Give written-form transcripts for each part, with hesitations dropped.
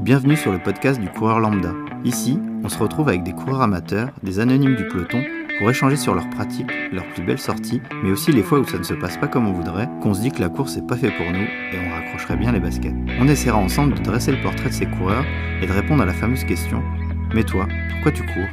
Bienvenue sur le podcast du coureur lambda. Ici, on se retrouve avec des coureurs amateurs, des anonymes du peloton, pour échanger sur leurs pratiques, leurs plus belles sorties, mais aussi les fois où ça ne se passe pas comme on voudrait, qu'on se dit que la course n'est pas fait pour nous et on raccrocherait bien les baskets. On essaiera ensemble de dresser le portrait de ces coureurs et de répondre à la fameuse question « Mais toi, pourquoi tu cours ?»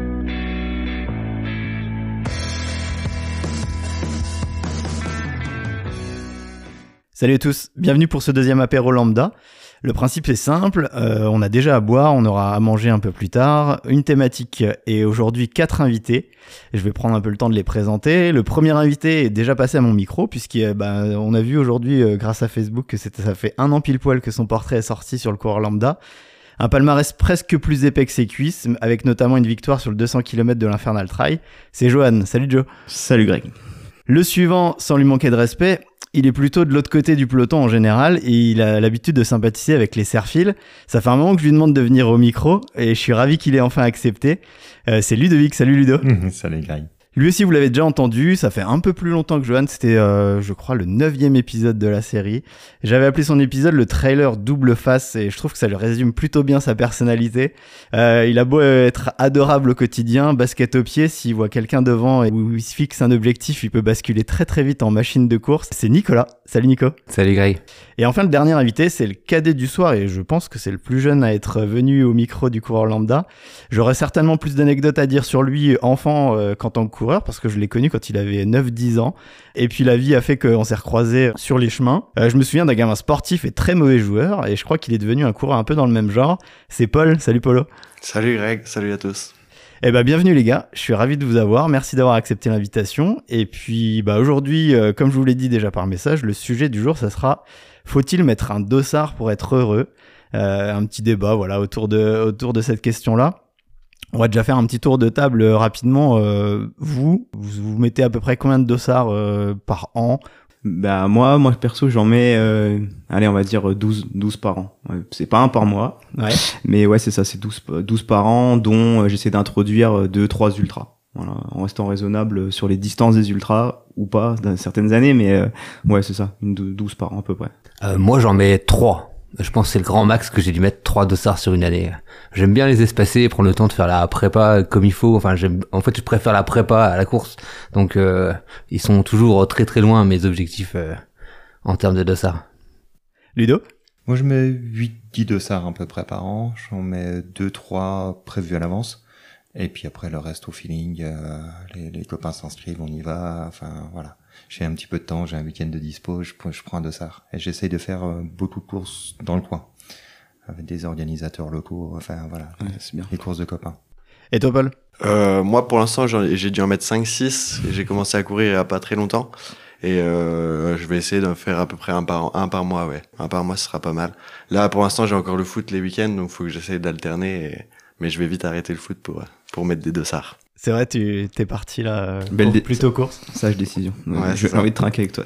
Salut à tous, bienvenue pour ce deuxième apéro lambda. Le principe est simple, on a déjà à boire, on aura à manger un peu plus tard, une thématique et aujourd'hui 4 invités. Je vais prendre un peu le temps de les présenter. Le premier invité est déjà passé à mon micro puisqu'on a vu aujourd'hui grâce à Facebook que ça fait 1 an pile poil que son portrait est sorti sur le coureur lambda. Un palmarès presque plus épais que ses cuisses, avec notamment une victoire sur le 200 km de l'Infernal Trail. C'est Johan. Salut Joe. Salut Greg. Le suivant, sans lui manquer de respect, il est plutôt de l'autre côté du peloton en général et il a l'habitude de sympathiser avec les serfils. Ça fait un moment que je lui demande de venir au micro et je suis ravi qu'il ait enfin accepté. C'est Ludovic. Salut Ludo. Salut Greg. Lui aussi, vous l'avez déjà entendu, ça fait un peu plus longtemps que Johan, c'était je crois le 9e épisode de la série. J'avais appelé son épisode le trailer double face et je trouve que ça lui résume plutôt bien sa personnalité. Il a beau être adorable au quotidien, basket au pied, s'il voit quelqu'un devant et où il se fixe un objectif, il peut basculer très très vite en machine de course. C'est Nicolas. Salut Nico. Salut Greg. Et enfin, le dernier invité, c'est le cadet du soir et je pense que c'est le plus jeune à être venu au micro du coureur lambda. J'aurais certainement plus d'anecdotes à dire sur lui enfant qu'en tant que coureur parce que je l'ai connu quand il avait 9-10 ans. Et puis la vie a fait qu'on s'est recroisés sur les chemins. Je me souviens d'un gamin sportif et très mauvais joueur et je crois qu'il est devenu un coureur un peu dans le même genre. C'est Paul. Salut Polo. Salut Greg, salut à tous. Eh ben bienvenue les gars, je suis ravi de vous avoir, merci d'avoir accepté l'invitation. Et puis aujourd'hui, comme je vous l'ai dit déjà par message, le sujet du jour ça sera « Faut-il mettre un dossard pour être heureux ?» Un petit débat voilà autour de cette question-là. On va déjà faire un petit tour de table rapidement. Vous mettez à peu près combien de dossards par an ? Bah moi perso j'en mets allez on va dire 12 par an. Ouais, c'est pas un par mois. Ouais. Mais ouais c'est ça, c'est 12 par an dont j'essaie d'introduire 2-3 ultras. Voilà, en restant raisonnable sur les distances des ultras ou pas dans certaines années mais ouais c'est ça, 12 par an à peu près. Moi j'en mets 3. Je pense que c'est le grand max que j'ai dû mettre 3 dossards sur une année. J'aime bien les espacer et prendre le temps de faire la prépa comme il faut. Enfin, je préfère la prépa à la course. Donc, ils sont toujours très très loin mes objectifs en termes de dossards. Ludo ? Moi, je mets 8-10 dossards à peu près par an. J'en mets 2-3 prévus à l'avance. Et puis après, le reste au feeling. Les copains s'inscrivent, on y va. Enfin, voilà. J'ai un petit peu de temps, j'ai un week-end de dispo, je prends un dossard. Et j'essaye de faire beaucoup de courses dans le coin. Avec des organisateurs locaux, enfin voilà, ouais, c'est bien. Les courses de copains. Et toi Paul ? Moi pour l'instant j'ai dû en mettre 5-6 et j'ai commencé à courir il y a pas très longtemps. Et je vais essayer d'en faire à peu près un par mois, ouais. Un par mois ce sera pas mal. Là pour l'instant j'ai encore le foot les week-ends, donc faut que j'essaye d'alterner. Mais je vais vite arrêter le foot pour mettre des dossards. C'est vrai, t'es parti là, plutôt course. Sage décision. Ouais, j'ai envie de trinquer avec toi.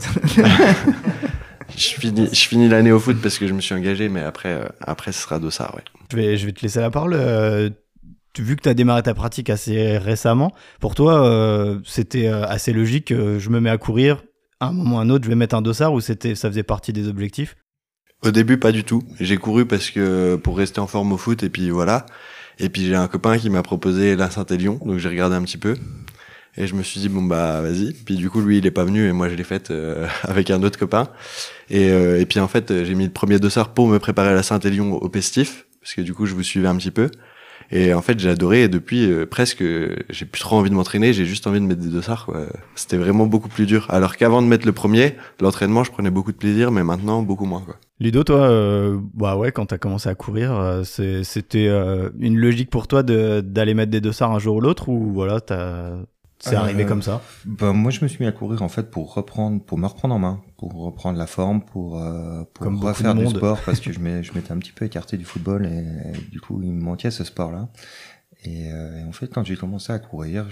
Je finis l'année au foot parce que je me suis engagé, mais après ce sera dossard, ouais. Je vais te laisser la parole. Vu que t'as démarré ta pratique assez récemment, pour toi, c'était assez logique. Je me mets à courir, à un moment ou à un autre, je vais mettre un dossard ou ça faisait partie des objectifs ? Au début, pas du tout. J'ai couru parce que pour rester en forme au foot et puis voilà. Et puis j'ai un copain qui m'a proposé la Saint-Élion, donc j'ai regardé un petit peu et je me suis dit bon bah vas-y. Puis du coup lui il est pas venu et moi je l'ai faite avec un autre copain et puis en fait j'ai mis le premier dossard pour me préparer à la Saint-Élion au pestif parce que du coup je vous suivais un petit peu et en fait j'ai adoré et depuis presque j'ai plus trop envie de m'entraîner, j'ai juste envie de mettre des dossards quoi. C'était vraiment beaucoup plus dur alors qu'avant de mettre le premier, l'entraînement je prenais beaucoup de plaisir mais maintenant beaucoup moins quoi. Ludo, toi, bah ouais, quand t'as commencé à courir, c'était une logique pour toi d'aller mettre des dossards un jour ou l'autre ou voilà, c'est arrivé comme ça? Bah moi je me suis mis à courir en fait pour me reprendre en main, pour reprendre la forme, pour refaire du sport parce que je m'étais un petit peu écarté du football et du coup il me manquait ce sport-là. Et en fait quand j'ai commencé à courir,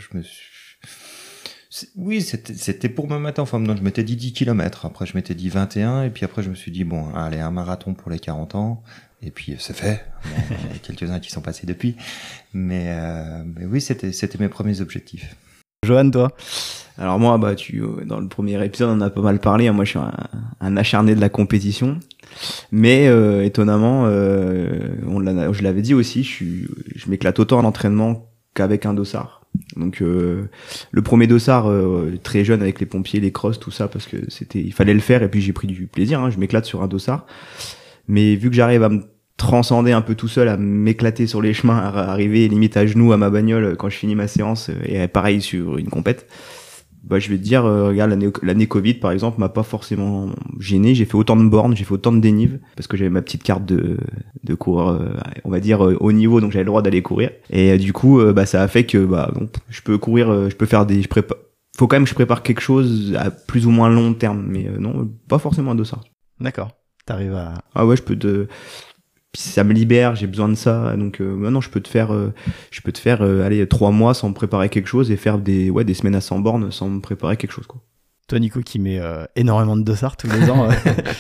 oui, c'était pour me mettre en forme. Donc, je m'étais dit 10 km. Après, je m'étais dit 21. Et puis après, je me suis dit, bon, allez, un marathon pour les 40 ans. Et puis, c'est fait. Bon, il y a quelques-uns qui sont passés depuis. Mais oui, c'était mes premiers objectifs. Johan, toi? Alors moi, bah dans le premier épisode, on en a pas mal parlé. Moi, je suis un acharné de la compétition, mais étonnamment, je l'avais dit aussi, je m'éclate autant à l'entraînement qu'avec un dossard. Donc le premier dossard, très jeune avec les pompiers, les crosses, tout ça, parce que il fallait le faire, et puis j'ai pris du plaisir. Hein, je m'éclate sur un dossard, mais vu que j'arrive à me transcender un peu tout seul, à m'éclater sur les chemins, à arriver limite à genoux à ma bagnole quand je finis ma séance, et pareil sur une compète. Bah, je vais te dire, regarde, l'année Covid, par exemple, m'a pas forcément gêné. J'ai fait autant de bornes, j'ai fait autant de dénives, parce que j'avais ma petite carte de coureur, on va dire, haut niveau, donc j'avais le droit d'aller courir. Et du coup, bah, ça a fait que, bah, bon, je peux courir, je peux faire faut quand même que je prépare quelque chose à plus ou moins long terme, mais non, pas forcément un dossard. D'accord. T'arrives à... Ah ouais, ça me libère, j'ai besoin de ça, donc maintenant je peux te faire aller 3 mois sans me préparer quelque chose et faire des semaines à 100 bornes sans me préparer quelque chose, quoi. Toi, Nico, qui met énormément de dossards tous les ans,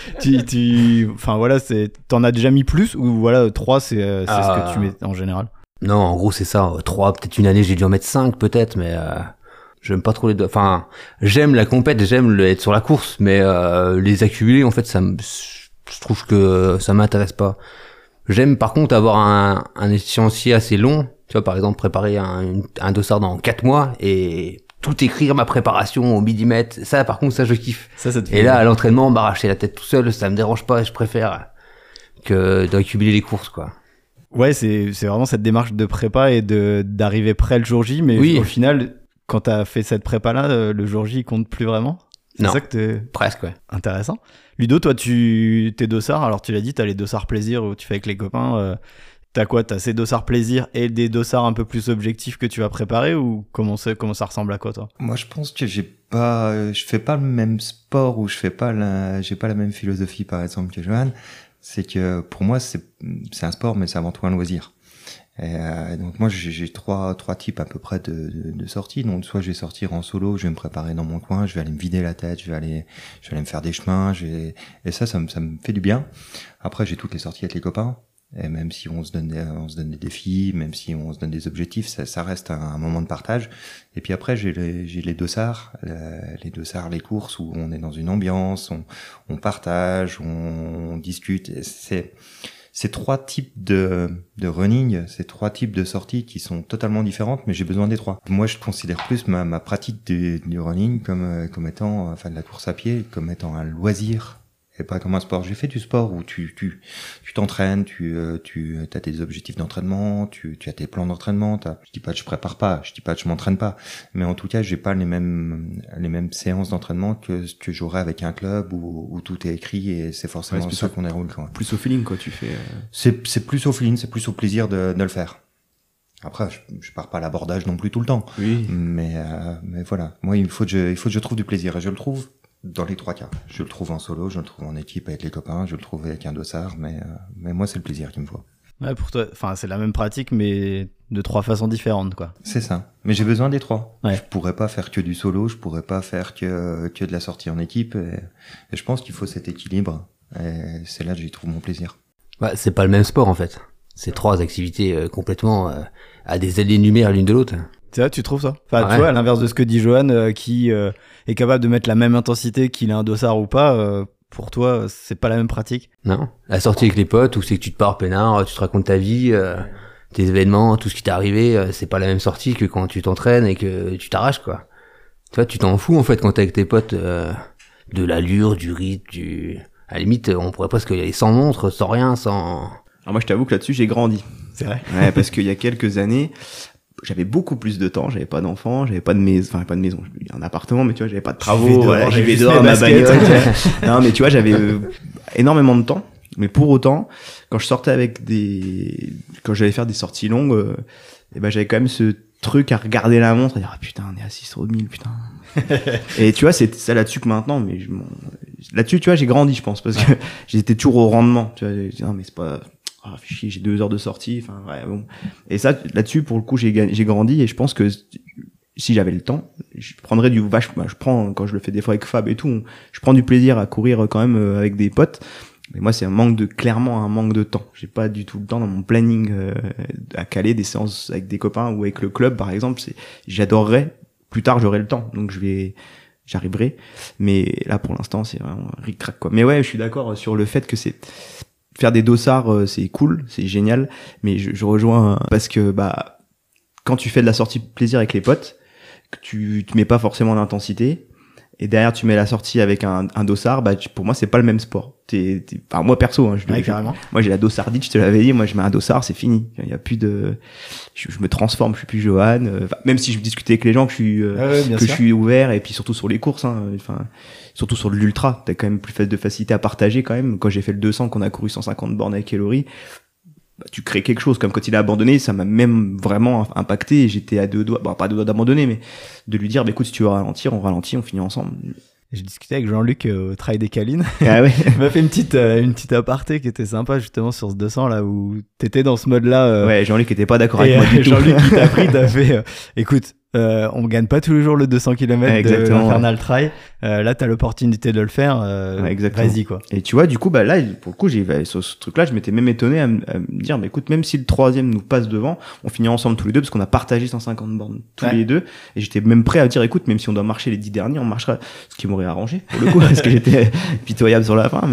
enfin voilà, t'en as déjà mis plus, ou voilà, 3 c'est ce que tu mets en général? Non, en gros c'est ça, 3, peut-être une année j'ai dû en mettre 5 peut-être, mais j'aime pas trop enfin j'aime la compète, j'aime être sur la course, mais les accumuler en fait je trouve que ça m'intéresse pas. J'aime par contre avoir un échéancier assez long, tu vois, par exemple préparer un dossard dans 4 mois et tout écrire ma préparation au millimètre. Ça par contre, ça je kiffe. Ça te fait et là à l'entraînement, m'arracher la tête tout seul, ça me dérange pas, je préfère que d'accumuler les courses, quoi. Ouais, c'est vraiment cette démarche de prépa et d'arriver près le jour J, mais oui. Au final, quand t'as fait cette prépa là, le jour J il compte plus vraiment. C'est ça que presque, ouais. Intéressant. Ludo, toi, tes dossards, alors tu l'as dit, t'as les dossards plaisir où tu fais avec les copains. T'as quoi? T'as ces dossards plaisir et des dossards un peu plus objectifs que tu vas préparer, ou comment ça ressemble à quoi, toi? Moi, je pense que je fais pas le même sport, ou j'ai pas la même philosophie, par exemple, que Johan. C'est que pour moi, c'est un sport, mais c'est avant tout un loisir. Et donc moi j'ai trois types à peu près de sorties. Donc soit je vais sortir en solo, je vais me préparer dans mon coin, je vais aller me vider la tête, je vais aller me faire des chemins, et ça me fait du bien. Après j'ai toutes les sorties avec les copains, et même si on se donne des défis, même si on se donne des objectifs, ça reste un moment de partage. Et puis après j'ai les dossards, les courses où on est dans une ambiance, on partage, on discute. Et c'est 3 types de running, c'est 3 types de sorties qui sont totalement différentes, mais j'ai besoin des 3. Moi, je considère plus ma pratique du running comme étant, enfin de la course à pied, comme étant un loisir et pas comme un sport. J'ai fait du sport où tu t'entraînes, tu as tes objectifs d'entraînement, tu as tes plans d'entraînement. Je dis pas que je prépare pas, je dis pas que je m'entraîne pas, mais en tout cas, j'ai pas les mêmes séances d'entraînement que j'aurais avec un club où tout est écrit et c'est forcément ça qu'on déroule, quoi. Plus au feeling, quoi, tu fais. C'est plus au feeling, c'est plus au plaisir de le faire. Après, je pars pas à l'abordage non plus tout le temps. Oui. Mais voilà. Moi, il faut que je trouve du plaisir, et je le trouve dans les 3 cas. Je le trouve en solo, je le trouve en équipe avec les copains, je le trouve avec un dossard, mais moi, c'est le plaisir qui me faut. Ouais, pour toi, enfin, c'est la même pratique, mais de 3 façons différentes, quoi. C'est ça. Mais j'ai besoin des 3. Ouais. Je pourrais pas faire que du solo, je pourrais pas faire que de la sortie en équipe, et je pense qu'il faut cet équilibre, et c'est là que j'y trouve mon plaisir. Bah, c'est pas le même sport, en fait. C'est 3 activités complètement à des années-lumière l'une de l'autre. C'est ça, tu trouves ça? Enfin, Ouais. tu vois, à l'inverse de ce que dit Johan, qui est capable de mettre la même intensité qu'il a un dossard ou pas, pour toi, c'est pas la même pratique? Non. La sortie avec les potes, où c'est que tu te pars peinard, tu te racontes ta vie, tes événements, tout ce qui t'est arrivé, c'est pas la même sortie que quand tu t'entraînes et que tu t'arraches, quoi. Tu vois, tu t'en fous, en fait, quand t'es avec tes potes, de l'allure, du rythme, à la limite, on pourrait presque y aller sans montre, sans rien, sans... Alors moi, je t'avoue que là-dessus, j'ai grandi. C'est vrai? Ouais, parce qu'il y a quelques années, j'avais beaucoup plus de temps, j'avais pas d'enfants, j'avais pas de maison, un appartement, mais tu vois, j'avais pas de travaux, voilà, j'y vais dehors dans ma bagnole. Non, mais tu vois, j'avais énormément de temps, mais pour autant, quand je sortais quand j'allais faire des sorties longues, et ben j'avais quand même ce truc à regarder la montre, à dire, ah putain, on est à 6 sur 1000, putain. Et tu vois, c'est ça là-dessus que maintenant, mais là-dessus, tu vois, j'ai grandi, je pense, parce que j'étais toujours au rendement, tu vois, non, mais c'est pas, ah, chier, j'ai 2 heures de sortie, enfin, ouais, bon. Et ça, là-dessus, pour le coup, j'ai grandi, et je pense que si j'avais le temps, je prendrais je prends, quand je le fais des fois avec Fab et tout, je prends du plaisir à courir quand même avec des potes. Mais moi, c'est clairement un manque de temps. J'ai pas du tout le temps dans mon planning à caler des séances avec des copains ou avec le club, par exemple. J'adorerais plus tard j'aurai le temps, donc j'arriverai. Mais là pour l'instant c'est vraiment ric-rac quoi. Mais ouais, je suis d'accord sur le fait que c'est faire des dossards, c'est cool, c'est génial, mais je rejoins parce que bah quand tu fais de la sortie plaisir avec les potes, que tu te mets pas forcément d'intensité, et derrière tu mets la sortie avec un dossard, bah pour moi c'est pas le même sport. Enfin moi perso, hein, carrément. Moi j'ai la dossardite, je te l'avais dit, moi je mets un dossard, c'est fini. Il y a plus de, je me transforme, je suis plus Johan. Même si je discute avec les gens, que je suis ouvert, et puis surtout sur les courses, hein, enfin surtout sur l'ultra, t'as quand même plus de facilité à partager quand même. Quand j'ai fait le 200, qu'on a couru 150 bornes avec Elori, bah, tu crées quelque chose. Comme quand il a abandonné, ça m'a même vraiment impacté. J'étais à 2 doigts, bon, pas à 2 doigts d'abandonner, mais de lui dire, bah, écoute, si tu veux ralentir, on ralentit, on finit ensemble. J'ai discuté avec Jean-Luc au Trail des Calines. Ah ouais. Il m'a fait une petite aparté qui était sympa justement sur ce 200 là où t'étais dans ce mode-là. Ouais, Jean-Luc était pas d'accord avec moi du tout. Jean-Luc qui t'a pris, t'as fait, écoute, on gagne pas tous les jours le 200 km de l'Infernal Trail. Là, t'as l'opportunité de le faire. Vas-y quoi. Et tu vois, du coup, bah là, pour le coup, sur ce truc-là, je m'étais même étonné à me dire, bah écoute, même si le troisième nous passe devant, on finit ensemble tous les deux parce qu'on a partagé 150 bornes tous les deux. Et j'étais même prêt à dire, écoute, même si on doit marcher les 10 derniers, on marchera. Ce qui m'aurait arrangé pour le coup, parce que j'étais pitoyable sur la fin,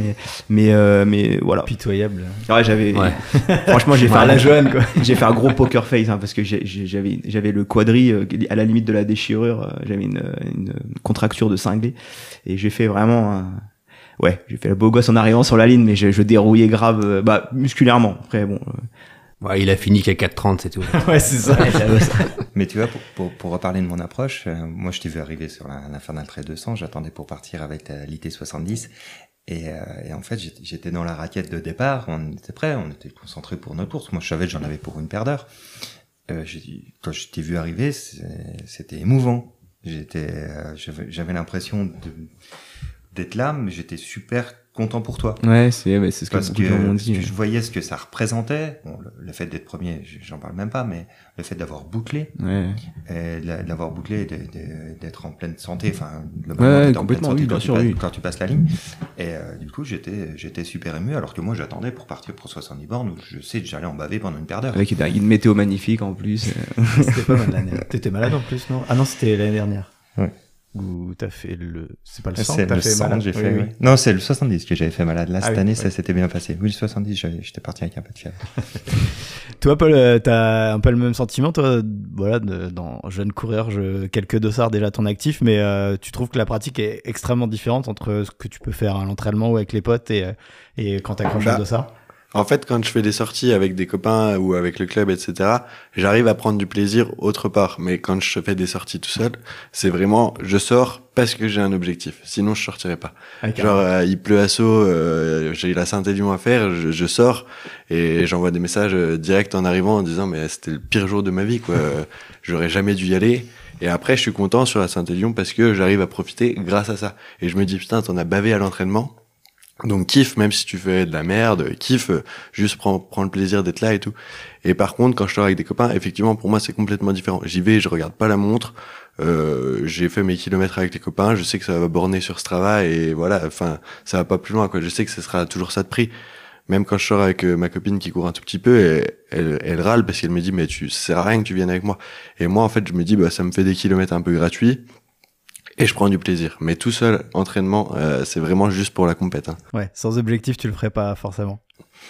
mais voilà. Pitoyable. Ouais, franchement, j'ai fait la Joanne quoi. J'ai fait un gros poker face hein, parce que j'avais le quadri à la limite de la déchirure, j'avais une contracture de cinglé. Et j'ai fait vraiment j'ai fait la beau gosse en arrivant sur la ligne, mais je dérouillais grave musculairement. Après bon ouais, il a fini qu'à 4,30, c'est tout. Ouais, c'est ça. Mais tu vois, pour reparler de mon approche, moi je t'ai vu arriver sur l'Infernal Trail 200, j'attendais pour partir avec l'IT 70 et en fait j'étais dans la raquette de départ, on était prêts, on était concentrés pour notre course. Moi je savais que j'en avais pour une paire d'heures. Quand je t'ai vu arriver, c'était émouvant. J'avais l'impression d'être là, mais j'étais super content pour toi. Ouais, c'est ce parce que m'ont dit. Je voyais ce que ça représentait. Bon, le fait d'être premier, j'en parle même pas, mais le fait d'avoir bouclé, d'avoir bouclé, d'être en pleine santé, enfin, globalement, en pleine santé oui, quand tu passes la ligne. Et du coup, j'étais super ému, alors que moi, j'attendais pour partir pour 70 bornes où je sais que j'allais en baver pendant une paire d'heures. Avec une météo magnifique en plus. C'était pas mal l'année. T'étais malade en plus, non? Ah non, c'était l'année dernière. Ouais. Ou t'as fait c'est pas le 100 c'est que t'as le fait 100 malade. j'ai fait, oui. Non, c'est le 70 que j'avais fait malade. Là, cette année, oui. Ça s'était bien passé. Oui, le 70, j'étais parti avec un peu de fièvre. Toi, Paul, t'as un peu le même sentiment, toi, voilà, dans jeune coureur, quelques dossards déjà à ton actif, mais tu trouves que la pratique est extrêmement différente entre ce que tu peux faire à l'entraînement ou avec les potes et quand t'accroches un dossard? En fait, quand je fais des sorties avec des copains ou avec le club, etc., j'arrive à prendre du plaisir autre part. Mais quand je fais des sorties tout seul, c'est vraiment, je sors parce que j'ai un objectif. Sinon, je sortirais pas. Genre, il pleut à Sceaux, j'ai la Saint-Élion à faire, je sors et j'envoie des messages directs en arrivant en disant, mais c'était le pire jour de ma vie, quoi. J'aurais jamais dû y aller. Et après, je suis content sur la Saint-Élion parce que j'arrive à profiter grâce à ça. Et je me dis, putain, t'en as bavé à l'entraînement. Donc kiffe, même si tu fais de la merde, kiffe, juste prends le plaisir d'être là et tout. Et par contre, quand je sors avec des copains, effectivement, pour moi, c'est complètement différent. J'y vais, je regarde pas la montre, j'ai fait mes kilomètres avec les copains, je sais que ça va borner sur Strava et voilà, enfin, ça va pas plus loin, quoi. Je sais que ce sera toujours ça de prix. Même quand je sors avec ma copine qui court un tout petit peu, elle râle parce qu'elle me dit, mais ça sert à rien que tu viennes avec moi. Et moi, en fait, je me dis, ça me fait des kilomètres un peu gratuits. Et je prends du plaisir. Mais tout seul, entraînement, c'est vraiment juste pour la compète. Hein. Ouais, sans objectif, tu le ferais pas forcément.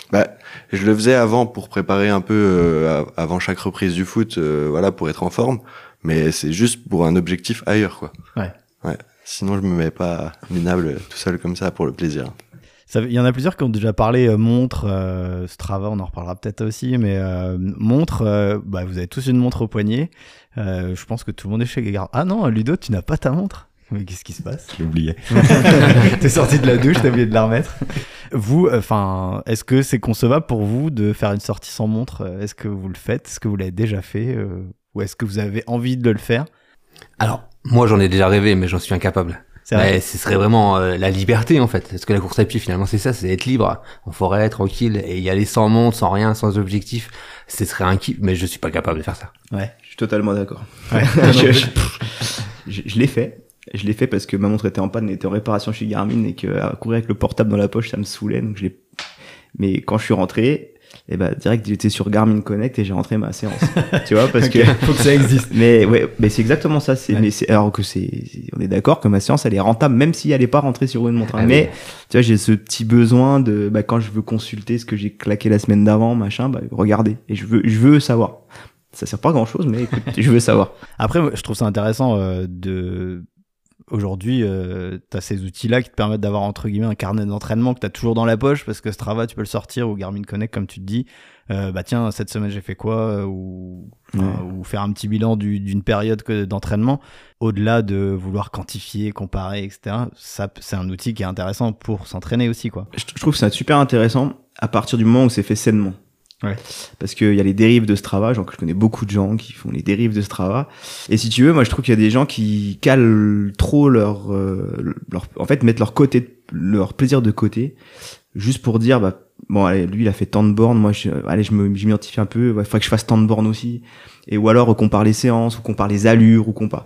Je le faisais avant pour préparer un peu, avant chaque reprise du foot, voilà, pour être en forme. Mais c'est juste pour un objectif ailleurs, quoi. Ouais. Sinon, je me mets pas minable tout seul comme ça pour le plaisir. Il y en a plusieurs qui ont déjà parlé montre, Strava, on en reparlera peut-être aussi, mais montre, vous avez tous une montre au poignet. Je pense que tout le monde est chez Garmin. Ah non, Ludo, tu n'as pas ta montre. Mais qu'est-ce qui se passe? Je l'ai oublié. T'es sorti de la douche, t'as oublié de la remettre. Vous, est-ce que c'est concevable pour vous de faire une sortie sans montre? Est-ce que vous le faites? Est-ce que vous l'avez déjà fait? Ou est-ce que vous avez envie de le faire? Alors, moi j'en ai déjà rêvé, mais j'en suis incapable. Ce serait vraiment la liberté en fait, parce que la course à pied finalement c'est ça, c'est être libre en forêt, tranquille, et y aller sans montre, sans rien, sans objectif, ce serait un kiff, mais je suis pas capable de faire ça. Ouais, je suis totalement d'accord. Ouais. Je l'ai fait parce que ma montre était en panne, était en réparation chez Garmin et que à courir avec le portable dans la poche ça me saoulait, donc mais quand je suis rentré, et bah direct j'étais sur Garmin Connect et j'ai rentré ma séance. Tu vois, parce que faut que ça existe. mais c'est exactement ça. Ouais. Mais alors que on est d'accord que ma séance elle est rentable même si elle est pas rentrée sur une montre. Hein. Ah Mais tu vois, j'ai ce petit besoin de quand je veux consulter ce que j'ai claqué la semaine d'avant, machin, regarder et je veux savoir. Ça sert pas à grand chose, mais écoute, je veux savoir. Après, je trouve ça intéressant aujourd'hui, t'as ces outils-là qui te permettent d'avoir entre guillemets un carnet d'entraînement que t'as toujours dans la poche parce que Strava, tu peux le sortir ou Garmin Connect comme tu te dis. Tiens, cette semaine j'ai fait quoi ou faire un petit bilan d'une période d'entraînement. Au-delà de vouloir quantifier, comparer, etc. Ça, c'est un outil qui est intéressant pour s'entraîner aussi, quoi. Je trouve ça super intéressant à partir du moment où c'est fait sainement. Ouais. Parce qu'il y a les dérives de Strava, je connais beaucoup de gens qui font les dérives de Strava. Et si tu veux, moi je trouve qu'il y a des gens qui calent trop en fait, mettent leur plaisir de côté, juste pour dire, bon, allez, lui il a fait tant de bornes, moi je m'identifie un peu, il faudrait que je fasse tant de bornes aussi. Et ou alors on compare les séances, ou compare les allures, ou compare.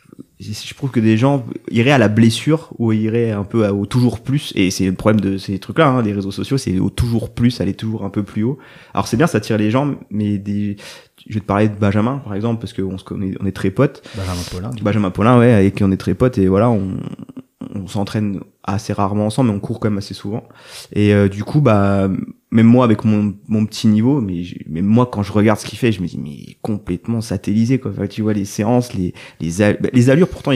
Je trouve que des gens iraient à la blessure ou iraient un peu au toujours plus, et c'est le problème de ces trucs-là, hein, des réseaux sociaux, c'est au toujours plus, aller toujours un peu plus haut. Alors c'est bien, ça attire les gens, mais je vais te parler de Benjamin par exemple, parce qu'on se connaît, on est très potes. Benjamin Paulin, ouais, avec qui on est très potes, et voilà, on s'entraîne assez rarement ensemble, mais on court quand même assez souvent. Et du coup, même moi avec mon petit niveau, mais moi quand je regarde ce qu'il fait, je me dis mais complètement satellisé quoi. Enfin, tu vois les séances, les allures, pourtant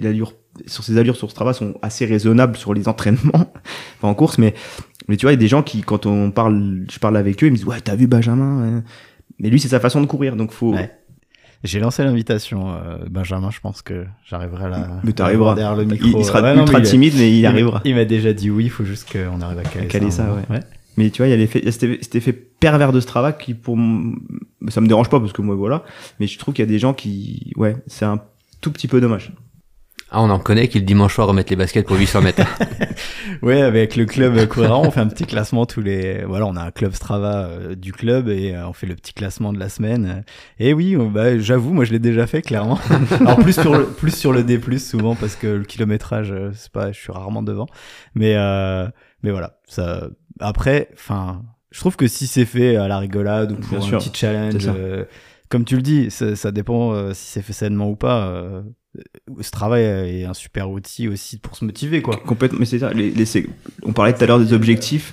sur ces allures sur Strava sont assez raisonnables sur les entraînements, pas en course, mais tu vois il y a des gens qui quand je parle avec eux, ils me disent ouais t'as vu Benjamin, hein. Mais lui c'est sa façon de courir, donc faut. Ouais. J'ai lancé l'invitation, Benjamin, je pense que j'arriverai à Mais t'arriveras. derrière le micro. Il sera ultra timide, mais il arrivera. Il m'a déjà dit oui, il faut juste qu'on arrive à caler ça, ouais. Mais tu vois, il y a cet effet pervers de Strava qui ça me dérange pas parce que moi voilà, mais je trouve qu'il y a des gens qui, c'est un tout petit peu dommage. Ah, on en connaît qui le dimanche soir remettent les baskets pour 800 mètres. Ouais, avec le club courant, on fait un petit classement on a un club Strava du club et on fait le petit classement de la semaine. Et oui, j'avoue, moi je l'ai déjà fait clairement. Alors plus sur le D+, souvent parce que le kilométrage, je suis rarement devant. Mais voilà, ça. Après, je trouve que si c'est fait à la rigolade ou pour un petit challenge, comme tu le dis, ça dépend si c'est fait sainement ou pas. Strava est un super outil aussi pour se motiver, quoi. Complètement, mais c'est ça. On parlait tout à l'heure des objectifs.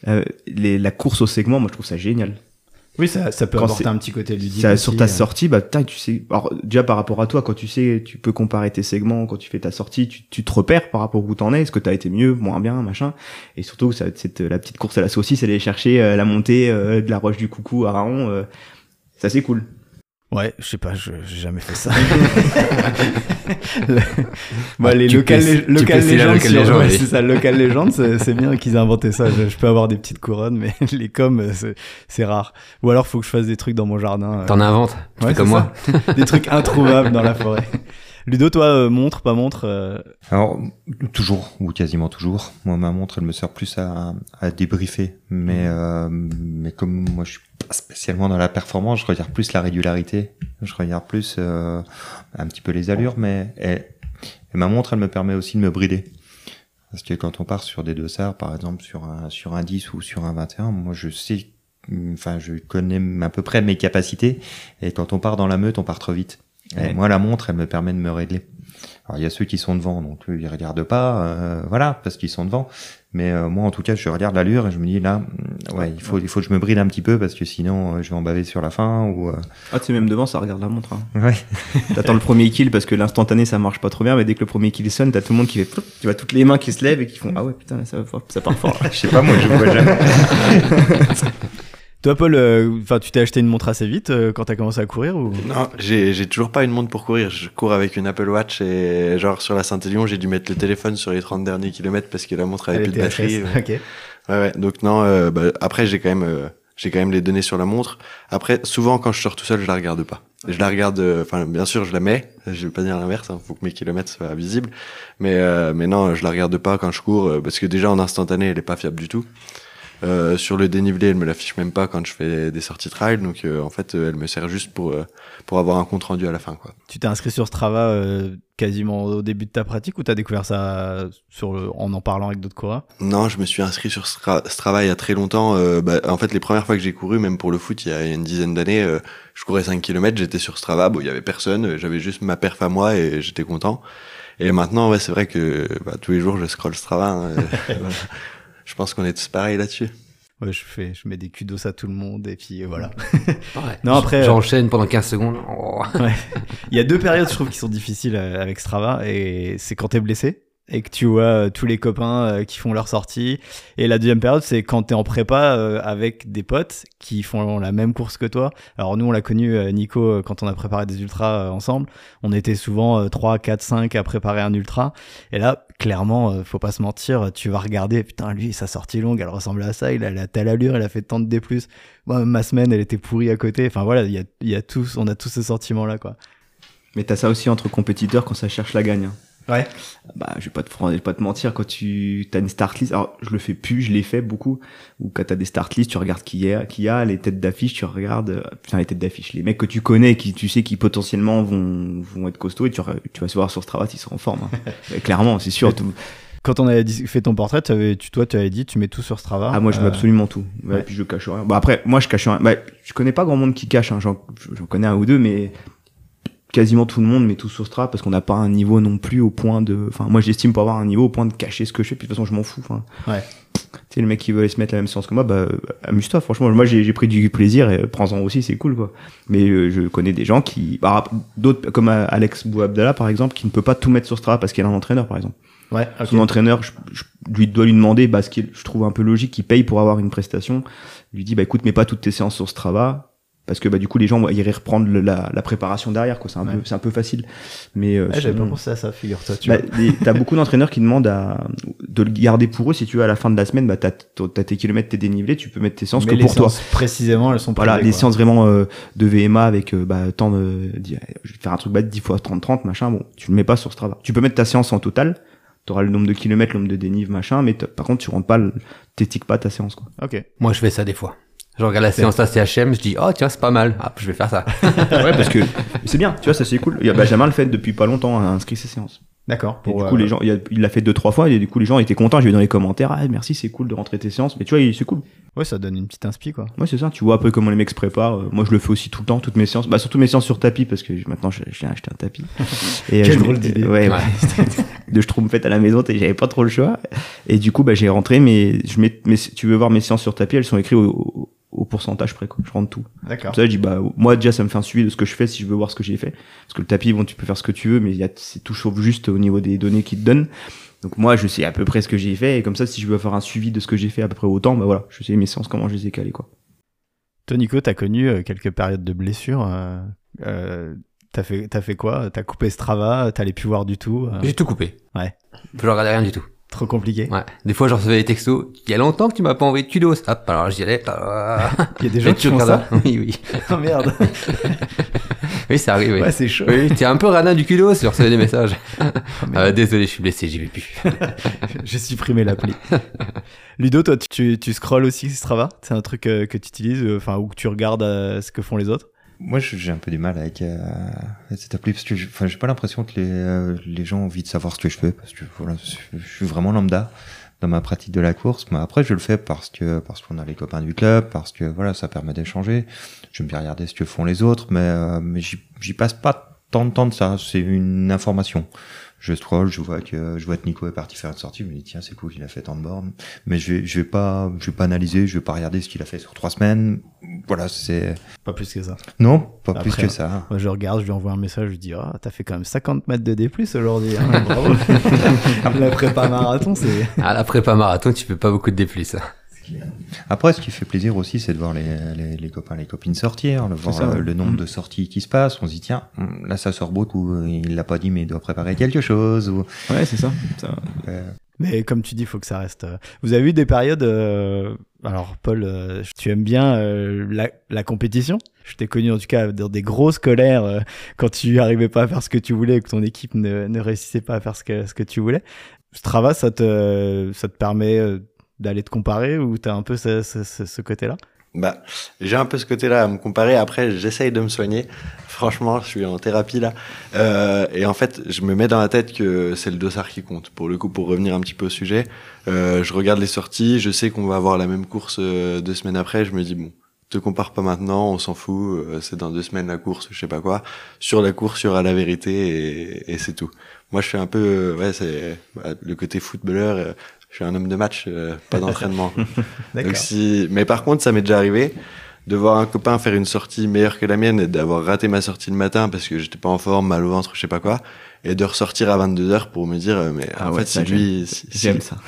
La course au segment, moi je trouve ça génial. Oui, ça peut apporter un petit côté ludique. Sur ta sortie, tu sais. Alors déjà par rapport à toi, quand tu sais, tu peux comparer tes segments. Quand tu fais ta sortie, tu te repères par rapport où t'en es. Est-ce que t'as été mieux, moins bien, machin. Et surtout, la petite course à la saucisse, aller chercher la montée de la Roche du Coucou à Raon. Ça c'est cool. Ouais, je sais pas, j'ai jamais fait ça. Les local légendes, c'est ça, local légendes, c'est bien qu'ils aient inventé ça. Je peux avoir des petites couronnes, mais les coms, c'est rare. Ou alors, faut que je fasse des trucs dans mon jardin. T'en inventes, tu fais comme moi. Des trucs introuvables dans la forêt. Ludo, toi, montre, pas montre Alors, toujours, ou quasiment toujours. Moi, ma montre, elle me sert plus à débriefer. Mais comme moi, je suis pas spécialement dans la performance, je regarde plus la régularité. Je regarde plus un petit peu les allures, et ma montre, elle me permet aussi de me brider. Parce que quand on part sur des dossards, par exemple, sur un 10 ou sur un 21, moi, je connais à peu près mes capacités. Et quand on part dans la meute, on part trop vite. Et moi, la montre, elle me permet de me régler. Alors, il y a ceux qui sont devant, donc eux, ils regardent pas, parce qu'ils sont devant. Mais moi, en tout cas, je regarde l'allure et je me dis là, il faut que je me bride un petit peu parce que sinon, je vais en baver sur la fin ou. Ah, tu sais, même devant, ça regarde la montre. Hein. Ouais. T'attends le premier kill parce que l'instantané, ça marche pas trop bien, mais dès que le premier kill sonne, t'as tout le monde qui fait, tu vois toutes les mains qui se lèvent et qui font ah ouais putain, ça part fort. Je sais pas, moi, je vois jamais. Toi, Paul, tu t'es acheté une montre assez vite quand t'as commencé à courir ou... Non, j'ai toujours pas une montre pour courir. Je cours avec une Apple Watch et genre sur la Saint-Élion, j'ai dû mettre le téléphone sur les 30 derniers kilomètres parce que la montre avait plus de batterie. Okay. Ouais. Donc non, après j'ai quand même les données sur la montre. Après, souvent quand je sors tout seul, je la regarde pas. Je la regarde, bien sûr, je la mets. Je vais pas dire l'inverse. Faut que mes kilomètres soient visibles. Mais non, je la regarde pas quand je cours parce que déjà en instantané, elle est pas fiable du tout. Sur le dénivelé, elle me l'affiche même pas quand je fais des sorties trail, donc en fait, elle me sert juste pour avoir un compte rendu à la fin, quoi. Tu t'es inscrit sur Strava quasiment au début de ta pratique ou t'as découvert ça en parlant avec d'autres coureurs? Non, je me suis inscrit sur Strava il y a très longtemps. En fait, les premières fois que j'ai couru, même pour le foot, il y a une dizaine d'années, je courais 5 km, j'étais sur Strava, bon, il y avait personne, j'avais juste ma perf à moi et j'étais content. Et maintenant, ouais, c'est vrai que tous les jours, je scrolle Strava. Hein, voilà. Je pense qu'on est tous pareils là-dessus. Ouais, je mets des kudos à tout le monde et puis voilà. Ouais. Non, après, J'enchaîne pendant 15 secondes. Oh. Ouais. Il y a 2 périodes, je trouve, qui sont difficiles avec Strava, et c'est quand t'es blessé et que tu vois tous les copains qui font leur sortie. Et la deuxième période, c'est quand t'es en prépa avec des potes qui font la même course que toi. Alors nous, on l'a connu, Nico, quand on a préparé des ultras ensemble. On était souvent 3, 4, 5 à préparer un ultra. Et là, clairement, faut pas se mentir, tu vas regarder, putain, lui, sa sortie longue, elle ressemble à ça, il a telle allure, il a fait tant de D+. Moi, ma semaine, elle était pourrie à côté. Enfin voilà, on a tous ce sentiment-là, quoi. Mais t'as ça aussi entre compétiteurs quand ça cherche la gagne. Hein. Ouais. Je vais pas te mentir, quand t'as une start list, alors je le fais plus, je l'ai fait beaucoup, ou quand t'as des start list, tu regardes qui y a, les têtes d'affiche, tu regardes, les têtes d'affiche, les mecs que tu connais, qui tu sais qui potentiellement vont être costauds, et tu vas se voir sur Strava s'ils sont en forme. Hein. Clairement, c'est sûr. Quand on avait fait ton portrait, tu avais dit, tu mets tout sur Strava. Ah, moi, je mets absolument tout. Ouais. Et puis je cache rien. Après, moi, je cache rien. Je connais pas grand monde qui cache, hein. J'en connais un ou deux, mais quasiment tout le monde met tout sur Strava parce qu'on n'a pas un niveau non plus au point de, enfin, moi, j'estime pas avoir un niveau au point de cacher ce que je fais, puis de toute façon, je m'en fous, enfin. Ouais. Tu sais, le mec qui veut aller se mettre la même séance que moi, amuse-toi, franchement. Moi, j'ai pris du plaisir et prends-en aussi, c'est cool, quoi. Mais je connais des gens d'autres, comme Alex Bouabdallah, par exemple, qui ne peut pas tout mettre sur Strava parce qu'il a un entraîneur, par exemple. Ouais, okay. Son entraîneur, je dois lui demander, ce qui je trouve un peu logique, qu'il paye pour avoir une prestation. Il lui dit, écoute, mets pas toutes tes séances sur Strava, parce que du coup les gens iraient reprendre la préparation derrière, quoi. C'est un peu facile. Mais j'avais pas pensé à ça, figure-toi. T'as beaucoup d'entraîneurs qui demandent de le garder pour eux. Si tu veux, à la fin de la semaine, t'as tes kilomètres, tes dénivelés, tu peux mettre tes séances que pour toi. Précisément, elles sont privées, voilà, les séances vraiment de VMA avec je vais faire un truc 10 fois 30-30, machin. Bon, tu le mets pas sur Strava. Tu peux mettre ta séance en total. T'auras le nombre de kilomètres, le nombre de dénives, machin, mais par contre, tu rentres pas, t'étiques pas ta séance, quoi. Ok. Moi, je fais ça des fois. Je regarde la séance ACHM, je dis, oh, tiens, c'est pas mal. Ah, je vais faire ça. Ouais, parce que c'est bien, tu vois, ça c'est cool. Il y a Benjamin le fait depuis pas longtemps, a inscrit ses séances. D'accord. Et du coup, les gens, il l'a fait 2-3 fois, et du coup, les gens étaient contents. J'ai vu dans les commentaires, ah, merci, c'est cool de rentrer tes séances. Mais tu vois, c'est cool. Ouais, ça donne une petite inspi, quoi. Ouais, c'est ça. Tu vois un peu comment les mecs se préparent. Moi, je le fais aussi tout le temps, toutes mes séances. Surtout mes séances sur tapis, parce que maintenant, j'ai acheté un tapis. Et quelle drôle d'idée. Ouais. De Schtroumpfette à la maison, j'avais pas trop le choix. Et du coup, j'ai rentré, mais tu veux voir mes séances sur tapis, elles sont écrites au pourcentage près, quoi. Je rentre tout. D'accord. Ça, je dis, moi, déjà, ça me fait un suivi de ce que je fais si je veux voir ce que j'ai fait. Parce que le tapis, bon, tu peux faire ce que tu veux, mais c'est tout sauf juste au niveau des données qu'ils te donnent. Donc, moi, je sais à peu près ce que j'ai fait. Et comme ça, si je veux faire un suivi de ce que j'ai fait à peu près autant, voilà, je sais mes séances, comment je les ai calées, quoi. Toi, Nico, t'as connu quelques périodes de blessures. T'as fait quoi? T'as coupé Strava? T'allais plus voir du tout? J'ai tout coupé. Ouais. Je regardais rien du tout. Trop compliqué. Ouais. Des fois, je recevais des textos. Il y a longtemps que tu m'as pas envoyé de kudos. Hop, alors j'y allais. Il y a des gens qui font ça? Oui. Oh merde. Oui, ça arrive. Oui. Ouais, c'est chaud. Oui, t'es un peu radin du kudos. Je recevais des messages. Désolé, je suis blessé, j'y vais plus. J'ai supprimé l'appli. Ludo, toi, tu scrolles aussi Strava? C'est un truc que tu utilises, ou que tu regardes ce que font les autres? Moi, j'ai un peu du mal avec cette appli parce que j'ai pas l'impression que les gens ont envie de savoir ce que je fais parce que voilà, je suis vraiment lambda dans ma pratique de la course. Mais après, je le fais parce qu'on a les copains du club, parce que voilà, ça permet d'échanger. J'aime bien regarder ce que font les autres, mais j'y passe pas tant de temps de ça. C'est une information. Je scroll, je vois que Nico est parti faire une sortie, je me dis tiens c'est cool, il a fait tant de bornes, mais je vais pas analyser, je vais pas regarder ce qu'il a fait sur 3 semaines. Voilà, c'est pas plus que ça. Non, pas après, plus que ça. Moi je regarde, je lui envoie un message, je dis t'as fait quand même 50 mètres de D+ aujourd'hui, hein, bravo. La prépa marathon, c'est la prépa marathon, tu fais pas beaucoup de D+. Après, ce qui fait plaisir aussi, c'est de voir les copains, les copines sortir, le nombre de sorties qui se passent. On se dit, tiens, là, ça sort beaucoup. Il l'a pas dit, mais il doit préparer quelque chose. Ouais, c'est ça. Mais comme tu dis, il faut que ça reste. Vous avez eu des périodes. Alors, Paul, tu aimes bien la compétition. Je t'ai connu en tout cas dans des grosses colères quand tu arrivais pas à faire ce que tu voulais et que ton équipe ne réussissait pas à faire ce que tu voulais. Strava, ça te permet d'aller te comparer ou t'as un peu ce côté-là? Bah, j'ai un peu ce côté-là à me comparer. Après, j'essaye de me soigner. Franchement, je suis en thérapie là. Et en fait, je me mets dans la tête que c'est le dossard qui compte. Pour le coup, pour revenir un petit peu au sujet, je regarde les sorties. Je sais qu'on va avoir la même course 2 semaines après. Je me dis bon, te compare pas maintenant, on s'en fout. C'est dans 2 semaines la course, je sais pas quoi. Sur la course, il y aura la vérité et c'est tout. Moi, je suis un peu, c'est le côté footballeur. Je suis un homme de match, pas d'entraînement. D'accord. Donc mais par contre, ça m'est déjà arrivé de voir un copain faire une sortie meilleure que la mienne et d'avoir raté ma sortie le matin parce que j'étais pas en forme, mal au ventre, je sais pas quoi, et de ressortir à 22h pour me dire, mais en fait, si lui, j'aime ça.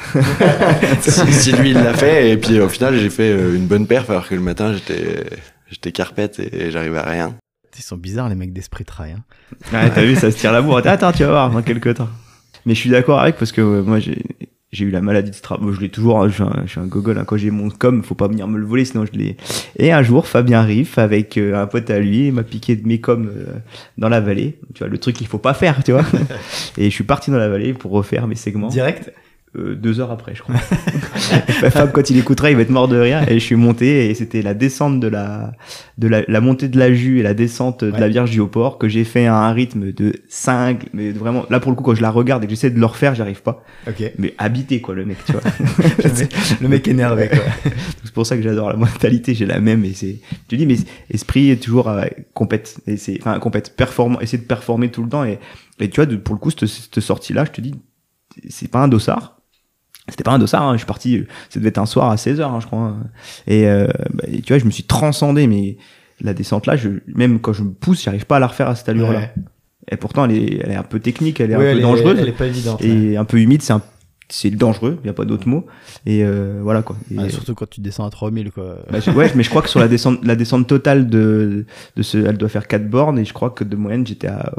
si lui il l'a fait, et puis au final, j'ai fait une bonne perf alors que le matin, j'étais carpette et j'arrivais à rien. Ils sont bizarres, les mecs d'Esprit Trail. Hein. Ouais, t'as vu, ça se tire la bourre. Attends, tu vas voir dans quelques temps. Mais je suis d'accord avec parce que moi, j'ai eu la maladie de Strava. Bon, je l'ai toujours, je suis un gogol, hein. Quand j'ai mon com, faut pas venir me le voler, sinon je l'ai. Et un jour, Fabien Riff, avec un pote à lui, m'a piqué de mes coms dans la vallée. Tu vois, le truc qu'il faut pas faire, tu vois. Et je suis parti dans la vallée pour refaire mes segments. Direct? 2 heures après, je crois. Fab, quand il écoutera, il va être mort de rire. Et je suis monté, et c'était la descente de la montée de la Jus et la descente de la Vierge du Haut-Port que j'ai fait à un rythme de 5, mais vraiment, là, pour le coup, quand je la regarde et que j'essaie de le refaire, j'arrive pas. Ok. Mais habité, quoi, le mec, tu vois. Le mec énervé, quoi. C'est pour ça que j'adore la mentalité, j'ai la même, et tu dis, mais esprit est toujours compète, performant, essayer de performer tout le temps, et tu vois, pour le coup, cette sortie-là, je te dis, c'est pas un dossard. C'était pas un dossard, hein. Je suis parti, ça devait être un soir à 16h, hein, je crois. Hein. Et tu vois, je me suis transcendé, mais la descente là, même quand je me pousse, j'arrive pas à la refaire à cette allure-là. Ouais. Et pourtant, elle est un peu technique, elle est un peu dangereuse. Elle est pas évidente. Et un peu humide, c'est dangereux, il y a pas d'autre mot. Et voilà, quoi. Et, surtout quand tu descends à 3000, quoi. Ouais, mais je crois que sur la descente totale de elle doit faire 4 bornes, et je crois que de moyenne, j'étais à,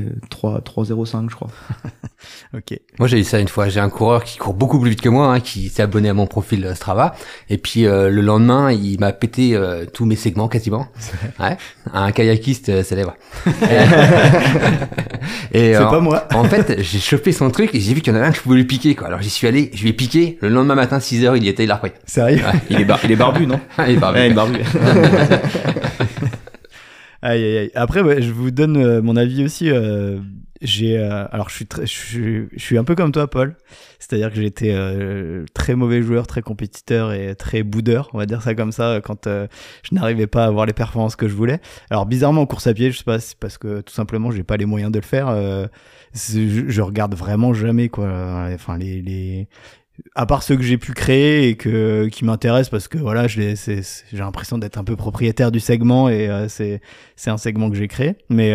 3,05, je crois. Ok. Moi, j'ai eu ça une fois. J'ai un coureur qui court beaucoup plus vite que moi, hein, qui s'est abonné à mon profil Strava. Et puis, le lendemain, il m'a pété tous mes segments quasiment. Ouais. Un kayakiste célèbre. Et C'est pas moi. En fait, j'ai chopé son truc et j'ai vu qu'il y en avait un que je pouvais lui piquer, quoi. Alors, j'y suis allé, je lui ai piqué. Le lendemain matin, 6h, il y était, il l'a repris. Sérieux? Ouais. Il est barbu, non? Il est barbu. Ouais, il est barbu. Aïe, aïe, aïe. Après, ouais, je vous donne mon avis aussi. Alors, je suis un peu comme toi, Paul. C'est-à-dire que j'étais très mauvais joueur, très compétiteur et très boudeur, on va dire ça comme ça, quand je n'arrivais pas à avoir les performances que je voulais. Alors, bizarrement, en course à pied, je sais pas, c'est parce que tout simplement, j'ai pas les moyens de le faire. Je regarde vraiment jamais, quoi. Enfin, à part ceux que j'ai pu créer et qui m'intéressent parce que voilà, j'ai l'impression d'être un peu propriétaire du segment et c'est un segment que j'ai créé. Mais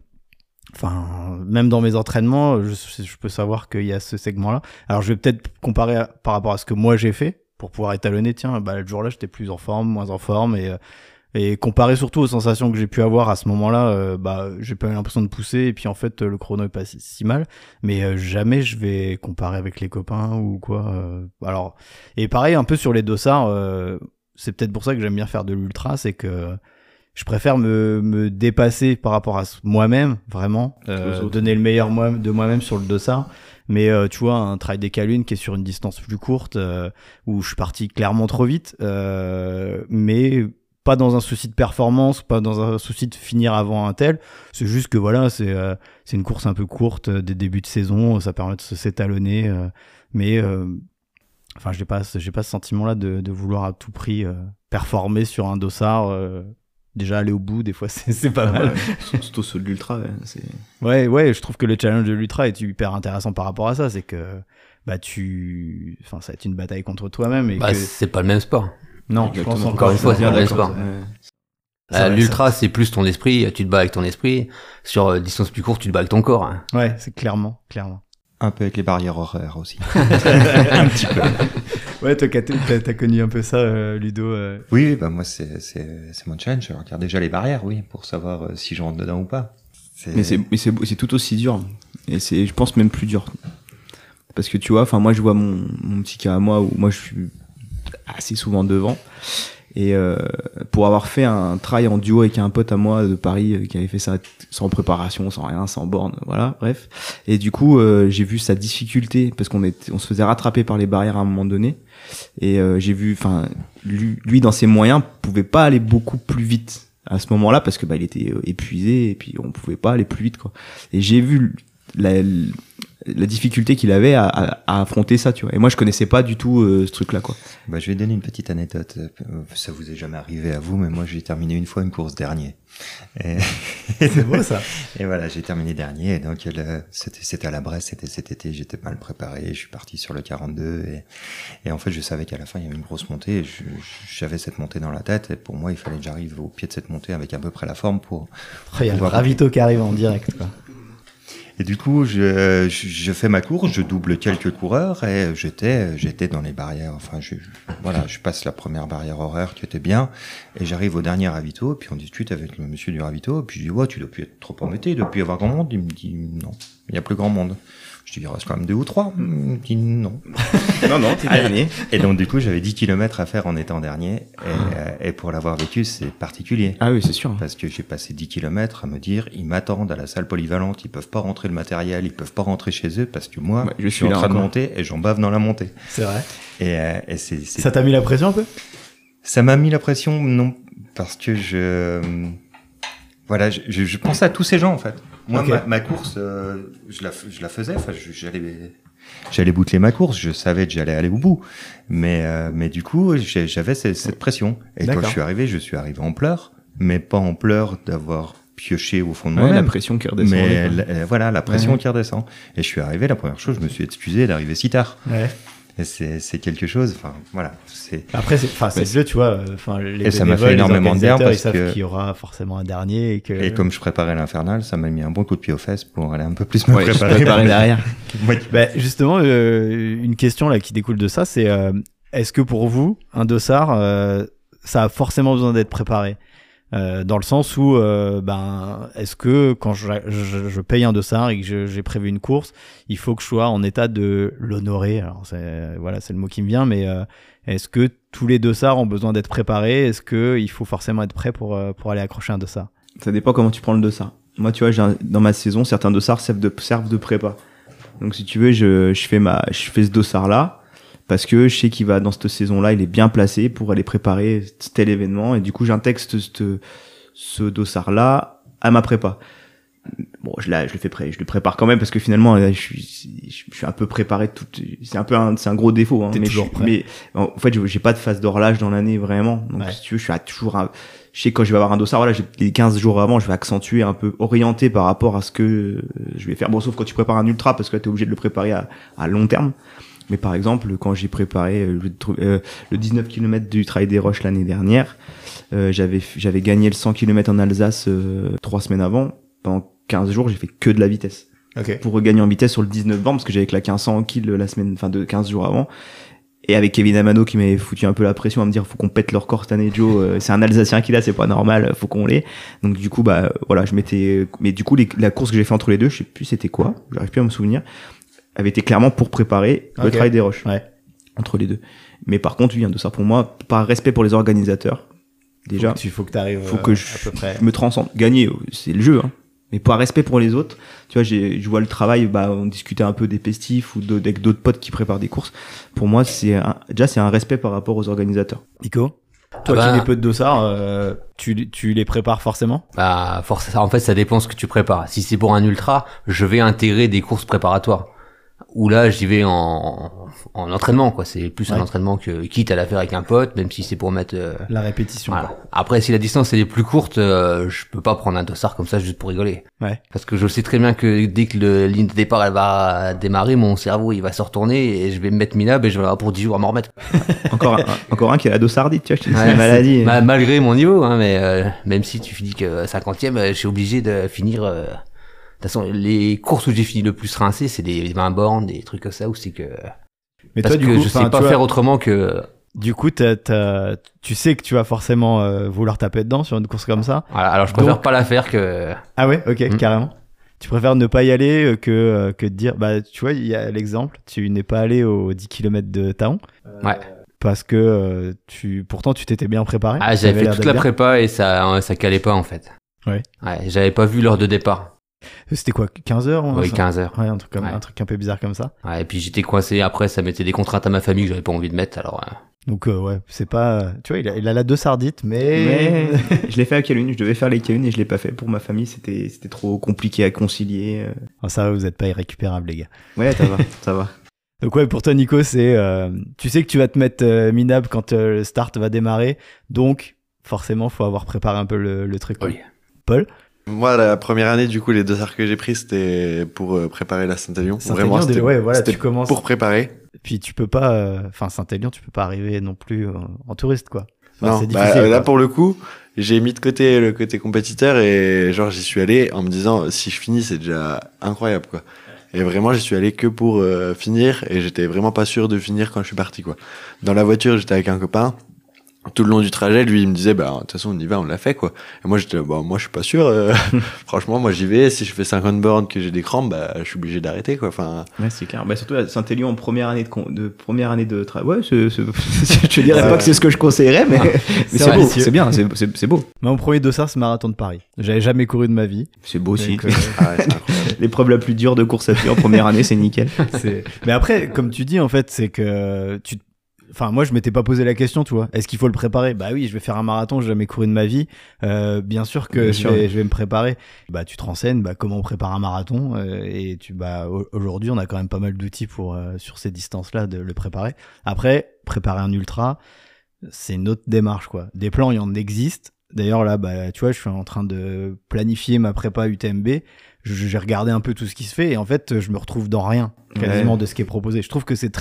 enfin, même dans mes entraînements, je peux savoir qu'il y a ce segment-là. Alors, je vais peut-être comparer par rapport à ce que moi j'ai fait pour pouvoir étalonner. Tiens, le jour-là, j'étais plus en forme, moins en forme et comparer surtout aux sensations que j'ai pu avoir à ce moment-là, j'ai pas eu l'impression de pousser et puis en fait le chrono est pas si mal, mais jamais je vais comparer avec les copains ou quoi. Alors, et pareil un peu sur les dossards, c'est peut-être pour ça que j'aime bien faire de l'ultra, c'est que je préfère me dépasser par rapport à moi-même, vraiment, donner le meilleur de moi-même sur le dossard. Mais tu vois, un trail des Calunes qui est sur une distance plus courte, où je suis parti clairement trop vite, mais pas dans un souci de performance, pas dans un souci de finir avant un tel. C'est juste que voilà, c'est une course un peu courte des débuts de saison, ça permet de s'étalonner, mais enfin j'ai pas ce sentiment-là de vouloir à tout prix performer sur un dossard. Déjà aller au bout, des fois c'est pas mal. Surtout sur l'ultra, ouais, je trouve que le challenge de l'ultra est hyper intéressant par rapport à ça, c'est que ça va être une bataille contre toi-même et c'est pas le même sport. Non, je pense encore une fois, c'est pas le même sport. L'ultra, c'est plus ton esprit, tu te bats avec ton esprit. Sur distance plus courte, tu te bats avec ton corps. Hein. Ouais, c'est clairement. Un peu avec les barrières horaires aussi. Un petit peu. Ouais, toi, t'as connu un peu ça, Ludo. Oui, moi, c'est mon challenge. Je regarde déjà les barrières, oui, pour savoir si je rentre dedans ou pas. Mais c'est tout aussi dur. Et je pense même plus dur. Parce que tu vois, moi, je vois mon petit cas à moi où moi, je suis assez souvent devant. Et pour avoir fait un trail en duo avec un pote à moi de Paris qui avait fait ça sans préparation, sans rien, sans borne, voilà, bref. Et du coup, j'ai vu sa difficulté parce on se faisait rattraper par les barrières à un moment donné. Et j'ai vu, enfin, lui dans ses moyens pouvait pas aller beaucoup plus vite à ce moment-là parce que il était épuisé et puis on pouvait pas aller plus vite, quoi. Et j'ai vu la difficulté qu'il avait à affronter ça, tu vois. Et moi, je connaissais pas du tout ce truc-là, quoi. Bah, je vais donner une petite anecdote. Ça vous est jamais arrivé à vous, mais moi, j'ai terminé une fois une course dernier. C'est beau, ça. Et voilà, j'ai terminé dernier. Et donc, c'était à la Bresse, c'était cet été. J'étais mal préparé. Je suis parti sur le 42. Et en fait, je savais qu'à la fin, il y avait une grosse montée. Et j'avais cette montée dans la tête. Et pour moi, il fallait que j'arrive au pied de cette montée avec à peu près la forme pour. Il y a le ravito qui arrive en direct, quoi. Et du coup, je fais ma course, je double quelques coureurs et j'étais dans les barrières. Enfin, je passe la première barrière horaire qui était bien et j'arrive au dernier ravito. Puis on discute avec le monsieur du ravito. Puis je dis ouais, tu dois plus être trop embêté, il doit plus y avoir grand monde. Il me dit non, il y a plus grand monde. Je dis il reste quand même 2 ou 3. Il me dit non. Non, t'es dernier. Et donc du coup, j'avais 10 km à faire en étant dernier. Et pour l'avoir vécu, c'est particulier. Ah oui, c'est sûr. Parce que j'ai passé 10 km à me dire, ils m'attendent à la salle polyvalente, ils peuvent pas rentrer le matériel, ils peuvent pas rentrer chez eux parce que moi, je suis en train de monter et j'en bave dans la montée. C'est vrai. Et Ça t'a mis la pression un peu? Ça m'a mis la pression, non, parce que je pensais à tous ces gens, en fait. Moi, okay. ma course, je la faisais, enfin, j'allais boucler ma course, je savais que j'allais aller au bout. Mais du coup, j'avais cette pression. Et quand je suis arrivé en pleurs, mais pas en pleurs d'avoir pioché au fond de moi-même. La pression qui redescend. Mais la pression qui redescend. Et je suis arrivé, la première chose, je me suis excusé d'arriver si tard. Ouais. Et c'est quelque chose, enfin, voilà. Après, c'est le jeu, tu vois. Enfin, et ça m'a fait énormément de bien parce ils savent qu'il y aura forcément un dernier et comme je préparais l'Infernal, ça m'a mis un bon coup de pied aux fesses pour aller un peu plus me préparer derrière. Bah, justement, une question là qui découle de ça, c'est est-ce que pour vous, un dossard, ça a forcément besoin d'être préparé? Dans le sens où est-ce que quand je paye un dossard et que j'ai prévu une course, il faut que je sois en état de l'honorer. Alors c'est le mot qui me vient, mais est-ce que tous les dossards ont besoin d'être préparés? Est-ce que il faut forcément être prêt pour aller accrocher un dossard? Ça dépend comment tu prends le dossard. Moi, tu vois, dans ma saison, certains dossards servent de prépa. Donc si tu veux, je fais ce dossard là parce que je sais qu'il va dans cette saison-là, il est bien placé pour aller préparer tel événement et du coup j'intègre ce dossard-là à ma prépa. Bon, je le prépare quand même parce que finalement je suis un peu préparé c'est un gros défaut, hein. Mais en fait j'ai pas de phase d'horloge dans l'année vraiment. Donc si tu veux, je sais quand je vais avoir un dossard, voilà, les 15 jours avant, je vais accentuer un peu, orienter par rapport à ce que je vais faire. Bon, sauf quand tu prépares un ultra parce que là t'es obligé de le préparer à long terme. Mais par exemple, quand j'ai préparé le 19 km du Trail des Roches l'année dernière, j'avais gagné le 100 km en Alsace 3 semaines avant. Pendant 15 jours, j'ai fait que de la vitesse. Okay. Pour regagner en vitesse sur le 19 novembre, parce que j'avais claqué un 100 kg la semaine, enfin de 15 jours avant. Et avec Kevin Amano qui m'avait foutu un peu la pression à me dire faut qu'on pète leur corps cette année, Joe, c'est un Alsacien qui l'a, c'est pas normal, faut qu'on l'ait. Donc du coup mais du coup la course que j'ai fait entre les deux, je sais plus c'était quoi, j'arrive plus à me souvenir, avait été clairement pour préparer le Trail des Roches. Ouais. Entre les deux. Mais par contre, oui, un dossard pour moi, par respect pour les organisateurs, déjà. Faut que t'arrives faut que à peu près. Je me transcende. Gagner, c'est le jeu, hein. Mais par respect pour les autres, tu vois, je vois le travail, on discutait un peu des pestifs ou avec d'autres potes qui préparent des courses. Pour moi, c'est un respect par rapport aux organisateurs. Nico? Toi qui n'es peu de dossards, tu les prépares forcément? Forcément. En fait, ça dépend ce que tu prépares. Si c'est pour un ultra, je vais intégrer des courses préparatoires. Où là, j'y vais en entraînement, quoi. C'est plus un entraînement que quitte à la faire avec un pote, même si c'est pour mettre la répétition. Voilà. Quoi. Après, si la distance elle est plus courte, je peux pas prendre un dossard comme ça juste pour rigoler. Ouais. Parce que je sais très bien que dès que la ligne de départ elle va démarrer, mon cerveau il va se retourner et je vais me mettre minable et je vais avoir pour 10 jours à m'en remettre. encore un qui a la dossardite, tu vois, c'est une maladie. Malgré mon niveau, hein, mais même si tu finis que 50e, je suis obligé de finir. De toute façon, les courses où j'ai fini le plus rincé, c'est des 20 bornes, des trucs comme ça, où c'est que... Mais parce toi, du que coup, je sais pas faire autrement que... Du coup, tu sais que tu vas forcément vouloir taper dedans sur une course comme ça. Voilà, alors je préfère pas la faire que... Ah ouais, ok, carrément. Tu préfères ne pas y aller que de dire... Bah, tu vois, il y a l'exemple, tu n'es pas allé aux 10 km de Taon. Ouais. parce que pourtant tu t'étais bien préparé. Ah, j'avais fait toute la prépa et ça calait pas en fait. Ouais. Ouais, j'avais pas vu l'heure de départ. C'était quoi, 15 heures? Oui, 15 heures. Ouais, un truc un peu bizarre comme ça. Ouais, et puis j'étais coincé. Après, ça mettait des contraintes à ma famille que j'avais pas envie de mettre. Alors. Donc ouais, c'est pas, tu vois, il a la deux sardites, mais je l'ai fait à Calune, je devais faire les Calune et je l'ai pas fait pour ma famille, c'était trop compliqué à concilier. Oh, ça va, vous êtes pas irrécupérable les gars. Ouais, ça va. Donc ouais, pour toi Nico, c'est tu sais que tu vas te mettre minable quand le start va démarrer, donc forcément faut avoir préparé un peu le truc. Oui. Paul? Moi, la première année, du coup, les dossards que j'ai pris, c'était pour préparer la Saint-Élion. Vraiment, c'était ouais, voilà, tu commences pour préparer. Puis tu peux pas, Saint-Élion, tu peux pas arriver non plus en touriste, quoi. Enfin, Non, c'est difficile, là, quoi. pour le coup, j'ai mis de côté le côté compétiteur et genre, j'y suis allé en me disant, si je finis, c'est déjà incroyable, quoi. Et vraiment, j'y suis allé que pour finir et j'étais vraiment pas sûr de finir quand je suis parti, quoi. Dans la voiture, j'étais avec un copain. Tout le long du trajet, lui, il me disait, de toute façon, on y va, on l'a fait, quoi. Et moi, j'étais, moi, je suis pas sûr. Franchement, moi, j'y vais. Si je fais 50 bornes, que j'ai des crampes, je suis obligé d'arrêter, quoi. Enfin. Ouais, c'est clair. Surtout à Saint-Élion en première année de travail. Ouais, je dirais pas que c'est ce que je conseillerais, mais c'est beau. C'est bien, c'est beau. Mon premier dossard, c'est marathon de Paris. J'avais jamais couru de ma vie. C'est beau aussi. Donc, Ah ouais, c'est incroyable. L'épreuve la plus dure de course à pied en première année, c'est nickel. Mais après, comme tu dis, en fait, c'est que Enfin, moi, je m'étais pas posé la question, tu vois. Est-ce qu'il faut le préparer? Bah oui, je vais faire un marathon, j'ai jamais couru de ma vie. Bien sûr que je vais me préparer. Bah, tu te renseignes, comment on prépare un marathon. Et aujourd'hui, on a quand même pas mal d'outils pour, sur ces distances-là, de le préparer. Après, préparer un ultra, c'est une autre démarche, quoi. Des plans, il y en existe. D'ailleurs, là, tu vois, je suis en train de planifier ma prépa UTMB. J'ai regardé un peu tout ce qui se fait et en fait, je me retrouve dans rien, quasiment, de ce qui est proposé. Je trouve que c'est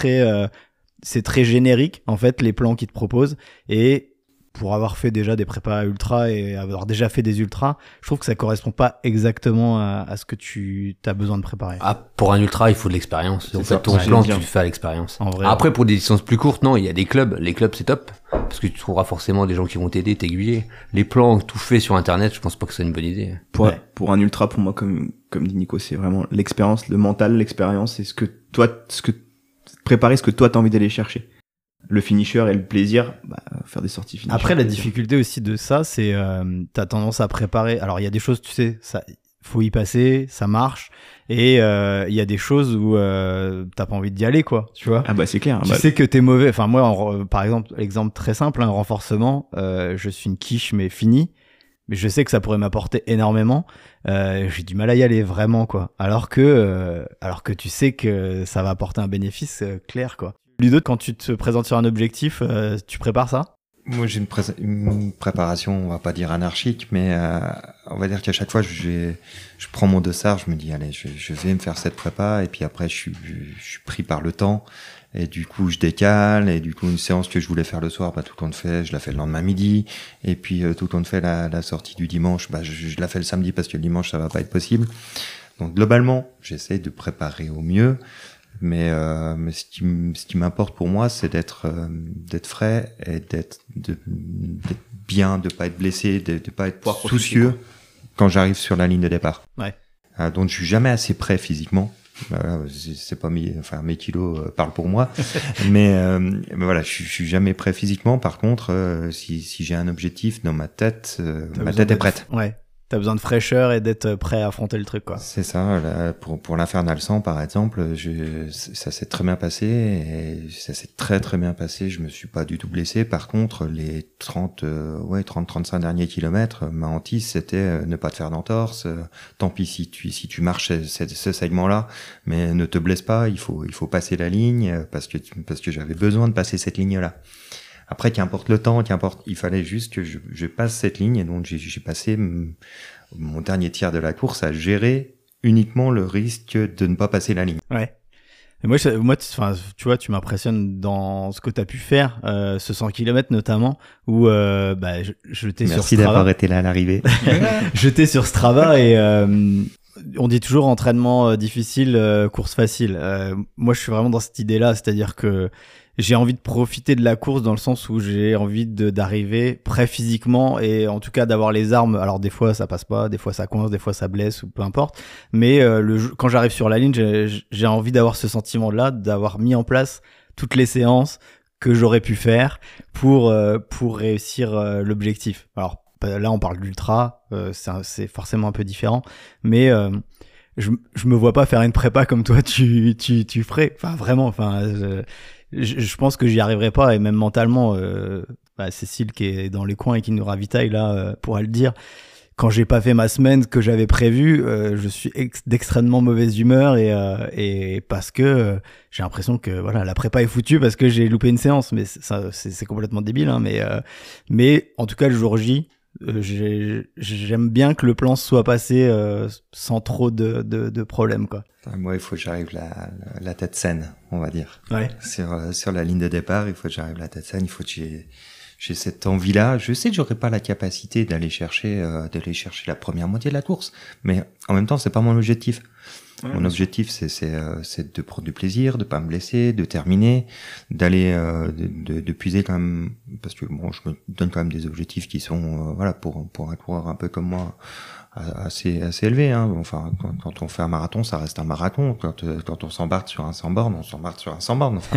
très générique, en fait, les plans qu'ils te proposent. Et pour avoir fait déjà des prépas ultra et avoir déjà fait des ultras, je trouve que ça correspond pas exactement à ce que tu as besoin de préparer. Ah, pour un ultra, il faut de l'expérience. En fait, ton plan, tu le fais à l'expérience. En vrai. Après, pour des distances plus courtes, non, il y a des clubs. Les clubs, c'est top. Parce que tu trouveras forcément des gens qui vont t'aider, t'aiguiller. Les plans tout faits sur Internet, je pense pas que c'est une bonne idée. Pour un ultra, pour moi, comme dit Nico, c'est vraiment l'expérience, le mental, l'expérience, c'est préparer ce que toi t'as envie d'aller chercher. Le finisher et le plaisir, faire des sorties finisher. Après, la difficulté aussi de ça, c'est t'as tendance à préparer. Alors, il y a des choses, tu sais, ça faut y passer, ça marche. Et il y a des choses où t'as pas envie d'y aller, quoi. Tu vois. Ah c'est clair. Tu sais que t'es mauvais. Enfin, moi, par exemple, exemple très simple, un renforcement. Je suis une quiche, mais finie. Mais je sais que ça pourrait m'apporter énormément. J'ai du mal à y aller, vraiment, quoi. Alors que tu sais que ça va apporter un bénéfice clair, quoi. Ludo, quand tu te présentes sur un objectif, tu prépares ça? Moi, j'ai une préparation, on va pas dire anarchique, mais on va dire qu'à chaque fois, je prends mon dossard, je me dis, allez, je vais me faire cette prépa, et puis après, je suis pris par le temps, et du coup, je décale, et du coup, une séance que je voulais faire le soir, tout compte fait, je la fais le lendemain midi, et puis tout compte fait, la sortie du dimanche, je la fais le samedi parce que le dimanche, ça va pas être possible. Donc, globalement, j'essaie de préparer au mieux. Mais ce qui m'importe pour moi, c'est d'être frais et d'être bien, de pas être blessé, de pas être soucieux quand j'arrive sur la ligne de départ. Ouais. Donc je suis jamais assez prêt physiquement. C'est pas mes kilos parlent pour moi, mais voilà, je suis jamais prêt physiquement. Par contre, si j'ai un objectif dans ma tête, ma tête est prête. Ouais. T'as besoin de fraîcheur et d'être prêt à affronter le truc, quoi. C'est ça. Là, pour l'Infernal 100, par exemple, ça s'est très bien passé et ça s'est très très bien passé. Je me suis pas du tout blessé. Par contre, les 30-35 derniers kilomètres, ma hantise, c'était ne pas te faire d'entorse. Tant pis si tu marches ce segment-là, mais ne te blesse pas. Il faut passer la ligne parce que j'avais besoin de passer cette ligne-là. Après, qu'importe le temps, il fallait juste que je passe cette ligne, et donc j'ai passé mon dernier tiers de la course à gérer uniquement le risque de ne pas passer la ligne. Ouais. Et moi, tu vois, tu m'impressionnes dans ce que t'as pu faire, ce 100 km notamment, où j'étais sur Strava. Merci d'avoir été là à l'arrivée. J'étais sur Strava et on dit toujours entraînement difficile, course facile. Moi, je suis vraiment dans cette idée-là, c'est-à-dire que j'ai envie de profiter de la course dans le sens où j'ai envie d'arriver prêt physiquement et en tout cas d'avoir les armes. Alors des fois ça passe pas, des fois ça coince, des fois ça blesse ou peu importe. Mais quand j'arrive sur la ligne, j'ai envie d'avoir ce sentiment-là, d'avoir mis en place toutes les séances, que j'aurais pu faire pour réussir l'objectif. Alors là, on parle d'ultra, c'est forcément un peu différent, mais je me vois pas faire une prépa comme toi tu ferais. Enfin, vraiment. Enfin, je pense que j'y arriverai pas, et même mentalement. Cécile qui est dans les coins et qui nous ravitaille là pourra le dire. Quand j'ai pas fait ma semaine que j'avais prévue, je suis d'extrêmement mauvaise humeur et parce que j'ai l'impression que voilà, la prépa est foutue parce que j'ai loupé une séance. Mais ça, c'est complètement débile, hein. Mais en tout cas, le jour J, j'aime bien que le plan soit passé sans trop de problèmes, quoi. Moi, il faut que j'arrive la tête saine, on va dire. Ouais. Sur la ligne de départ, il faut que j'arrive la tête saine. Il faut que j'ai cette envie-là. Je sais que j'aurais pas la capacité d'aller chercher la première moitié de la course, mais en même temps, c'est pas mon objectif. Ouais, mon objectif, c'est de prendre du plaisir, de pas me blesser, de terminer, d'aller de puiser quand même, parce que bon, je me donne quand même des objectifs qui sont voilà pour un coureur un peu comme moi assez élevé, hein. Enfin, quand on fait un marathon, ça reste un marathon. Quand on s'embarque sur un 100 bornes, on s'embarque sur un 100 bornes. Enfin,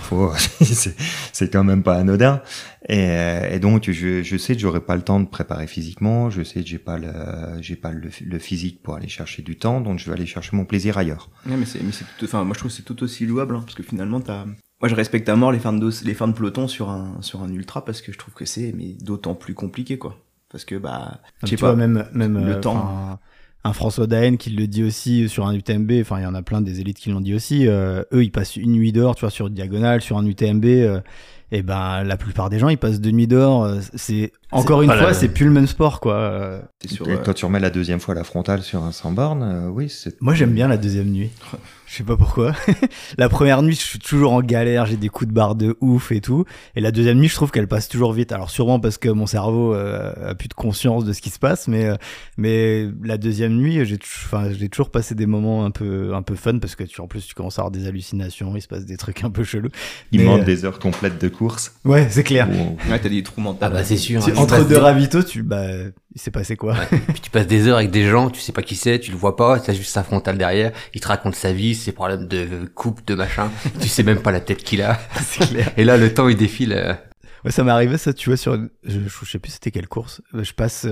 c'est quand même pas anodin. Et donc, je sais que j'aurai pas le temps de préparer physiquement. Je sais que j'ai pas le physique pour aller chercher du temps. Donc, je vais aller chercher mon plaisir ailleurs. Ouais, mais c'est tout, enfin, moi, je trouve que c'est tout aussi louable, hein, parce que finalement, moi, je respecte à mort les fins de peloton sur un ultra, parce que je trouve que c'est, mais d'autant plus compliqué, quoi. Parce que tu vois, même le temps, un François Daen qui le dit aussi sur un UTMB, enfin il y en a plein des élites qui l'ont dit aussi, eux ils passent une nuit dehors, tu vois, sur une diagonale, sur un UTMB, et la plupart des gens ils passent 2 nuits dehors. C'est encore une fois, c'est plus le même sport, quoi. Quand tu remets la deuxième fois la frontale sur un 100 bornes, oui, c'est. Moi j'aime bien la deuxième nuit. Je sais pas pourquoi. La première nuit, je suis toujours en galère, j'ai des coups de barre de ouf et tout. Et la deuxième nuit, je trouve qu'elle passe toujours vite. Alors sûrement parce que mon cerveau a plus de conscience de ce qui se passe, mais la deuxième nuit, j'ai toujours passé des moments un peu fun, parce que en plus tu commences à avoir des hallucinations, il se passe des trucs un peu chelous. Il manque des heures complètes de course. Ouais, c'est clair. Ouais, t'as des trous mentaux. Ah bah c'est sûr. Entre deux ravitaux, il s'est passé quoi? Ouais. Puis tu passes des heures avec des gens, tu sais pas qui c'est, tu le vois pas, t'as juste sa frontale derrière, il te raconte sa vie, ses problèmes de coupe, de machin, tu sais même pas la tête qu'il a. C'est clair. Et là, le temps il défile. Ouais, ça m'est arrivé ça, tu vois, je sais plus c'était quelle course. Je passe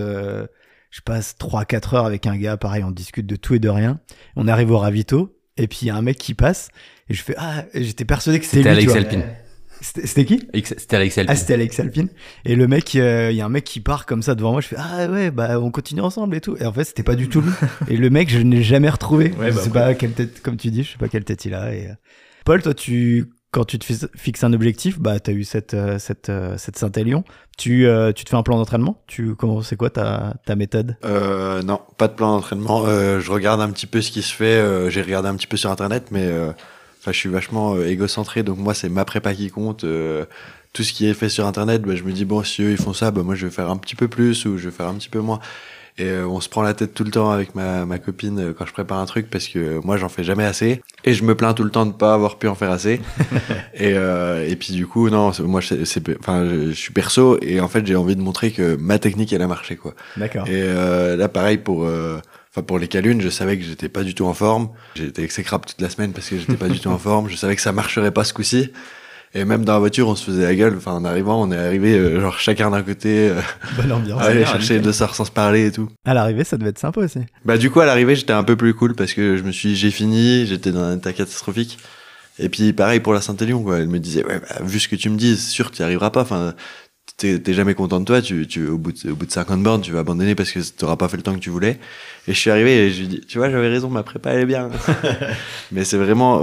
3-4 heures avec un gars, pareil, on discute de tout et de rien. On arrive au ravito, et puis il y a un mec qui passe, et je fais, j'étais persuadé que c'était lui. Alex Alpine. C'était qui? C'était Alex Alpine. Ah, c'était Alex Alpine. Et le mec, il y a un mec qui part comme ça devant moi. Je fais, on continue ensemble et tout. Et en fait, c'était pas du tout lui. Et le mec, je n'ai jamais retrouvé. Je sais pas quelle tête, comme tu dis, je sais pas quelle tête il a. Et Paul, toi, quand tu te fixes un objectif, t'as eu cette Saint-Élion. Tu te fais un plan d'entraînement? C'est quoi ta méthode? Non, pas de plan d'entraînement. Je regarde un petit peu ce qui se fait. J'ai regardé un petit peu sur Internet, mais je suis vachement égocentré, donc moi c'est ma prépa qui compte. Tout ce qui est fait sur Internet, je me dis bon, si eux ils font ça, moi je vais faire un petit peu plus ou je vais faire un petit peu moins. Et on se prend la tête tout le temps avec ma copine quand je prépare un truc, parce que moi j'en fais jamais assez et je me plains tout le temps de pas avoir pu en faire assez. et puis du coup non, moi je suis perso, et en fait j'ai envie de montrer que ma technique elle a marché, quoi. D'accord. Et là pareil pour les calunes, je savais que j'étais pas du tout en forme. J'étais exécrable toute la semaine parce que j'étais pas du tout en forme. Je savais que ça marcherait pas ce coup-ci. Et même dans la voiture, on se faisait la gueule. Enfin, en arrivant, on est arrivé, genre chacun d'un côté. Bonne ambiance. Aller chercher les 2 sorts sans se parler et tout. À l'arrivée, ça devait être sympa aussi. Du coup, à l'arrivée, j'étais un peu plus cool parce que je me suis dit, j'ai fini, j'étais dans un état catastrophique. Et puis, pareil pour la Saint-Élion, quoi. Elle me disait, vu ce que tu me dis, c'est sûr que tu n'y arriveras pas. Enfin, t'es jamais content de toi, au bout de 50 bornes, tu vas abandonner parce que t'auras pas fait le temps que tu voulais. Et je suis arrivé et je lui dis, tu vois, j'avais raison, ma prépa, elle est bien. Mais c'est vraiment,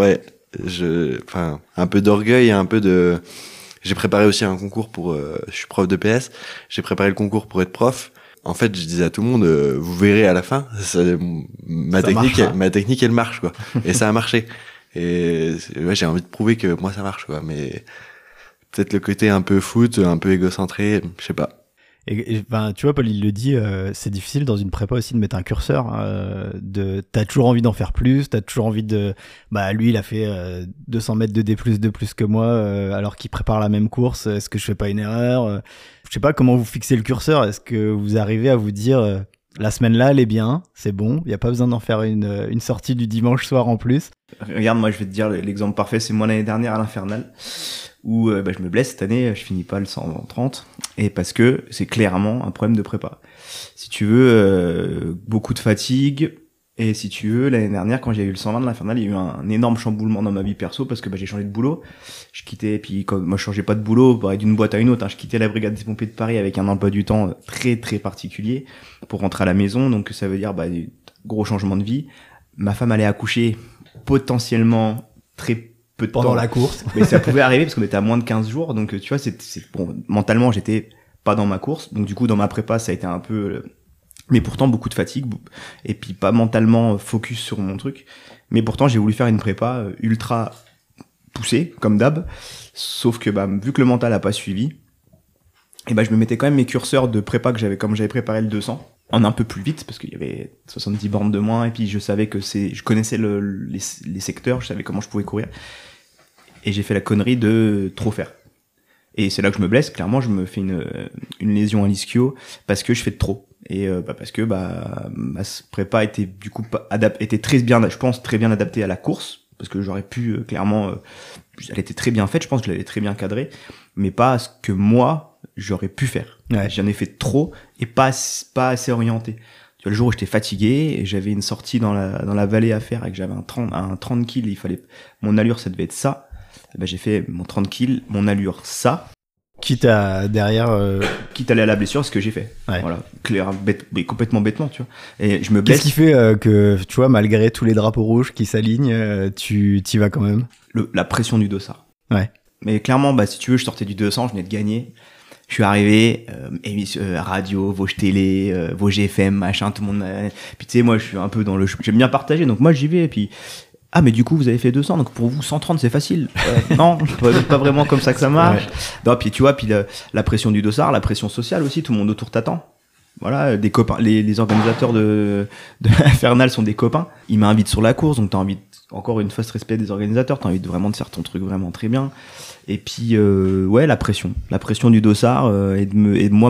un peu d'orgueil et un peu de... J'ai préparé aussi un concours je suis prof de PS, j'ai préparé le concours pour être prof. En fait, je disais à tout le monde, vous verrez à la fin, ma technique, elle marche, quoi. Et ça a marché. Et j'ai envie de prouver que moi, ça marche, quoi. Mais peut-être le côté un peu foot, un peu égocentré, je sais pas. Et tu vois, Paul, il le dit, c'est difficile dans une prépa aussi de mettre un curseur. T'as toujours envie d'en faire plus, t'as toujours envie de... lui, il a fait 200 mètres de D+, de plus que moi, alors qu'il prépare la même course. Est-ce que je fais pas une erreur? Je sais pas comment vous fixez le curseur. Est-ce que vous arrivez à vous dire, la semaine là, elle est bien, c'est bon, il y a pas besoin d'en faire une sortie du dimanche soir en plus? Regarde, moi je vais te dire l'exemple parfait, c'est moi l'année dernière à l'Infernal où je me blesse cette année, je finis pas le 130 et parce que c'est clairement un problème de prépa. Si tu veux, beaucoup de fatigue et si tu veux, l'année dernière quand j'ai eu le 120 de l'Infernal, il y a eu un énorme chamboulement dans ma vie perso parce que j'ai changé de boulot. Je quittais, puis quand moi je changeais pas de boulot, pareil, d'une boîte à une autre, hein, je quittais la brigade des pompiers de Paris avec un emploi du temps très très particulier pour rentrer à la maison, donc ça veut dire gros changement de vie. Ma femme allait accoucher potentiellement très peu de temps Pendant la course. mais ça pouvait arriver parce qu'on était à moins de 15 jours, donc tu vois, c'est bon, mentalement j'étais pas dans ma course, donc du coup dans ma prépa ça a été un peu mais pourtant beaucoup de fatigue et puis pas mentalement focus sur mon truc, mais pourtant j'ai voulu faire une prépa ultra poussée comme d'hab, sauf que vu que le mental a pas suivi, et je me mettais quand même mes curseurs de prépa que j'avais, comme j'avais préparé le 200 en un peu plus vite parce qu'il y avait 70 bornes de moins et puis je savais que je connaissais les secteurs, je savais comment je pouvais courir et j'ai fait la connerie de trop faire. Et c'est là que je me blesse, clairement je me fais une lésion à l'ischio parce que je fais de trop et parce que ma prépa était du coup était très bien, je pense très bien adaptée à la course parce que j'aurais pu clairement elle était très bien faite, je pense que je l'avais très bien cadrée, mais pas à ce que moi j'aurais pu faire. Ouais. J'en ai fait trop et pas assez orienté. Tu vois, le jour où j'étais fatigué et j'avais une sortie dans la vallée à faire et que j'avais un 30 kills, il fallait mon allure ça devait être ça. J'ai fait mon 30 kills, mon allure ça. Quitte à derrière quitte à aller à la blessure, ce que j'ai fait. Ouais. Voilà, clair, mais complètement bêtement, tu vois. Et je me blesse. Qu'est-ce qui fait que, tu vois, malgré tous les drapeaux rouges qui s'alignent, tu t'y vas quand même? La pression du dossard. Ouais. Mais clairement, si tu veux, je sortais du 200, je venais de gagner. Je suis arrivé, radio, Vosges Télé, Vosges FM, machin, tout le monde. Puis tu sais, moi, je suis un peu dans j'aime bien partager, donc moi j'y vais. Et puis mais du coup vous avez fait 200, donc pour vous 130 c'est facile. Non, pas vraiment comme ça que ça marche. Ouais. Non, puis tu vois, puis la pression du dossard, la pression sociale aussi, tout le monde autour t'attend. Voilà, des copains, les organisateurs de l'Infernal sont des copains. Ils m'invitent sur la course, donc t'as envie encore une fois ce respect des organisateurs, t'as envie vraiment de faire ton truc vraiment très bien. Et puis la pression du dossard et de moi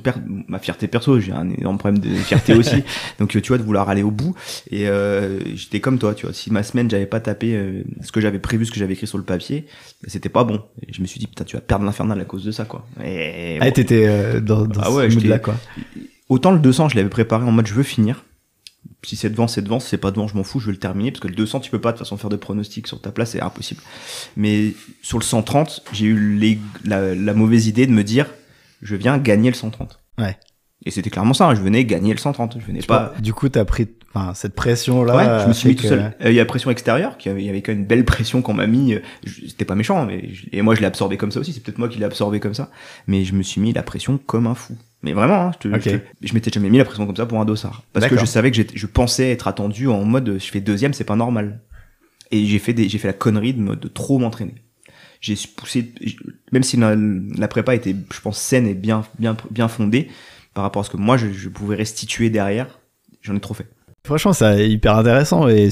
ma fierté perso, j'ai un énorme problème de fierté aussi. Donc tu vois, de vouloir aller au bout et j'étais comme toi, tu vois, si ma semaine j'avais pas tapé ce que j'avais prévu, ce que j'avais écrit sur le papier, c'était pas bon. Et je me suis dit putain, tu vas perdre l'Infernal à cause de ça quoi. Et t'étais dans ce mood là quoi. Autant le 200, je l'avais préparé en mode je veux finir. Si c'est devant, c'est devant. Si c'est pas devant, je m'en fous, je veux le terminer. Parce que le 200, tu peux pas de toute façon faire de pronostic sur ta place, c'est impossible. Mais sur le 130, j'ai eu la mauvaise idée de me dire, je viens gagner le 130. Ouais. Et c'était clairement ça, je venais gagner le 130. Je venais pas. Du coup, t'as pris cette pression-là. Ouais, je me suis mis tout seul. Il y a la pression extérieure, il y avait quand même une belle pression qu'on m'a mis. C'était pas méchant, et moi je l'ai absorbé comme ça aussi. C'est peut-être moi qui l'ai absorbé comme ça. Mais je me suis mis la pression comme un fou. Mais vraiment, je m'étais jamais mis la pression comme ça pour un dossard. Parce que je savais que je pensais être attendu en mode, je fais deuxième, c'est pas normal. Et j'ai fait la connerie de trop m'entraîner. J'ai poussé, même si la prépa était, je pense, saine et bien fondée, par rapport à ce que moi je pouvais restituer derrière, j'en ai trop fait. Franchement, c'est hyper intéressant et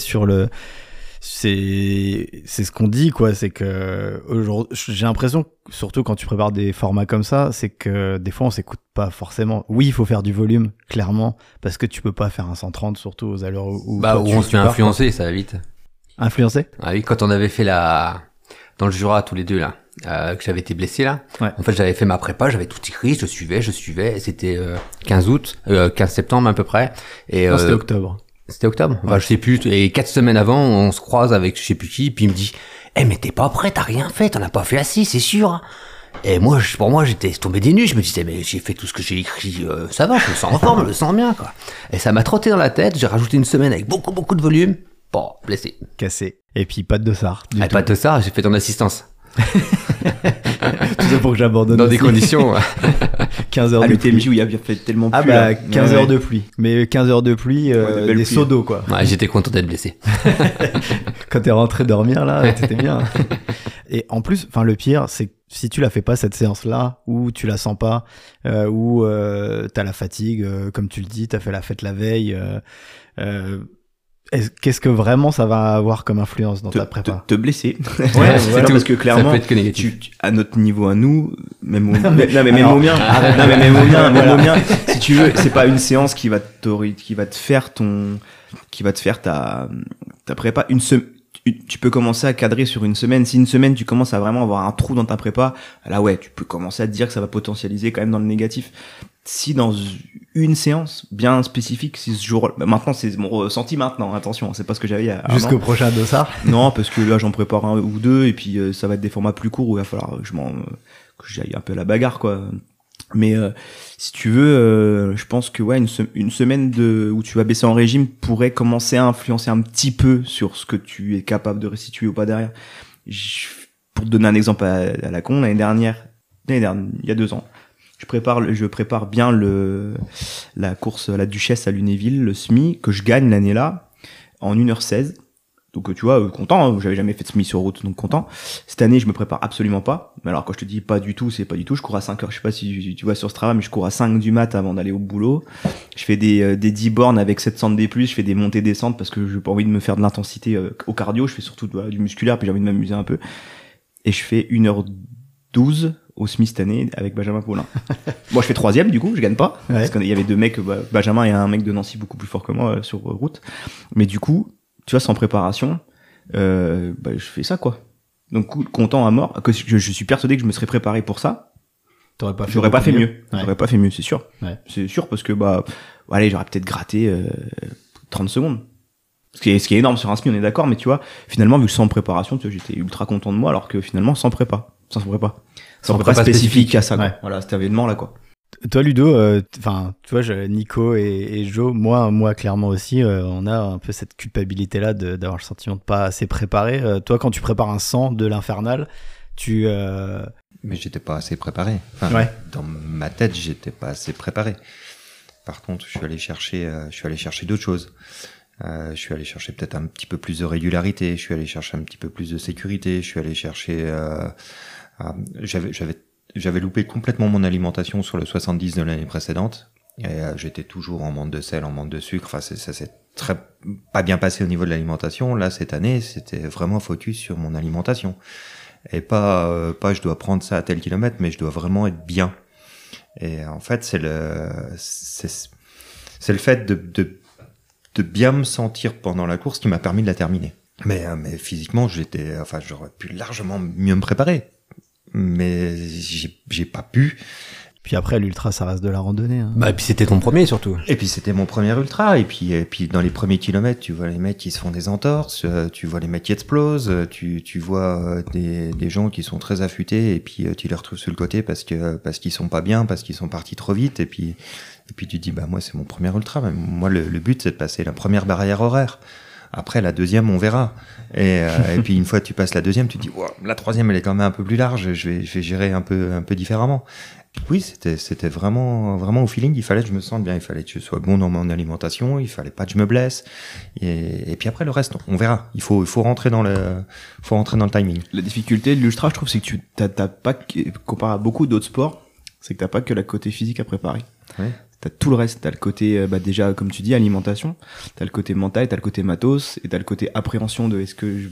c'est ce qu'on dit quoi, c'est que aujourd'hui j'ai l'impression, surtout quand tu prépares des formats comme ça, c'est que des fois on s'écoute pas forcément. Oui, il faut faire du volume clairement parce que tu peux pas faire un 130 surtout aux allures où on se fait influencer, ça va vite. Influencer? Ah oui, quand on avait fait dans le Jura tous les deux là, que j'avais été blessé là. Ouais. En fait, j'avais fait ma prépa, j'avais tout écrit, je suivais, et c'était 15 septembre à peu près et non, c'était octobre. C'était octobre? Ouais. Enfin, je sais plus. Et 4 semaines avant, on se croise avec je sais plus qui, puis il me dit, mais t'es pas prêt, t'as rien fait, t'en as pas fait assez, c'est sûr. Et moi, pour moi, j'étais tombé des nues, je me disais, mais j'ai fait tout ce que j'ai écrit, ça va, je me sens en forme, je le sens bien, quoi. Et ça m'a trotté dans la tête, j'ai rajouté une semaine avec beaucoup de volume. Bon, blessé. Cassé. Et puis pas de dossard. Pas de dossard, j'ai fait ton assistance. Tout ça pour que j'abandonne dans aussi. des conditions 15 heures de pluie où il y a bien fait tellement pluie. 15 heures de pluie, mais 15 heures de pluie, des seaux d'eau quoi. Ouais, j'étais content d'être blessé. Quand t'es rentré dormir là, t'étais bien. Et en plus, le pire, c'est que si tu la fais pas cette séance là, ou tu la sens pas, ou t'as la fatigue, comme tu le dis, t'as fait la fête la veille, qu'est-ce que vraiment ça va avoir comme influence dans ta prépa? Te blesser. Ouais, voilà, parce que clairement, à notre niveau à nous, même au mien, si tu veux, c'est pas une séance qui va te faire ta prépa tu peux commencer à cadrer sur une semaine. Si une semaine, tu commences à vraiment avoir un trou dans ta prépa, là, ouais, tu peux commencer à te dire que ça va potentialiser quand même dans le négatif. Si dans une séance bien spécifique, si ce jour, maintenant, c'est mon ressenti maintenant, attention, c'est pas ce que j'avais il y a un Jusqu'au an. prochain dossard. Non, parce que là, j'en prépare un ou deux, et puis ça va être des formats plus courts où il va falloir que j'aille un peu à la bagarre, quoi. Mais si tu veux, je pense que ouais, une semaine où tu vas baisser en régime pourrait commencer à influencer un petit peu sur ce que tu es capable de restituer ou pas derrière. Pour te donner un exemple à la con, l'année dernière, il y a 2 ans, je prépare bien la course à la Duchesse à Lunéville, le SMI, que je gagne l'année là en 1h16. Donc tu vois, content, hein, j'avais jamais fait de semi sur route, donc content. Cette année, je me prépare absolument pas. Mais alors quand je te dis pas du tout, c'est pas du tout. Je cours à 5 heures, je sais pas si tu vois sur Strava, mais je cours à 5 du mat avant d'aller au boulot. Je fais des 10 bornes avec 700 D+, je fais des montées-descentes parce que j'ai pas envie de me faire de l'intensité au cardio, je fais surtout du musculaire, puis j'ai envie de m'amuser un peu. Et je fais 1h12 au semi cette année avec Benjamin Paulin. Moi je fais 3ème du coup, je gagne pas. Ouais. Parce qu'il y avait 2 mecs, Benjamin et un mec de Nancy beaucoup plus fort que moi sur route. Mais du coup, tu vois, sans préparation, je fais ça, quoi. Donc, content à mort, que je suis persuadé que je me serais préparé pour ça. J'aurais pas fait mieux. Ouais. J'aurais pas fait mieux, c'est sûr. Ouais. C'est sûr, parce que, allez, j'aurais peut-être gratté 30 secondes. Ce qui est énorme sur un semi, on est d'accord, mais tu vois, finalement, vu que sans préparation, tu vois, j'étais ultra content de moi, alors que finalement, sans prépa spécifique à ça, quoi. Ouais. Voilà, cet événement-là, quoi. Toi, Ludo, enfin, tu vois, Nico et Joe, moi clairement aussi, on a un peu cette culpabilité-là d'avoir le sentiment de pas assez préparer. Toi, quand tu prépares un 100 de l'Infernal, Mais j'étais pas assez préparé. Enfin, Ouais. Dans ma tête, j'étais pas assez préparé. Par contre, je suis allé chercher d'autres choses. Je suis allé chercher peut-être un petit peu plus de régularité. Je suis allé chercher un petit peu plus de sécurité. Je suis allé chercher. J'avais loupé complètement mon alimentation sur le 70 de l'année précédente. Et j'étais toujours en manque de sel, en manque de sucre. Enfin, ça s'est pas bien passé au niveau de l'alimentation. Là, cette année, c'était vraiment focus sur mon alimentation. Et pas je dois prendre ça à tel kilomètre, mais je dois vraiment être bien. Et en fait, c'est le fait de bien me sentir pendant la course qui m'a permis de la terminer. Mais physiquement, j'aurais pu largement mieux me préparer. Mais j'ai pas pu. Puis après, l'ultra, ça reste de la randonnée. Hein. Bah, et puis c'était ton premier surtout. Et puis c'était mon premier ultra. Et puis dans les premiers kilomètres, tu vois les mecs qui se font des entorses, tu vois les mecs qui explosent, tu vois des gens qui sont très affûtés et puis tu les retrouves sur le côté parce qu'ils sont pas bien, parce qu'ils sont partis trop vite. Et puis tu te dis moi c'est mon premier ultra. Mais moi le but c'est de passer la première barrière horaire. Après, la deuxième, on verra. Et puis, une fois que tu passes la deuxième, tu te dis, wow, la troisième, elle est quand même un peu plus large. Je vais gérer un peu différemment. Oui, c'était vraiment au feeling. Il fallait que je me sente bien. Il fallait que je sois bon dans mon alimentation. Il fallait pas que je me blesse. Et puis après, le reste, on verra. Il faut rentrer dans le timing. La difficulté de l'ultra, je trouve, c'est que t'as pas, comparé à beaucoup d'autres sports, c'est que t'as pas que la côté physique à préparer. Ouais. T'as tout le reste, t'as le côté, déjà, comme tu dis, alimentation, t'as le côté mental, t'as le côté matos, et t'as le côté appréhension de est-ce que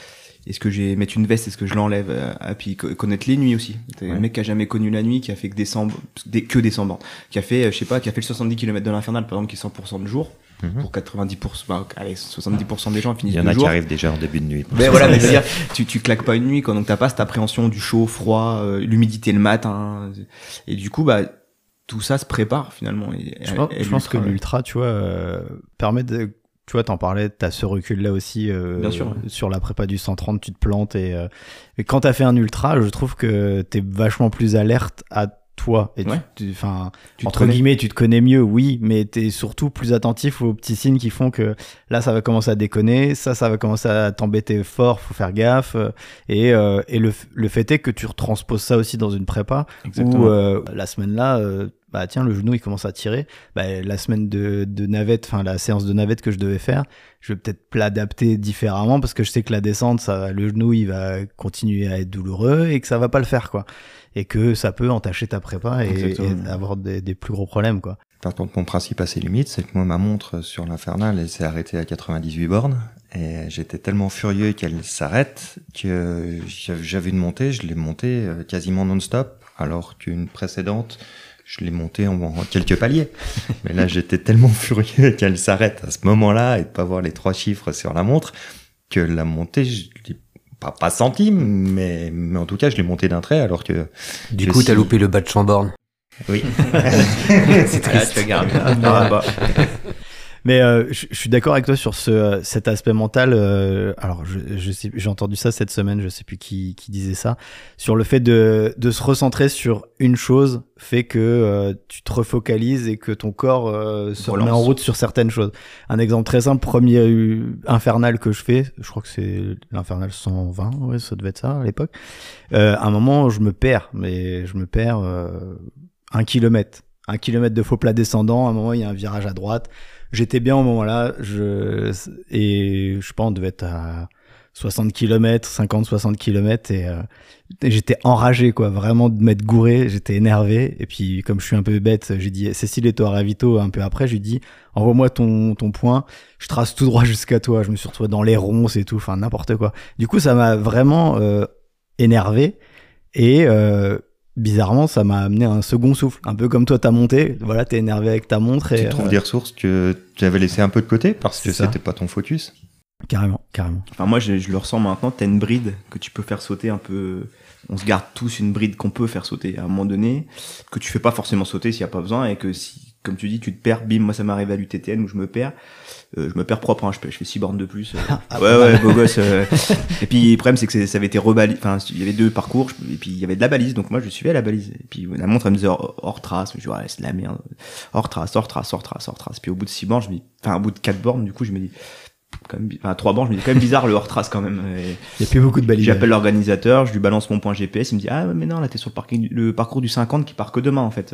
je vais mettre une veste, est-ce que je l'enlève, et puis connaître les nuits aussi. T'as un mec qui a jamais connu la nuit, qui a fait que des 100 bornes, qui a fait le 70 km de l'Infernal, par exemple, qui est 100% de jour, pour 90%, allez, 70% des gens finissent Il y en de a jour. qui arrivent déjà en début de nuit. Mais voilà, mais je veux dire, tu claques pas une nuit, quoi, donc t'as pas cette appréhension du chaud, froid, l'humidité le matin, et du coup, tout ça se prépare finalement. Je pense que l'ultra, tu vois, permet de... Tu vois, t'en parlais, t'as ce recul-là aussi Bien sûr, ouais. sur la prépa du 130, tu te plantes et quand t'as fait un ultra, je trouve que t'es vachement plus alerte à toi. Et ouais. entre guillemets, tu te connais mieux, oui, mais t'es surtout plus attentif aux petits signes qui font que là, ça va commencer à déconner, ça va commencer à t'embêter fort, faut faire gaffe. Et le fait est que tu retransposes ça aussi dans une prépa. Exactement. Où la semaine là, tiens, le genou il commence à tirer. La semaine de navette, enfin la séance de navette que je devais faire, je vais peut-être l'adapter différemment parce que je sais que la descente, le genou il va continuer à être douloureux et que ça va pas le faire, quoi. Et que ça peut entacher ta prépa et avoir des plus gros problèmes, quoi. Par contre, mon principe assez limite, c'est que moi, ma montre sur l'Infernal, elle s'est arrêtée à 98 bornes. Et j'étais tellement furieux qu'elle s'arrête que j'avais une montée, je l'ai montée quasiment non-stop, alors qu'une précédente, je l'ai montée en quelques paliers. Mais là, j'étais tellement furieux qu'elle s'arrête à ce moment-là et de pas voir les 3 chiffres sur la montre que la montée, je l'ai pas senti, mais en tout cas, je l'ai montée d'un trait, alors que... Du coup, t'as loupé le bas de Chambord. Oui. C'est triste. Mais je suis d'accord avec toi sur cet aspect mental. Alors, j'ai entendu ça cette semaine, je sais plus qui disait ça, sur le fait de se recentrer sur une chose fait que tu te refocalises et que ton corps se remet en route sur certaines choses. Un exemple très simple, premier infernal que je fais, je crois que c'est l'infernal 120, ouais, ça devait être ça à l'époque. À un moment, je me perds 1 kilomètre. 1 kilomètre de faux plat descendant, à un moment, il y a un virage à droite. J'étais bien au moment-là, je sais pas, on devait être à 60 km, 50-60 km et j'étais enragé, quoi, vraiment de m'être gouré, j'étais énervé. Et puis, comme je suis un peu bête, j'ai dit, Cécile était à Ravito un peu après, je lui dis, envoie-moi ton point, je trace tout droit jusqu'à toi. Je me suis retrouvé dans les ronces et tout, enfin, n'importe quoi. Du coup, ça m'a vraiment énervé et bizarrement, ça m'a amené un second souffle. Un peu comme toi, t'as monté. Voilà, t'es énervé avec ta montre. Tu trouves des ressources que tu avais laissées un peu de côté parce que c'était pas ton focus? Carrément. Enfin, moi, je le ressens maintenant. T'as une bride que tu peux faire sauter un peu. On se garde tous une bride qu'on peut faire sauter à un moment donné, que tu fais pas forcément sauter s'il y a pas besoin, et que si, comme tu dis, tu te perds, bim, moi ça m'arrive à l'UTTN où je me perds propre, hein, je fais 6 bornes de plus. Ouais, beau gosse. Et puis le problème c'est que ça avait été rebalisé, enfin il y avait 2 parcours, et puis il y avait de la balise, donc moi je suivais la balise. Et puis la montre elle me disait hors trace, je me dis ouais c'est de la merde, hors trace. Puis au bout de 6 bornes, au bout de 4 bornes, du coup je me dis, quand même, 3 bornes, je me dis quand même bizarre le hors trace quand même. Et il y a plus beaucoup de balises. J'appelle l'organisateur, je lui balance mon point GPS, il me dit ah mais non là t'es sur le parcours du 50 qui part que demain en fait.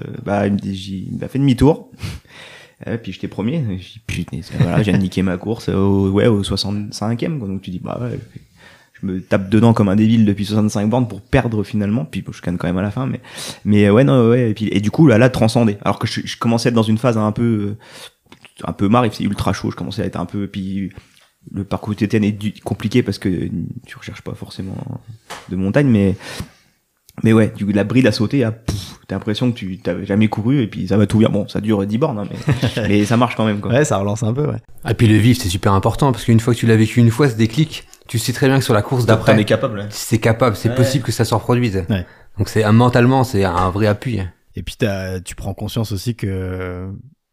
Il m'a fait demi-tour. Puis j'étais premier, je dis putain, voilà, j'ai niqué ma course au 65e, quoi. Donc tu dis bah ouais, je me tape dedans comme un débile depuis 65 bornes pour perdre finalement, puis bon, je canne quand même à la fin, mais ouais non ouais, et du coup là transcendé, alors que je commençais à être dans une phase un peu marre, c'est ultra chaud, je commençais à être un peu, puis le parcours TTN est compliqué parce que tu recherches pas forcément de montagne, mais ouais, du coup, la bride a sauté, t'as l'impression que tu t'avais jamais couru, et puis ça va tout bien. Bon, ça dure 10 bornes, hein, mais ça marche quand même, quoi. Ouais, ça relance un peu, ouais. Et puis le vif, c'est super important, parce qu'une fois que tu l'as vécu une fois, ce déclic, tu sais très bien que sur la course d'après, t'en es capable, ouais. C'est capable, c'est possible que ça se reproduise. Ouais. Donc mentalement, c'est un vrai appui. Et puis tu prends conscience aussi que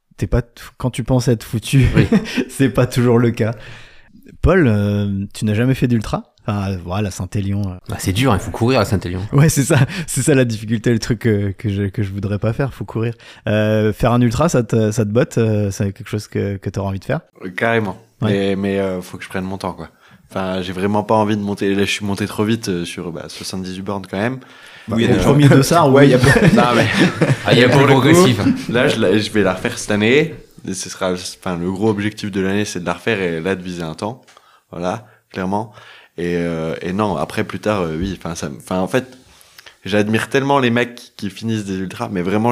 quand tu penses être foutu, oui. C'est pas toujours le cas. Paul, tu n'as jamais fait d'ultra? Enfin, voilà, Saint-Élion. Bah, c'est dur, il faut courir à Saint-Élion. Ouais, c'est ça la difficulté, le truc que je voudrais pas faire, faut courir. Faire un ultra, ça te botte, c'est quelque chose que t'auras envie de faire? Carrément. Ouais. Mais faut que je prenne mon temps, quoi. Enfin, j'ai vraiment pas envie de monter. Là, je suis monté trop vite sur 78 bornes quand même. Oui, il y a des premiers de ça, ouais, il y a non, mais il y a pour le progressif. Là, je vais la refaire cette année. Et ce sera, enfin, le gros objectif de l'année, c'est de la refaire et là, de viser un temps. Voilà, clairement. Et non, après, plus tard, oui, enfin, en fait, j'admire tellement les mecs qui finissent des ultras, mais vraiment,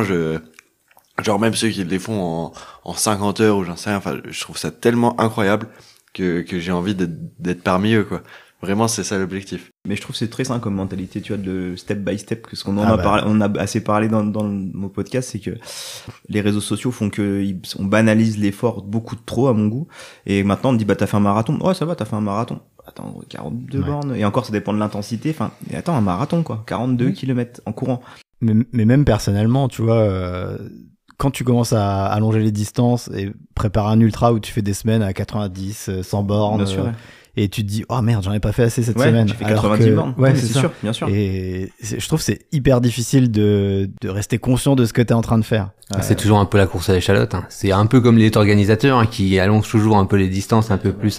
genre même ceux qui les font en 50 heures ou j'en sais rien, enfin, je trouve ça tellement incroyable que j'ai envie d'être parmi eux, quoi. Vraiment, c'est ça l'objectif. Mais je trouve que c'est très sain comme mentalité, tu vois, de step by step, que ce qu'on on a assez parlé dans nos podcasts, c'est que les réseaux sociaux font on banalise l'effort beaucoup trop à mon goût. Et maintenant, on te dit, bah, t'as fait un marathon. Ouais, ça va, t'as fait un marathon. Attends, 42 bornes. Et encore, ça dépend de l'intensité. Enfin, et attends, un marathon, quoi. 42 kilomètres en courant. Mais même personnellement, tu vois, quand tu commences à allonger les distances et préparer un ultra où tu fais des semaines à 90, 100 bornes. Bien sûr, ouais. Et tu te dis, oh merde, j'en ai pas fait assez cette semaine. J'ai fait 90 bornes. Ouais, c'est ça. Sûr, bien sûr. Et je trouve que c'est hyper difficile de rester conscient de ce que t'es en train de faire. C'est toujours un peu la course à l'échalote, hein. C'est un peu comme les organisateurs, hein, qui allongent toujours un peu les distances, un peu plus,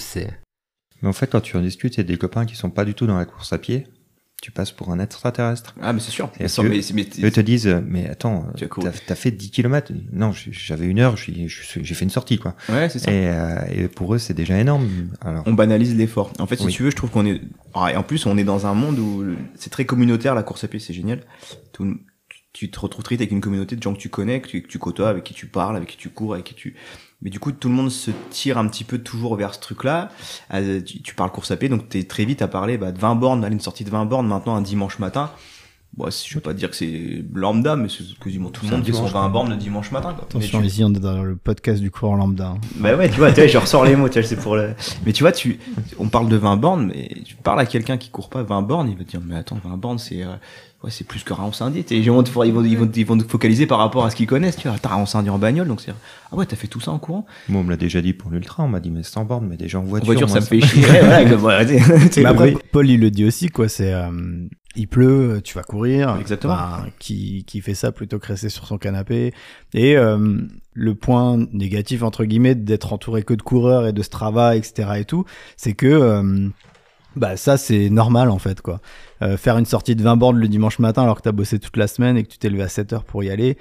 Mais en fait, quand tu en discutes, il y a des copains qui sont pas du tout dans la course à pied. Tu passes pour un extraterrestre. Ah, mais c'est sûr. Et eux te disent, mais attends, t'as fait 10 km. Non, j'avais 1 heure, j'ai fait une sortie, quoi. Ouais, c'est ça. Et pour eux, c'est déjà énorme. Alors. On banalise l'effort. En fait, si tu veux, je trouve qu'on est, et en plus, on est dans un monde où c'est très communautaire, la course à pied, c'est génial. Tu te retrouves très vite avec une communauté de gens que tu connais, que tu côtoies, avec qui tu parles, avec qui tu cours, mais du coup, tout le monde se tire un petit peu toujours vers ce truc-là. Tu parles course à pied, donc t'es très vite à parler, de 20 bornes, aller une sortie de 20 bornes, maintenant un dimanche matin. Bon, je vais pas dire que c'est lambda, mais c'est quasiment tout le monde fait son 20 bornes le dimanche matin, quoi. Attention, ici, on est dans le podcast du coureur lambda. Bah ouais, tu vois, je ressors les mots, tu vois, c'est pour le... Mais tu vois, on parle de 20 bornes, mais tu parles à quelqu'un qui court pas 20 bornes, il va te dire, mais attends, 20 bornes, c'est plus que Raon-Saint-Dié. Et ils vont te focaliser par rapport à ce qu'ils connaissent, tu vois. T'as Raon-Saint-Dié en bagnole, donc c'est, ah ouais, t'as fait tout ça en courant? Moi, on me l'a déjà dit pour l'ultra, on m'a dit, mais 100 bornes, mais déjà en voiture. En voiture, moi, ça me fait chier. Ouais, voilà, Mais après, Paul, il le dit aussi, quoi, c'est, il pleut, tu vas courir. Exactement. Qui fait ça plutôt que rester sur son canapé. Et, le point négatif, entre guillemets, d'être entouré que de coureurs et de Strava, etc. et tout, c'est que, ça, c'est normal, en fait, quoi. Faire une sortie de 20 bornes le dimanche matin alors que t'as bossé toute la semaine et que tu t'es levé à 7h pour y aller,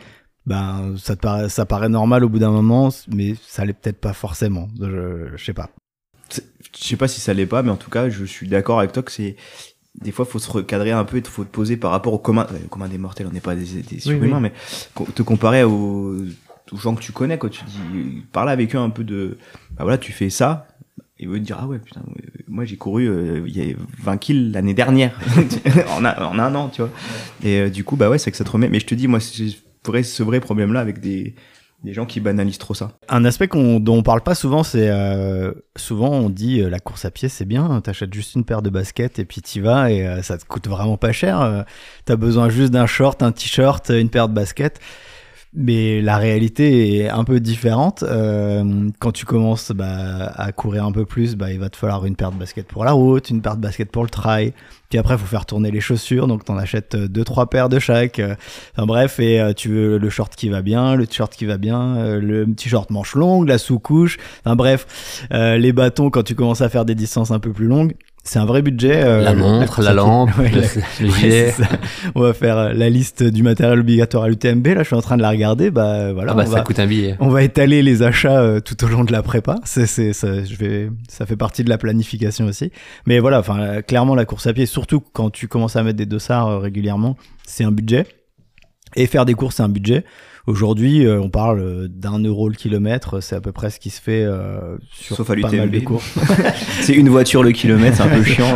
ça paraît normal au bout d'un moment, mais ça l'est peut-être pas forcément. Je sais pas. Je sais pas si ça l'est pas, mais en tout cas, je suis d'accord avec toi que c'est, des fois, faut se recadrer un peu et faut te poser par rapport au commun des mortels, on n'est pas des surhumains, mais te comparer aux gens que tu connais, quoi. Tu dis, parler avec eux un peu de, voilà, tu fais ça, et eux te dire, ah ouais, putain, moi j'ai couru, il y a 20 kills l'année dernière, en un an, tu vois. Et du coup, c'est que ça te remet, mais je te dis, moi, j'ai ce vrai problème-là avec des gens qui banalisent trop ça. Un aspect dont on parle pas souvent, c'est souvent on dit la course à pied c'est bien, t'achètes juste une paire de baskets et puis t'y vas et ça te coûte vraiment pas cher. T'as besoin juste d'un short, un t-shirt, une paire de baskets. Mais la réalité est un peu différente. Quand tu commences à courir un peu plus, il va te falloir une paire de baskets pour la route, une paire de baskets pour le trail. Puis après, il faut faire tourner les chaussures, donc t'en achètes 2-3 paires de chaque. Enfin bref, et tu veux le short qui va bien, le t-shirt qui va bien, le t-shirt manche longue, la sous-couche. Enfin bref, les bâtons quand tu commences à faire des distances un peu plus longues. C'est un vrai budget. La montre, la lampe, le gilet. On va faire la liste du matériel obligatoire à l'UTMB. Là, je suis en train de la regarder. Ça coûte un billet. On va étaler les achats tout au long de la prépa. Ça fait partie de la planification aussi. Mais voilà, enfin, clairement, la course à pied, surtout quand tu commences à mettre des dossards régulièrement, c'est un budget. Et faire des courses, c'est un budget. Aujourd'hui, on parle d'€1 le kilomètre, c'est à peu près ce qui se fait sur sauf à pas mal de l'UTMB. courses. C'est une voiture le kilomètre, c'est un peu chiant.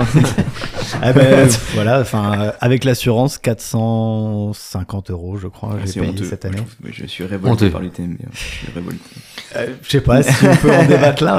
Voilà, enfin, avec l'assurance, 450 €, je crois, j'ai payé honteux. cette année. Je suis révolté par l'UTMB. Je suis révolté. Je sais pas si on peut en débattre là.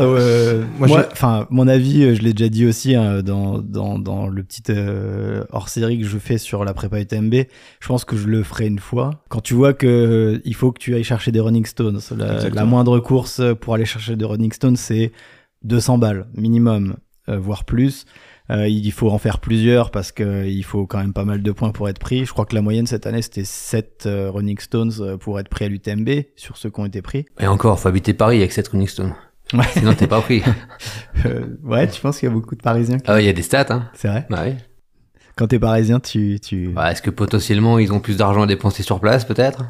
Mon avis, je l'ai déjà dit aussi dans le petit hors-série que je fais sur la prépa UTMB. Je pense que je le ferai une fois. Quand tu vois que il faut que tu ailles chercher des running stones. La moindre course pour aller chercher des running stones, c'est 200 balles minimum, voire plus. Il faut en faire plusieurs parce que il faut quand même pas mal de points pour être pris. Je crois que la moyenne cette année c'était 7 running stones pour être pris à l'UTMB sur ceux qui ont été pris. Et encore, faut habiter Paris avec 7 running stones. Ouais. Sinon t'es pas pris. Ouais, tu penses qu'il y a beaucoup de Parisiens Ah ouais, il y a des stats, hein. C'est vrai. Bah oui. Quand t'es parisien, tu... Bah, est-ce que potentiellement ils ont plus d'argent à dépenser sur place, peut-être?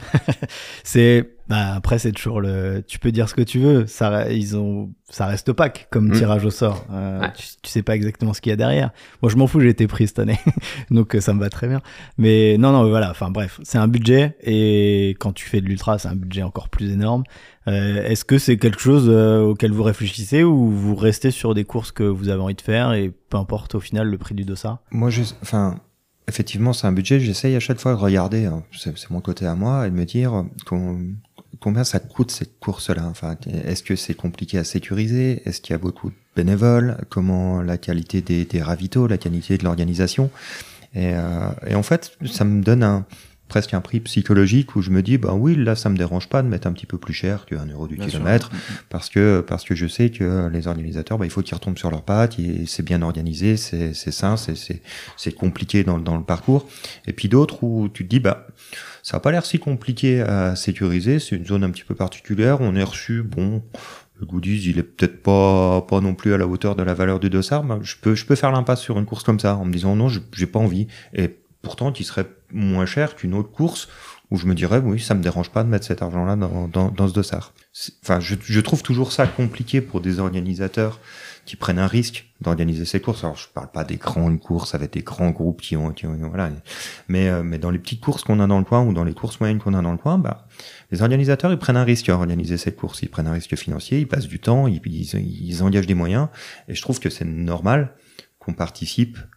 Après c'est toujours tu peux dire ce que tu veux, ça reste opaque comme tirage au sort. Ouais. Tu sais pas exactement ce qu'il y a derrière. Moi je m'en fous, j'ai été pris cette année. Donc ça me va très bien. Mais non, voilà, enfin bref, c'est un budget et quand tu fais de l'ultra, c'est un budget encore plus énorme. Est-ce que c'est quelque chose auquel vous réfléchissez ou vous restez sur des courses que vous avez envie de faire et peu importe au final le prix du dossard? Moi, effectivement, c'est un budget. J'essaye à chaque fois de regarder, hein, c'est mon côté à moi, et de me dire combien ça coûte cette course-là. Enfin, est-ce que c'est compliqué à sécuriser? Est-ce qu'il y a beaucoup de bénévoles? Comment la qualité des ravitaux, la qualité de l'organisation? Et en fait, ça me donne presque un prix psychologique où je me dis, oui, là, ça me dérange pas de mettre un petit peu plus cher que €1 du kilomètre, parce que je sais que les organisateurs, il faut qu'ils retombent sur leurs pattes, et c'est bien organisé, c'est sain, c'est compliqué dans le parcours. Et puis d'autres où tu te dis, ça a pas l'air si compliqué à sécuriser, c'est une zone un petit peu particulière, on est reçu, le goodies, il est peut-être pas non plus à la hauteur de la valeur du dossard, je peux faire l'impasse sur une course comme ça, en me disant, non, j'ai pas envie. Et pourtant, qui serait moins cher qu'une autre course où je me dirais, oui, ça me dérange pas de mettre cet argent-là dans ce dossard. Enfin, je trouve toujours ça compliqué pour des organisateurs qui prennent un risque d'organiser ces courses. Alors, je parle pas des grandes courses avec des grands groupes qui ont voilà. Mais dans les petites courses qu'on a dans le coin ou dans les courses moyennes qu'on a dans le coin, les organisateurs, ils prennent un risque à organiser cette course. Ils prennent un risque financier, ils passent du temps, ils engagent des moyens. Et je trouve que c'est normal qu'on participe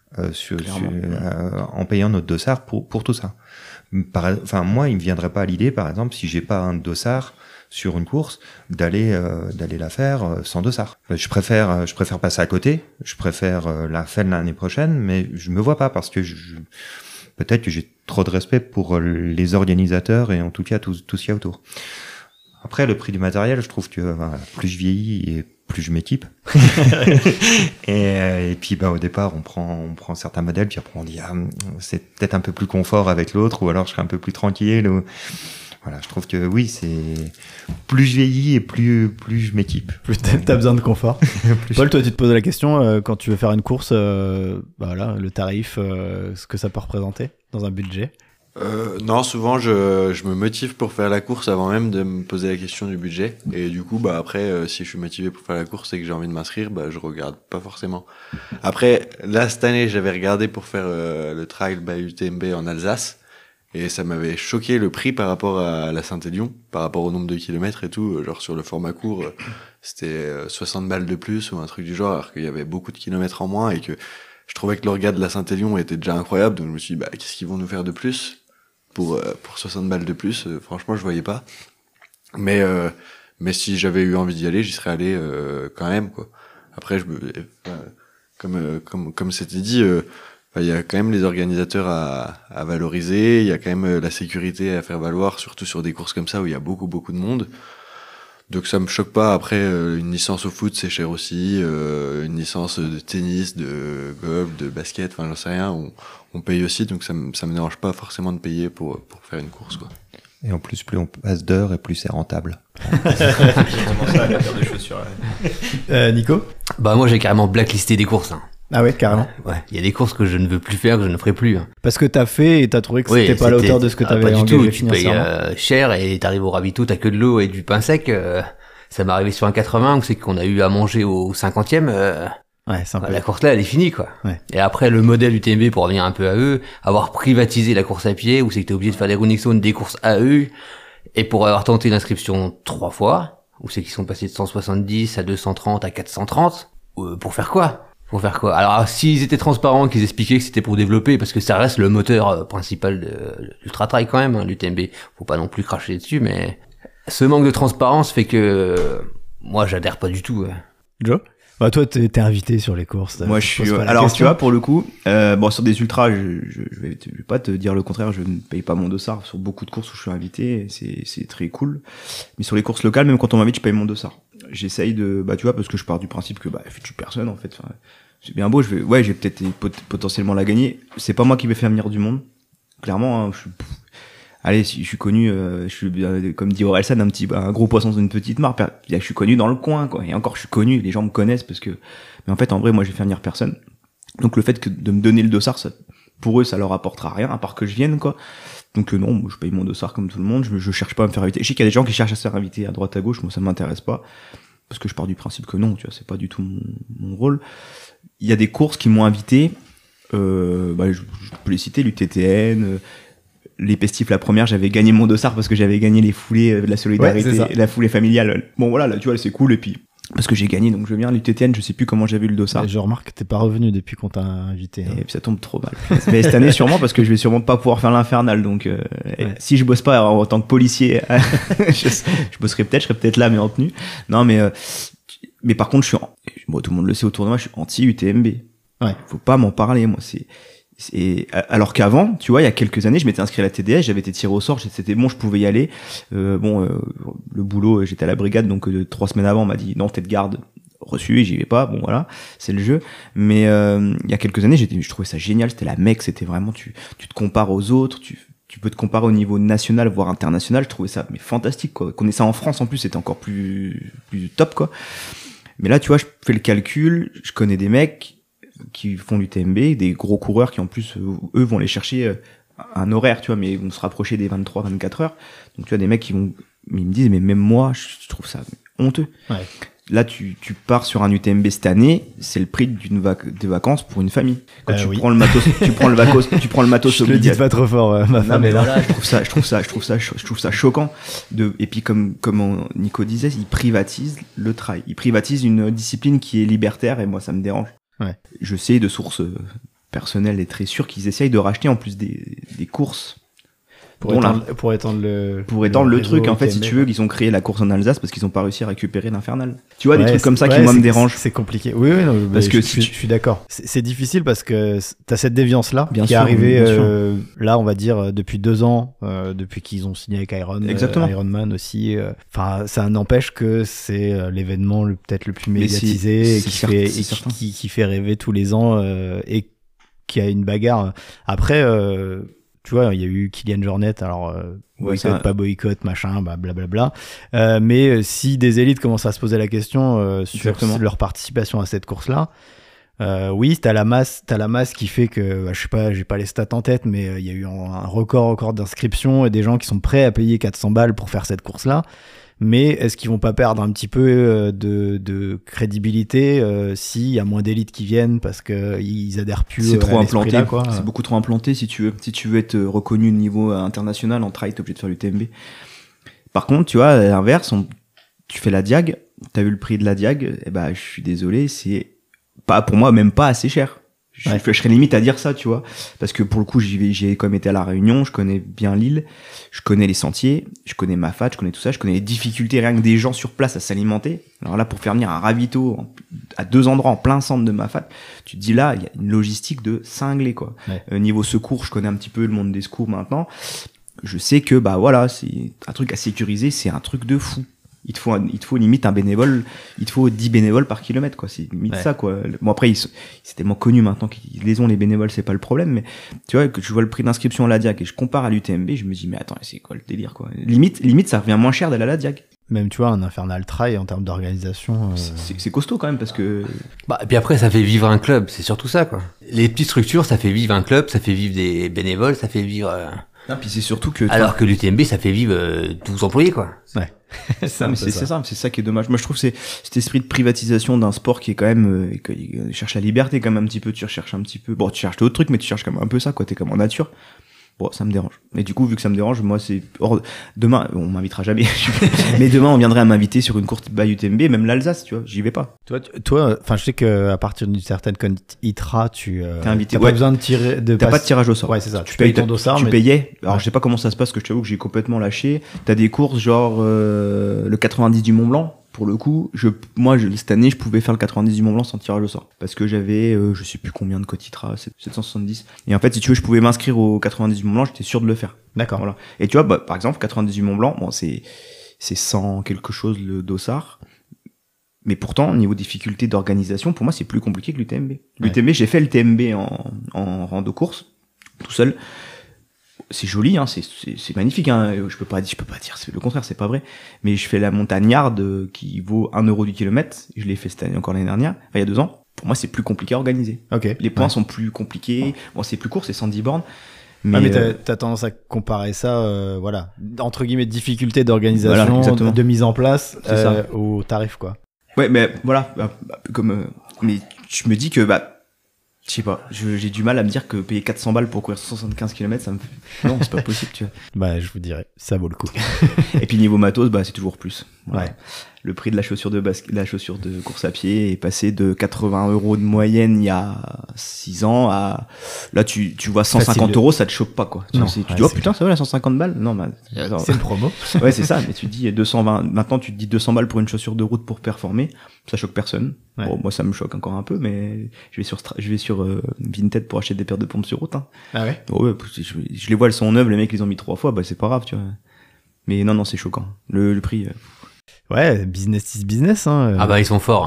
en payant notre dossard pour tout ça. Enfin, moi, il me viendrait pas à l'idée, par exemple, si j'ai pas un dossard sur une course, d'aller la faire sans dossard. Je préfère passer à côté. Je préfère la faire l'année prochaine, mais je me vois pas parce que peut-être que j'ai trop de respect pour les organisateurs et en tout cas tout ce qu'il y a autour. Après, le prix du matériel, je trouve que plus je vieillis et plus je m'équipe. et puis au départ, on prend certains modèles, puis après on dit c'est peut-être un peu plus confort avec l'autre, ou alors je serai un peu plus tranquille. Voilà, je trouve que oui, c'est plus je vieillis et plus je m'équipe. Plus t'as besoin de confort. Paul, toi, tu te poses la question quand tu veux faire une course, voilà, le tarif, ce que ça peut représenter dans un budget. Non, souvent je me motive pour faire la course avant même de me poser la question du budget. Et du coup, après, si je suis motivé pour faire la course et que j'ai envie de m'inscrire, je regarde pas forcément. Après, là, cette année, j'avais regardé pour faire le Trail by UTMB en Alsace. Et ça m'avait choqué le prix par rapport à la Saint-Élion, par rapport au nombre de kilomètres et tout. Genre sur le format court, c'était 60 balles de plus ou un truc du genre, alors qu'il y avait beaucoup de kilomètres en moins et que je trouvais que l'orga de la Saint-Élion était déjà incroyable. Donc je me suis dit, qu'est-ce qu'ils vont nous faire de plus pour 60 balles de plus? Franchement, je voyais pas. Mais si j'avais eu envie d'y aller, j'y serais allé quand même, quoi. Après, comme c'était dit, il y a quand même les organisateurs à valoriser, il y a quand même la sécurité à faire valoir, surtout sur des courses comme ça où il y a beaucoup de monde. Donc ça me choque pas. Après, une licence au foot, c'est cher aussi. Une licence de tennis, de golf, de basket, j'en sais rien, on paye aussi. Donc ça me dérange pas forcément de payer pour faire une course, quoi. Et en plus on passe d'heures et plus c'est rentable. Exactement ça, la paire de chaussures. Nico? Moi j'ai carrément blacklisté des courses. Ah ouais, carrément. Ouais, il y a des courses que je ne veux plus faire, que je ne ferai plus. Parce que t'as fait et t'as trouvé que c'était pas à la hauteur de ce que t'avais engagé financièrement. Tu payes cher et t'arrives au ravito, t'as que de l'eau et du pain sec. Ça m'est arrivé sur un 80, où c'est qu'on a eu à manger au 50e. Ouais, c'est un peu... La course là, elle est finie, quoi. Ouais. Et après, le modèle UTMB, pour revenir un peu à eux, avoir privatisé la course à pied, où c'est que t'es obligé de faire des running zones, des courses à eux, et pour avoir tenté l'inscription 3 fois, où c'est qu'ils sont passés de 170 à 230 à 430, pour faire quoi? Alors, s'ils étaient transparents, qu'ils expliquaient que c'était pour développer, parce que ça reste le moteur principal de l'Ultra Trail quand même, l'UTMB. Faut pas non plus cracher dessus, mais ce manque de transparence fait que moi, j'adhère pas du tout. Joe? Toi, t'es invité sur les courses. Moi, je suis. Alors, tu vois, pour le coup, sur des ultras, je vais pas te dire le contraire. Je ne paye pas mon dossard sur beaucoup de courses où je suis invité. C'est très cool. Mais sur les courses locales, même quand on m'invite, je paye mon dossard. J'essaye de, tu vois, parce que je pars du principe que, je suis personne en fait. Enfin, c'est bien beau. J'ai peut-être potentiellement la gagner. C'est pas moi qui vais faire venir du monde. Clairement, hein, allez, si je suis connu, je suis, comme dit Orelsan, un gros poisson dans une petite mare. Je suis connu dans le coin, quoi. Et encore, je suis connu, les gens me connaissent mais en fait, en vrai, moi, je vais faire venir personne. Donc, le fait de me donner le dossard, pour eux, ça leur apportera rien, à part que je vienne, quoi. Donc, non, je paye mon dossard comme tout le monde. Je cherche pas à me faire inviter. Je sais qu'il y a des gens qui cherchent à se faire inviter à droite, à gauche. Moi, ça m'intéresse pas. Parce que je pars du principe que non, tu vois, c'est pas du tout mon rôle. Il y a des courses qui m'ont invité, je peux les citer, l'UTTN, les pestifs, la première, j'avais gagné mon dossard parce que j'avais gagné les foulées de la solidarité, la foulée familiale. Bon, voilà, là, tu vois, c'est cool, et puis, parce que j'ai gagné, donc je viens, l'UTTN, je sais plus comment j'avais eu le dossard. Je remarque que t'es pas revenu depuis qu'on t'a invité. Et puis ça tombe trop mal. Mais cette année, sûrement, parce que je vais sûrement pas pouvoir faire l'infernal, donc, si je bosse pas en tant que policier, je bosserai peut-être, je serai peut-être là, mais en tenue. Non, mais par contre, tout le monde le sait autour de moi, je suis anti-UTMB. Ouais. Faut pas m'en parler, moi, alors qu'avant, tu vois, il y a quelques années, je m'étais inscrit à la TDS, j'avais été tiré au sort, c'était bon, je pouvais y aller. Le boulot, j'étais à la brigade, donc 3 semaines avant, on m'a dit non, t'es de garde, reçu, et j'y vais pas. Bon, voilà, c'est le jeu. Mais il y a quelques années, je trouvais ça génial. C'était la Mecque, c'était vraiment, tu te compares aux autres, tu peux te comparer au niveau national, voire international. Je trouvais ça fantastique, quoi. Qu'on ait ça en France, en plus, c'était encore plus top, quoi. Mais là, tu vois, je fais le calcul, je connais des mecs qui font l'UTMB, des gros coureurs qui en plus eux vont aller chercher un horaire, tu vois, mais vont se rapprocher des 23-24 heures. Donc tu vois, des mecs ils me disent, mais même moi je trouve ça honteux. Ouais. Là tu pars sur un UTMB cette année, c'est le prix des vacances pour une famille. Quand tu prends le matos, tu prends le matos je le dis pas trop fort, ma femme est là. Voilà, je trouve ça choquant et puis comme Nico disait, ils privatisent le trail. Ils privatisent une discipline qui est libertaire et moi ça me dérange. Ouais. Je sais de sources personnel et très sûr qu'ils essayent de racheter en plus des courses. Pour étendre le truc, en fait, si tu veux, ils ont créé la course en Alsace parce qu'ils ont pas réussi à récupérer l'Infernal. Tu vois, des trucs comme ça qui, moi, me dérangent. C'est compliqué. Oui, non, parce que je suis d'accord. C'est difficile parce que t'as cette déviance-là qui est arrivée, là, on va dire, depuis 2 ans, depuis qu'ils ont signé avec Iron Man aussi. Enfin, ça n'empêche que c'est l'événement peut-être le plus médiatisé et qui fait rêver tous les ans et qui a une bagarre. Après, tu vois, il y a eu Kylian Jornet, alors boycott, pas boycott, machin, blablabla. Mais si des élites commencent à se poser la question sur leur participation à cette course-là, oui, t'as la masse qui fait que, je sais pas, j'ai pas les stats en tête, mais il y a eu un record d'inscriptions et des gens qui sont prêts à payer 400 balles pour faire cette course-là. Mais est-ce qu'ils vont pas perdre un petit peu de crédibilité s'il y a moins d'élites qui viennent parce que ils adhèrent plus? C'est trop implanté, quoi. C'est beaucoup trop implanté. Si tu veux être reconnu au niveau international en trail, t'es obligé de faire l'UTMB. Par contre, tu vois, à l'inverse, tu fais la Diag. T'as vu le prix de la Diag? Je suis désolé, c'est pas pour moi même pas assez cher. Je serais limite à dire ça, tu vois, parce que pour le coup, j'ai quand même été à la Réunion, je connais bien l'île, je connais les sentiers, je connais Mafate, je connais tout ça, je connais les difficultés rien que des gens sur place à s'alimenter. Alors là, pour faire venir un ravito à 2 endroits en plein centre de Mafate, tu te dis là, il y a une logistique de cinglé, quoi. Niveau secours, je connais un petit peu le monde des secours maintenant. Je sais que c'est un truc à sécuriser, c'est un truc de fou. Il te faut limite un bénévole, il te faut 10 bénévoles par kilomètre, quoi. C'est limite ça, quoi. Bon, après, c'est tellement connu maintenant qu'ils les ont, les bénévoles, c'est pas le problème, mais tu vois, que je vois le prix d'inscription à la Diag et je compare à l'UTMB, je me dis, mais attends, c'est quoi le délire, quoi. Limite, ça revient moins cher d'aller à la Diag. Même, tu vois, un Infernal Trail en termes d'organisation. C'est costaud quand même parce que. Et puis après, ça fait vivre un club, c'est surtout ça, quoi. Les petites structures, ça fait vivre un club, ça fait vivre des bénévoles, ça fait vivre. Non, puis c'est surtout que. Alors que l'UTMB, ça fait vivre 12 employés, quoi. Ouais. c'est ça qui est dommage. Moi, je trouve que c'est cet esprit de privatisation d'un sport qui est quand même, qui cherche la liberté quand même un petit peu. Tu recherches un petit peu. Bon, tu cherches d'autres trucs, mais tu cherches quand même un peu ça, quoi. T'es comme en nature. Bon, ça me dérange. Et du coup, vu que ça me dérange, moi, demain, on m'invitera jamais. Mais demain, on viendrait à m'inviter sur une course by UTMB, même l'Alsace, tu vois. J'y vais pas. Toi, enfin, je sais que à partir d'une certaine ITRA, t'es invité. T'as pas besoin de tirer, t'as pas de tirage au sort. Ouais, c'est ça. Tu payes ton dossard. Tu payais. Alors, je sais pas comment ça se passe, que je t'avoue que j'ai complètement lâché. T'as des courses genre, le 90 du Mont Blanc. Pour le coup, cette année, je pouvais faire le 90 du Mont Blanc sans tirage au sort. Parce que j'avais, je sais plus combien de Cotitra, 770. Et en fait, si tu veux, je pouvais m'inscrire au 90 du Mont Blanc, j'étais sûr de le faire. D'accord. Voilà. Et tu vois, par exemple, 90 du Mont Blanc, bon, c'est 100 quelque chose le dossard. Mais pourtant, niveau difficulté d'organisation, pour moi, c'est plus compliqué que l'UTMB. L'UTMB, j'ai fait le TMB en rando course, tout seul. C'est joli, hein, c'est magnifique, hein. Je peux pas dire, c'est le contraire, c'est pas vrai. Mais je fais la montagnarde qui vaut 1 € du kilomètre. Je l'ai fait cette année, encore l'année dernière, il y a 2 ans. Pour moi, c'est plus compliqué à organiser. Okay. Les points sont plus compliqués. Bon, c'est plus court, c'est 110 bornes. Mais t'as tendance à comparer ça, entre guillemets, difficulté d'organisation, de mise en place, au tarif, quoi. Ouais, mais voilà, mais je me dis que, je sais pas, j'ai du mal à me dire que payer 400 balles pour courir 175 km, ça me fait... Non, c'est pas possible, tu vois. Je vous dirais, ça vaut le coup. Et puis niveau matos, c'est toujours plus. Voilà. Ouais. Le prix de la chaussure de course à pied est passé de 80 € de moyenne il y a 6 ans à, là, tu vois 150 €, ça te choque pas, quoi. Tu dis, oh putain, ça va, la 150 balles? Non, c'est une promo. Ouais, c'est ça, mais tu te dis 220, maintenant tu te dis 200 balles pour une chaussure de route pour performer, ça choque personne. Ouais. Bon, moi, ça me choque encore un peu, mais je vais sur Vinted pour acheter des paires de pompes sur route, hein. Ah ouais? Ouais, je les vois, elles sont neuves, les mecs, ils ont mis 3 fois, c'est pas grave, tu vois. Mais non, c'est choquant. Le prix, Ouais, business is business, hein. Ils sont forts,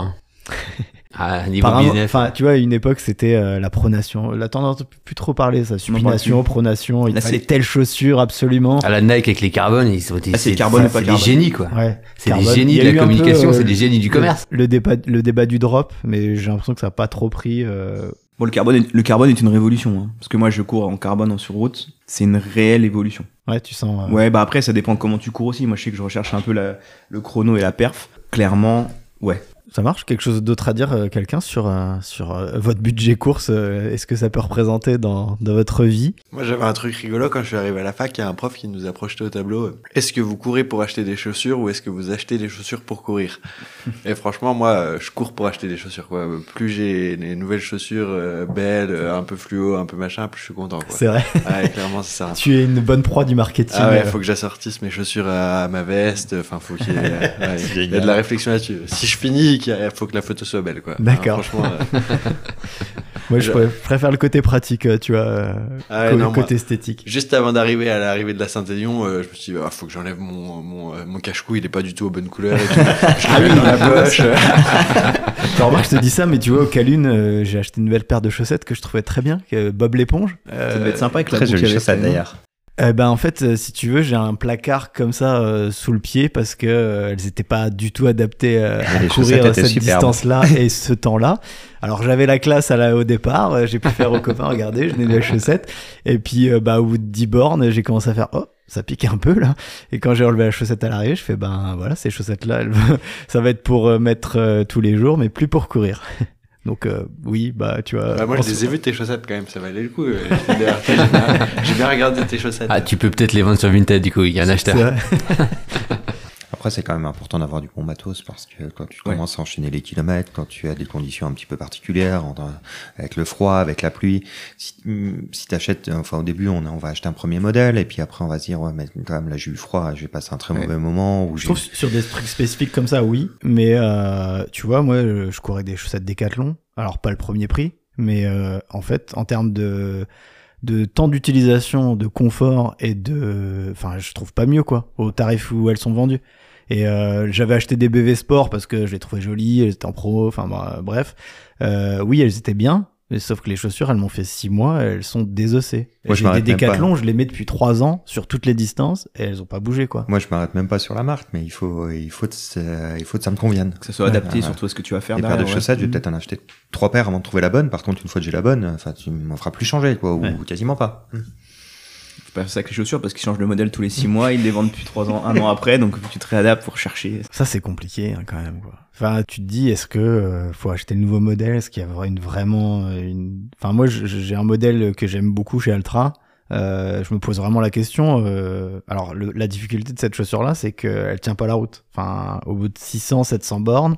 hein. Niveau business. Enfin, tu vois, à une époque, c'était la pronation. Là, t'en entends plus trop parler, ça. Supination, pronation. Il fallait telle chaussure, absolument. À la Nike avec les carbones, ils sont c'est carbone, c'est des génies, quoi. Ouais. C'est des génies de la communication, c'est des génies du commerce. Le débat du drop, mais j'ai l'impression que ça a pas trop pris. Bon, le carbone est une révolution, hein. Parce que moi, je cours en carbone sur route. C'est une réelle évolution. Ouais, tu sens. Ouais, après, ça dépend de comment tu cours aussi. Moi, je sais que je recherche un peu le chrono et la perf. Clairement, ouais. Ça marche. Quelque chose d'autre à dire, quelqu'un, sur votre budget course, est-ce que ça peut représenter dans votre vie? Moi, j'avais un truc rigolo quand je suis arrivé à la fac. Il y a un prof qui nous a projeté au tableau. Est-ce que vous courez pour acheter des chaussures ou est-ce que vous achetez des chaussures pour courir? Et franchement, moi, je cours pour acheter des chaussures, quoi. Plus j'ai les nouvelles chaussures belles, un peu fluo, un peu machin, plus je suis content, quoi. C'est vrai. Ouais, clairement, c'est ça. Tu es une bonne proie du marketing. Ah ouais, faut que j'assortisse mes chaussures à ma veste. Enfin, faut qu'il y ait, il y a de la réflexion là-dessus. Si je finis, il faut que la photo soit belle, quoi. D'accord. Hein, franchement. Moi, je préfère le côté pratique, tu vois, côté esthétique. Juste avant d'arriver à l'arrivée de la Saint-Élion, je me suis dit, faut que j'enlève mon cache-cou, il est pas du tout aux bonnes couleurs. Et tout. Je l'ai mis dans la poche. Alors, remarque, je te dis ça, mais tu vois, au Calune, j'ai acheté une nouvelle paire de chaussettes que je trouvais très bien, que Bob l'éponge. Ça devait être sympa avec la Très boucle jolie avec chaussette ça, d'ailleurs. En fait, si tu veux, j'ai un placard comme ça sous le pied parce que elles étaient pas du tout adaptées à les courir chaussettes étaient cette superbes. distance-là et ce temps-là. Alors j'avais la classe au départ, j'ai pu faire aux copains, regardez, je n'ai des chaussettes. Et puis au bout de 10 bornes, j'ai commencé à faire ça pique un peu là. Et quand j'ai relevé la chaussette à l'arrivée, je fais voilà, ces chaussettes-là, ça va être pour mettre tous les jours, mais plus pour courir. Donc oui, tu vois. Moi, je les ai vues tes chaussettes quand même, ça valait le coup. J'ai bien regardé tes chaussettes. Ah, tu peux peut-être les vendre sur Vinted, du coup, il y a un acheteur. Après, c'est quand même important d'avoir du bon matos parce que quand tu commences à enchaîner les kilomètres, quand tu as des conditions un petit peu particulières, avec le froid, avec la pluie, si t'achètes, enfin au début on va acheter un premier modèle et puis après on va se dire mais quand même là j'ai eu froid, je vais passer un très mauvais moment. Je trouve sur des trucs spécifiques comme ça, oui, mais tu vois, moi je courais des chaussettes Décathlon, alors pas le premier prix, mais en fait en termes de temps d'utilisation, de confort et je trouve pas mieux quoi, au tarif où elles sont vendues. Et j'avais acheté des BV Sport parce que je les trouvais jolies, elles étaient en pro, bref. Oui, elles étaient bien, mais sauf que les chaussures, elles m'ont fait 6 mois, elles sont désossées. Moi, j'ai des Décathlon, je les mets depuis 3 ans sur toutes les distances et elles ont pas bougé quoi. Moi, je m'arrête même pas sur la marque, mais il faut que ça me convienne. Que ça soit adapté surtout à ce que tu vas faire. Les paires de chaussettes, je vais peut-être en acheter 3 paires avant de trouver la bonne. Par contre, une fois que j'ai la bonne, tu m'en feras plus changer, quoi, ou quasiment pas. Faut pas faire ça avec les chaussures parce qu'ils changent le modèle tous les 6 mois, ils les vendent depuis 3 ans, 1 an après, donc tu te réadaptes pour chercher. Ça, c'est compliqué, quand même, quoi. Enfin, tu te dis, est-ce que faut acheter le nouveau modèle? Est-ce qu'il y a vraiment Enfin, moi, j'ai un modèle que j'aime beaucoup chez Altra. Je me pose vraiment la question. Alors, la difficulté de cette chaussure-là, c'est qu'elle tient pas la route. Enfin, au bout de 600, 700 bornes,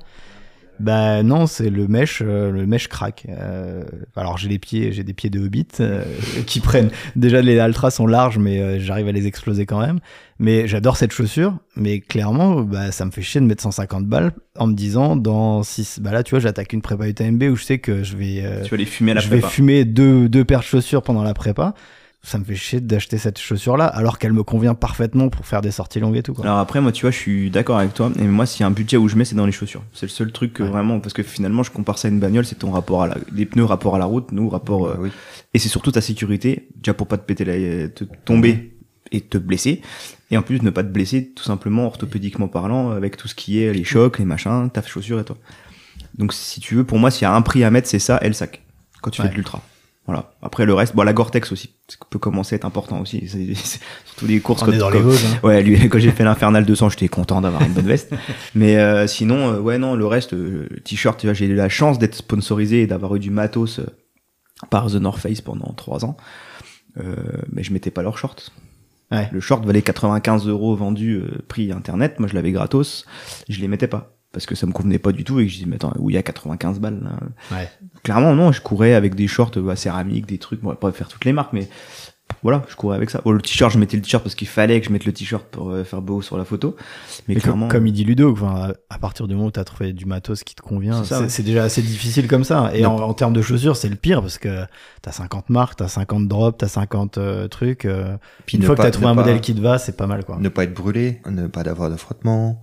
non, c'est le mesh craque. Alors j'ai des pieds de hobbit qui prennent. Déjà les Altra sont larges, mais j'arrive à les exploser quand même. Mais j'adore cette chaussure, mais clairement, ça me fait chier de mettre 150 balles en me disant dans 6. Là, tu vois, j'attaque une prépa UTMB où je sais que je vais. Tu vas les fumer à la prépa. Je vais fumer deux paires de chaussures pendant la prépa. Ça me fait chier d'acheter cette chaussure-là, alors qu'elle me convient parfaitement pour faire des sorties longues et tout, quoi. Alors après, moi, tu vois, je suis d'accord avec toi. Et moi, s'il y a un budget où je mets, c'est dans les chaussures. C'est le seul truc que vraiment, parce que finalement, je compare ça à une bagnole, c'est ton rapport les pneus, rapport à la route, nous, rapport, et c'est surtout ta sécurité, déjà pour pas te péter te tomber et te blesser. Et en plus, ne pas te blesser, tout simplement, orthopédiquement parlant, avec tout ce qui est les chocs, les machins, ta chaussure et toi. Donc, si tu veux, pour moi, s'il y a un prix à mettre, c'est ça et le sac. Quand tu fais de l'ultra. Voilà. Après, le reste, la Gore-Tex aussi. Ça peut commencer à être important aussi. C'est surtout les courses. On est dans les Vosges, hein. Ouais, quand j'ai fait l'Infernal 200, j'étais content d'avoir une bonne veste. Mais, sinon, non, le reste, t-shirt, tu vois, j'ai eu la chance d'être sponsorisé et d'avoir eu du matos, par The North Face pendant 3 ans. Mais je mettais pas leur short. Ouais. Le short valait 95 € vendu, prix internet. Moi, je l'avais gratos. Je les mettais pas. Parce que ça me convenait pas du tout et que je dis mais attends, où il y a 95 balles là. Ouais. Clairement non, je courais avec des shorts céramique, des trucs, on va pas faire toutes les marques mais voilà, je courais avec ça. Le t-shirt, je mettais le t-shirt parce qu'il fallait que je mette le t-shirt pour faire beau sur la photo. Mais clairement comme il dit Ludo, à partir du moment où t'as trouvé du matos qui te convient, c'est déjà assez difficile comme ça. Et en termes de chaussures, c'est le pire parce que t'as 50 marques, t'as 50 drops, t'as 50 trucs. Puis une fois que t'as trouvé un modèle qui te va, c'est pas mal quoi. Ne pas être brûlé, ne pas avoir de frottement.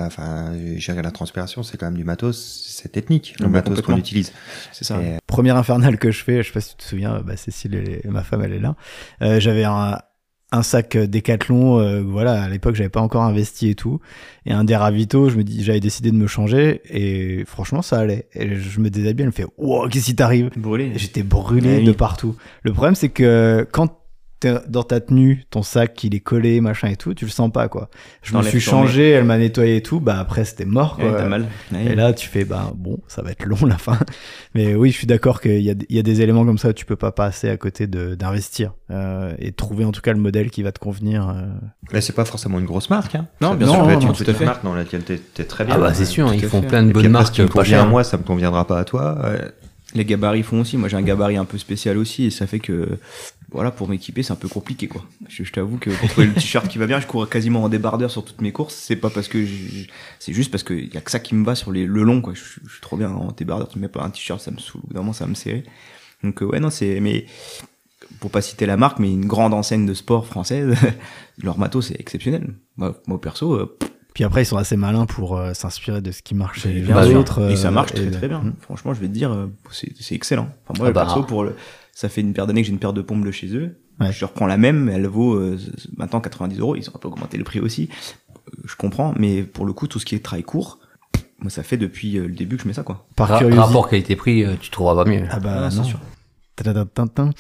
Gérer la transpiration, c'est quand même du matos, c'est technique, le matos qu'on utilise. C'est ça. Première infernale que je fais, je sais pas si tu te souviens, Cécile, ma femme, elle est là. J'avais un sac Décathlon, à l'époque, j'avais pas encore investi et tout. Et un des ravitaux, j'avais décidé de me changer et franchement, ça allait. Et je me déshabille, elle me fait, wow, qu'est-ce qui t'arrive? Brûlé. J'étais brûlé de partout. Le problème, c'est que quand t'es dans ta tenue, ton sac il est collé, machin et tout, tu le sens pas quoi. Je me T'enlèves suis ton changé, elle m'a nettoyé et tout, bah après c'était mort quoi. Ouais, t'as mal. Ouais. Et là tu fais bah bon, ça va être long la fin. Mais oui, je suis d'accord qu'il y a des éléments comme ça où tu peux pas passer à côté d'investir et trouver en tout cas le modèle qui va te convenir. Mais c'est pas forcément une grosse marque, hein. Non, Ça bien peut sûr, être non, une tout à petite fait. marque dans laquelle t'es très bien. Ah bah c'est sûr, tout ils à font fait. plein de Et puis bonnes après, marques ce qui me pas convient à chères. moi, ça me conviendra pas à toi. Les gabarits font aussi. Moi, j'ai un gabarit un peu spécial aussi, et ça fait que, voilà, pour m'équiper, c'est un peu compliqué, quoi. Je t'avoue que pour trouver le t-shirt qui va bien, je cours quasiment en débardeur sur toutes mes courses. C'est pas parce que c'est juste parce que y a que ça qui me va sur le long, quoi. Je suis trop bien en débardeur. Tu mets pas un t-shirt, ça me saoule. Au bout d'un moment, ça va me serrer. Donc, ouais, non, mais, pour pas citer la marque, mais une grande enseigne de sport française, leur matos, c'est exceptionnel. Moi, perso, Puis après ils sont assez malins pour s'inspirer de ce qui marche chez bien les sûr. autres. Et ça marche et- très bien. Franchement, je vais te dire, c'est excellent. Enfin, moi, Ah bah. perso, ça fait une paire d'années que j'ai une paire de pompes de chez eux. Ouais. Je reprends la même, elle vaut maintenant 90 €. Ils ont un peu augmenté le prix aussi. Je comprends, mais pour le coup, tout ce qui est trail court, moi, ça fait depuis le début que je mets ça, quoi. Par curiosité. Rapport qualité-prix, tu trouveras pas mieux. Ah bah Ah, c'est non. sûr. Tadadadadin.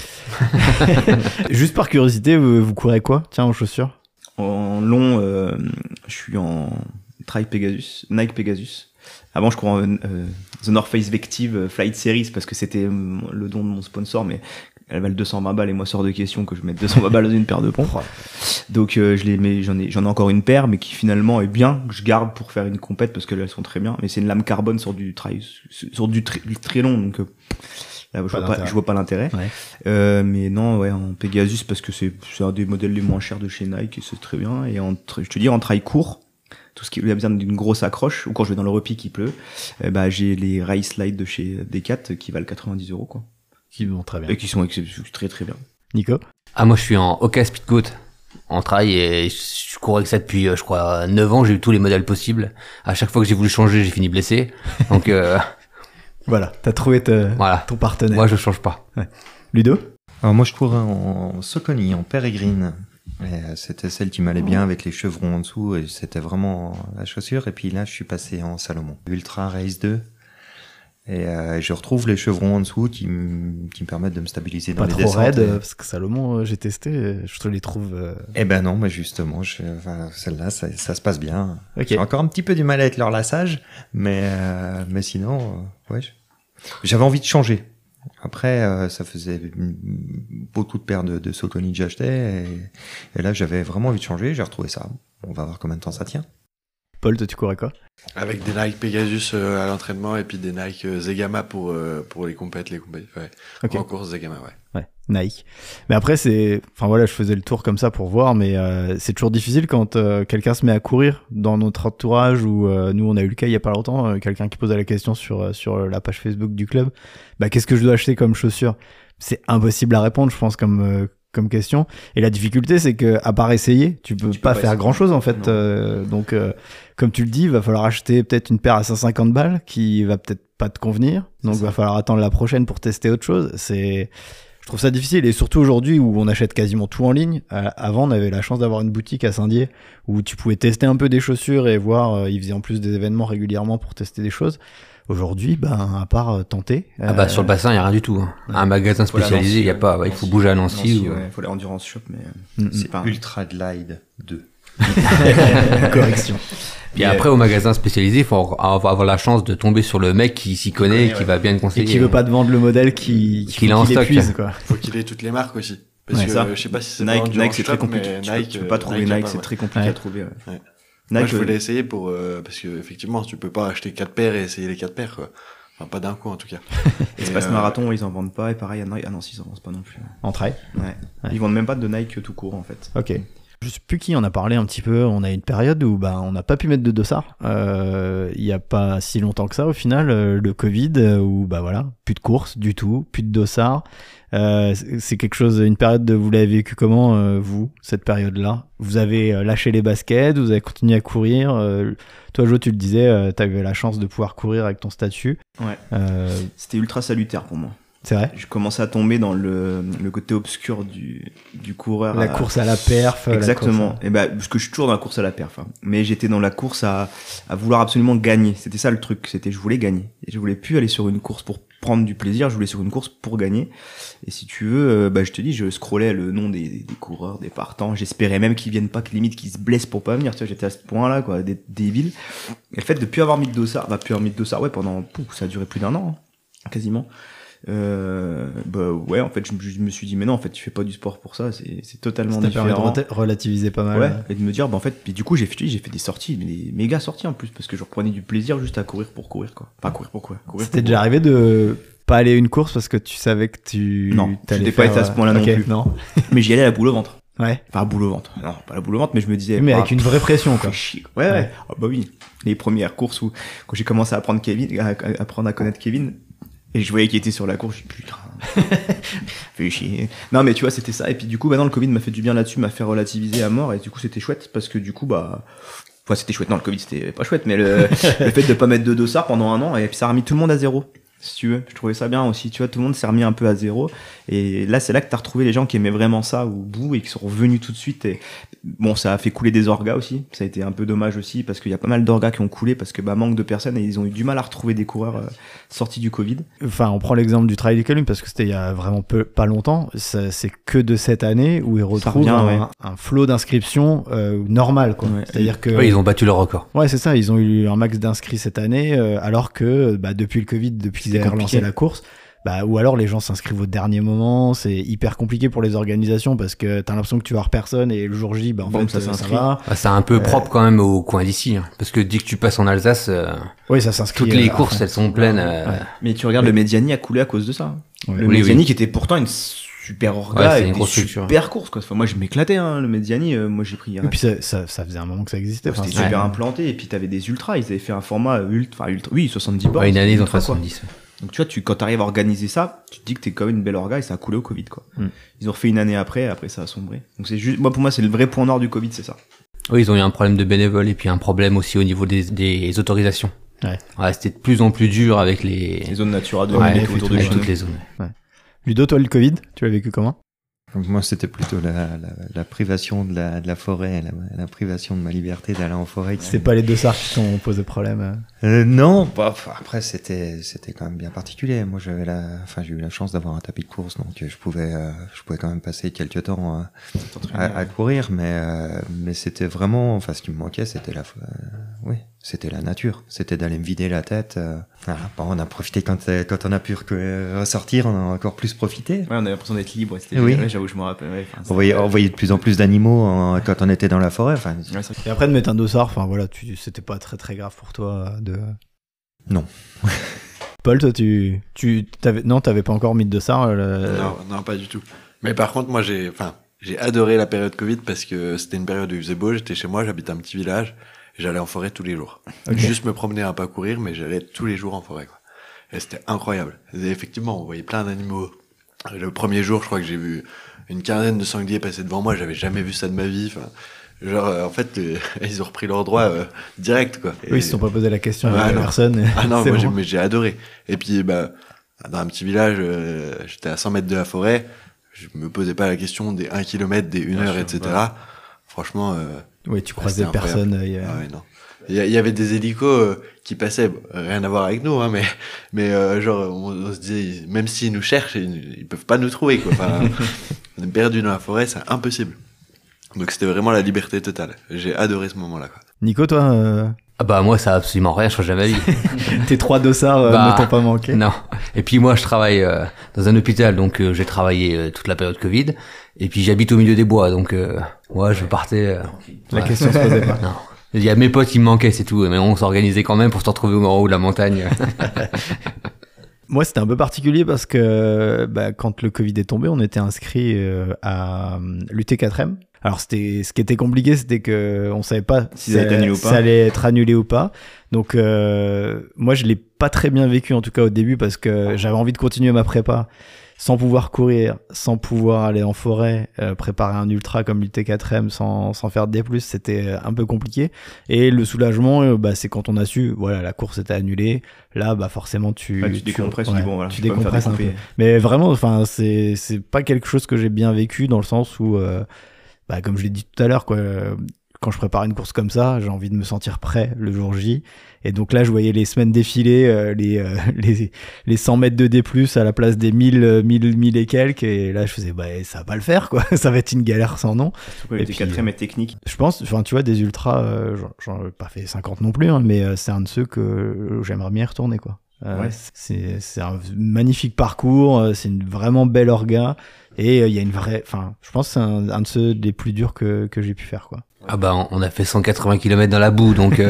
Juste par curiosité, vous courez quoi? Tiens, en chaussures. En long, je suis en Nike Pegasus. Avant, je courais en The North Face Vective Flight Series parce que c'était le don de mon sponsor, mais elle valent 220 balles et moi, sort de question que je mette 220 balles dans une paire de pompes. Donc, j'en ai encore une paire, mais qui finalement est bien, que je garde pour faire une compète parce qu'elles sont très bien. Mais c'est une lame carbone sur du très long, donc là, je vois pas l'intérêt. Ouais. Mais non, ouais, en Pegasus parce que c'est un des modèles les moins chers de chez Nike et c'est très bien. Et je te dis, en trail court, tout ce qui a besoin d'une grosse accroche, ou quand je vais dans le repi qui pleut, bah, j'ai les Race Slide de chez Decat qui valent 90 €, quoi. Qui vont très bien. Et qui sont très très bien. Nico? Ah, moi, je suis en Oka Speedgoat en trail et je cours avec ça depuis, je crois, 9 ans. J'ai eu tous les modèles possibles. À chaque fois que j'ai voulu changer, j'ai fini blessé. Donc, Voilà, t'as trouvé voilà. ton partenaire. Moi, je change pas. Ludo? Alors moi, je courais en Socony, en Peregrine. Et c'était celle qui m'allait bien avec les chevrons en dessous et c'était vraiment la chaussure. Et puis là, je suis passé en Salomon. Ultra Race 2. Et je retrouve les chevrons en dessous qui me permettent de me stabiliser dans Pas les trop descentes. raide, parce que Salomon, j'ai testé, je te les trouve... Eh ben non, mais justement, celle-là, ça se passe bien. Ok. J'ai encore un petit peu du mal avec leur lassage, mais sinon, ouais. J'avais envie de changer. Après, ça faisait beaucoup de paires de Saucony que j'achetais, et là, j'avais vraiment envie de changer. J'ai retrouvé ça. On va voir combien de temps ça tient. Paul, toi, tu courais quoi? Avec des Nike Pegasus à l'entraînement et puis des Nike Zegama pour les compètes, ouais. Ok. En course Zegama, ouais. Ouais, Nike. Mais après, enfin voilà, je faisais le tour comme ça pour voir, mais c'est toujours difficile quand quelqu'un se met à courir dans notre entourage ou nous, on a eu le cas il y a pas longtemps, quelqu'un qui posait la question sur la page Facebook du club. Bah, qu'est-ce que je dois acheter comme chaussures? C'est impossible à répondre, je pense, comme question. Et la difficulté, c'est que à part essayer, tu peux pas faire grand chose en fait. Donc, comme tu le dis, il va falloir acheter peut-être une paire à 150 balles qui va peut-être pas te convenir. Donc, il va falloir attendre la prochaine pour tester autre chose. Je trouve ça difficile, et surtout aujourd'hui où on achète quasiment tout en ligne. Avant, on avait la chance d'avoir une boutique à Saint-Dié où tu pouvais tester un peu des chaussures et voir. Ils faisaient en plus des événements régulièrement pour tester des choses. Aujourd'hui, ben, à part tenter. Ah bah, sur le bassin, il y a rien du tout. Hein. Un magasin spécialisé, il y a pas. Il faut bouger à Nancy. Il faut aller Endurance Shop, mais c'est pas. Ultra Glide 2. Correction. Puis après, au magasin spécialisé, il faut avoir la chance de tomber sur le mec qui s'y connaît et qui va bien te Et conseiller. qui veut pas te vendre le modèle qu'il a en stock. épuise, quoi. Faut qu'il ait toutes les marques aussi. Parce Ouais, que ça. je sais pas si c'est Nike, pas c'est très compliqué. Tu peux pas trouver Nike, c'est très compliqué Ouais. à trouver. Ouais. Nike, Moi, je voulais essayer parce que effectivement, tu peux pas acheter 4 paires et essayer les 4 paires, quoi. Enfin, pas d'un coup, en tout cas. Espace Marathon, ils en vendent pas, et pareil, à Nancy, ils en vendent pas non plus. En trail. Ouais. Ils vendent même pas de Nike tout court, en fait. Ok. Je sais plus qui en a parlé un petit peu. On a une période où on n'a pas pu mettre de dossard. Il y a pas si longtemps que ça au final, le Covid, où voilà, plus de courses du tout, plus de dossard. C'est quelque chose, une période, vous l'avez vécu comment, vous, cette période-là? Vous avez lâché les baskets, vous avez continué à courir. Toi, Jo, tu le disais, tu avais la chance de pouvoir courir avec ton statut. Ouais. C'était ultra salutaire pour moi. C'est vrai. Je commençais à tomber dans le côté obscur du coureur. La course à la perf. Exactement. Et parce que je suis toujours dans la course à la perf. Hein. Mais j'étais dans la course à vouloir absolument gagner. C'était ça le truc. Je voulais gagner. Et je voulais plus aller sur une course pour prendre du plaisir, je voulais sur une course pour gagner. Et si tu veux, je te dis, je scrollais le nom des coureurs, des partants, j'espérais même qu'ils viennent pas, que limite qu'ils se blessent pour pas venir, tu vois, j'étais à ce point-là, quoi, des débiles. Et le fait de plus avoir mis de dossard, ouais, pendant, ça a duré plus d'1 an, hein, quasiment. Ouais, en fait, je me suis dit, mais non, en fait, tu fais pas du sport pour ça, c'est totalement Ça t'a permis différent. de relativiser pas mal. Ouais, et de me dire, en fait, puis du coup, j'ai fait des sorties, des méga sorties en plus, parce que je reprenais du plaisir juste à courir pour courir, quoi. Enfin, courir pour quoi? C'était déjà arrivé de pas aller à une course parce que tu savais que Non, t'allais j'étais pas été à ce point-là non plus. Non. Mais j'y allais à la boule au ventre. Ouais. Enfin, à boule au ventre. Non, pas la boule au ventre, mais je me disais. Mais avec une vraie pression, quoi. Chier, quoi. Ouais. Ah, bah oui. Les premières courses où, quand j'ai commencé à apprendre à connaître Kevin, et je voyais qu'il était sur la course, je me suis dit, putain, fais chier. Non, mais tu vois, c'était ça. Et puis, du coup, maintenant, le Covid m'a fait du bien là-dessus, m'a fait relativiser à mort, et du coup, c'était chouette, parce que du coup, c'était chouette. Non, le Covid, c'était pas chouette, mais le fait de pas mettre de dossard pendant 1 an, et puis ça a remis tout le monde à zéro. Si tu veux, je trouvais ça bien aussi, tu vois, tout le monde s'est remis un peu à zéro, et là c'est là que t'as retrouvé les gens qui aimaient vraiment ça au bout et qui sont revenus tout de suite. Et bon, ça a fait couler des orgas aussi, ça a été un peu dommage aussi parce qu'il y a pas mal d'orgas qui ont coulé parce que manque de personnes et ils ont eu du mal à retrouver des coureurs sortis du Covid. Enfin, on prend l'exemple du Trail des Collines parce que c'était il y a vraiment pas longtemps, c'est que de cette année où ils retrouvent un flot d'inscriptions normal, quoi. Ouais. C'est-à-dire que ils ont battu leur record. Ouais, c'est ça, ils ont eu un max d'inscrits cette année alors que depuis le Covid, depuis qu'ils avaient relancé la course, ou alors les gens s'inscrivent au dernier moment, c'est hyper compliqué pour les organisations parce que t'as l'impression que tu vas voir personne et le jour J, ça va. C'est un peu propre quand même au coin d'ici, hein, parce que dès que tu passes en Alsace, oui, ça s'inscrit. Toutes les courses, elles sont pleines. Mais tu regardes le Mediani a coulé à cause de ça. Ouais. Le Mediani qui était pourtant une super orga et une super course, quoi. Enfin, moi, je m'éclatais, hein, le Mediani, moi j'ai pris. Et puis ça faisait un moment que ça existait. C'était super implanté et puis t'avais des ultras, ils avaient fait un format ultra, oui, 70 bornes. Une année ils ont fait 70. Donc tu vois, quand t'arrives à organiser ça, tu te dis que t'es quand même une belle orga et ça a coulé au Covid, quoi. Ils ont refait une année après ça a sombré. Donc c'est juste, pour moi c'est le vrai point noir du Covid, c'est ça. Oui, ils ont eu un problème de bénévoles et puis un problème aussi au niveau des autorisations. Ouais, c'était de plus en plus dur avec les zones Natura 2000 autour de toutes les zones. Ouais. Ludo, toi, le Covid, tu l'as vécu comment? Donc moi, c'était plutôt la privation de la forêt, la privation de ma liberté d'aller en forêt. C'est pas les dossards qui t'ont posé problème? Non, après c'était quand même bien particulier. Moi, j'ai eu la chance d'avoir un tapis de course, donc je pouvais quand même passer quelques temps à courir, mais c'était vraiment, ce qui me manquait, c'était c'était la nature, c'était d'aller me vider la tête. Voilà. Bon, on a profité quand on a pu ressortir, on a encore plus profité. Ouais, on avait l'impression d'être libre. C'était j'avoue, je me rappelle. Ouais, on voyait de plus en plus d'animaux quand on était dans la forêt. Et après de mettre un dossard, c'était pas très très grave pour toi de. Non. Paul, toi, t'avais pas encore mis de dossard. Non, pas du tout. Mais par contre, moi, j'ai adoré la période Covid parce que c'était une période où il faisait beau. J'étais chez moi, j'habite un petit village. J'allais en forêt tous les jours. Okay. Juste me promener à pas courir, mais j'allais tous les jours en forêt, quoi. Et c'était incroyable. Et effectivement, on voyait plein d'animaux. Le premier jour, je crois que j'ai vu une quinzaine de sangliers passer devant moi. J'avais jamais vu ça de ma vie. En fait, ils ont repris leur droit direct, quoi. Et... Oui, ils se sont pas posé la question à personne. Ah non, moi j'ai adoré. Et puis, dans un petit village, j'étais à 100 mètres de la forêt. Je me posais pas la question des 1 kilomètre, des 1 heure, etc. Ouais. Franchement, oui, tu croisais personne. Ah ouais, non. Il y avait des hélicos qui passaient, rien à voir avec nous, hein, mais on se disait, même s'ils nous cherchent, ils peuvent pas nous trouver, quoi. Enfin, on est perdu dans la forêt, c'est impossible. Donc c'était vraiment la liberté totale. J'ai adoré ce moment-là, quoi. Nico, toi moi, ça a absolument rien changé à ma vie. Tes 3 dossards ne t'ont pas manqué? Non. Et puis moi, je travaille dans un hôpital, donc j'ai travaillé toute la période Covid. Et puis j'habite au milieu des bois, donc moi, je partais... La question se posait pas. Non. Il y a mes potes qui me manquaient, c'est tout. Mais on s'organisait quand même pour se retrouver au haut de la montagne. Moi, c'était un peu particulier parce que quand le Covid est tombé, on était inscrit à l'UT4M. Alors ce qui était compliqué, c'était que on savait pas si ça allait être annulé ou pas. Donc moi, je l'ai pas très bien vécu en tout cas au début parce que j'avais envie de continuer ma prépa sans pouvoir courir, sans pouvoir aller en forêt, préparer un ultra comme l'UT4M sans faire de D+, c'était un peu compliqué. Et le soulagement, c'est quand on a su, voilà, la course était annulée. Là, forcément, tu décompresses, tu décompresses un peu. Mais vraiment, c'est pas quelque chose que j'ai bien vécu dans le sens où, comme je l'ai dit tout à l'heure, quoi. quand je prépare une course comme ça, j'ai envie de me sentir prêt le jour J. Et donc là, je voyais les semaines défiler, les 100 mètres de D+, à la place des 1000 et quelques. Et là, je faisais, ça va pas le faire, quoi. Ça va être une galère sans nom. Surtout les 4e et technique. Je pense, enfin, tu vois, des ultras, j'en ai pas fait 50 non plus, hein, mais c'est un de ceux que j'aimerais bien y retourner, quoi. Ouais. C'est un magnifique parcours, c'est une vraiment belle orga. Et il y a une vraie, enfin, je pense que c'est un de ceux des plus durs que j'ai pu faire, quoi. Ah bah, on a fait 180 km dans la boue, donc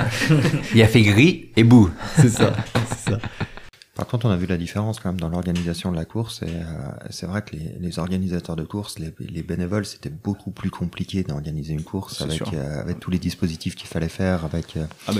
il a fait gris et boue. C'est ça, c'est ça. Par contre, on a vu la différence quand même dans l'organisation de la course, et c'est vrai que les organisateurs de course, les bénévoles, c'était beaucoup plus compliqué d'organiser une course avec tous les dispositifs qu'il fallait faire, avec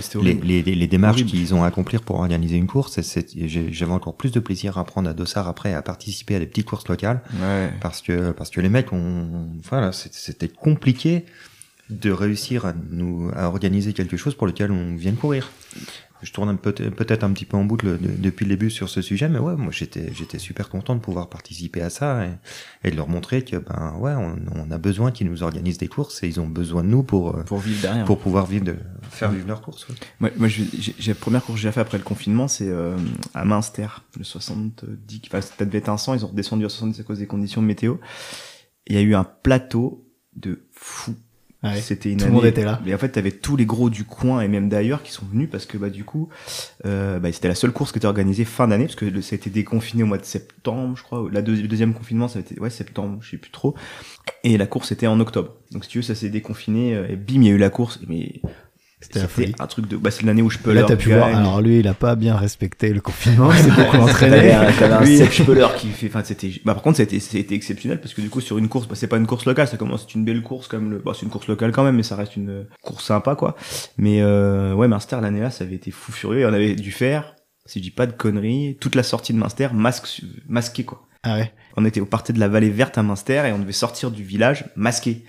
les démarches qu'ils ont à accomplir pour organiser une course. Et j'avais encore plus de plaisir à prendre à Dossard après, à participer à des petites courses locales, parce que les mecs c'était compliqué de réussir à organiser quelque chose pour lequel on vient de courir. Je tourne peut-être un petit peu en boucle depuis le début sur ce sujet, mais ouais, moi j'étais super content de pouvoir participer à ça et de leur montrer que on a besoin qu'ils nous organisent des courses et ils ont besoin de nous pour vivre derrière, pour pouvoir faire vivre leurs courses. Ouais. Moi j'ai la première course que j'ai fait après le confinement, c'est à Münster, le 70, enfin ça devait être un 100, ils ont redescendu à 70 à cause des conditions météo. Il y a eu un plateau de fou. Ouais, c'était une tout année, le monde était là. Mais en fait, t'avais tous les gros du coin et même d'ailleurs qui sont venus parce que du coup, c'était la seule course qui était organisée fin d'année parce que ça a été déconfiné au mois de septembre, je crois. Le deuxième confinement, ça a été septembre, je sais plus trop. Et la course était en octobre. Donc si tu veux, ça s'est déconfiné et bim, il y a eu la course. Mais c'était un truc de. C'est l'année où je peux. Là, t'as pu voir. Alors lui, il a pas bien respecté le confinement. Il s'est beaucoup entraîné. T'avais un Sepp Speller qui fait. Enfin, c'était. Par contre, c'était exceptionnel parce que du coup, sur une course, c'est pas une course locale. Ça commence, c'est une belle course comme c'est une course locale quand même, mais ça reste une course sympa, quoi. Mais Münster l'année là, ça avait été fou furieux. Et on avait dû faire, si je dis pas de conneries, toute la sortie de Münster masqué, quoi. Ah ouais. On partait de la vallée verte à Münster et on devait sortir du village masqué.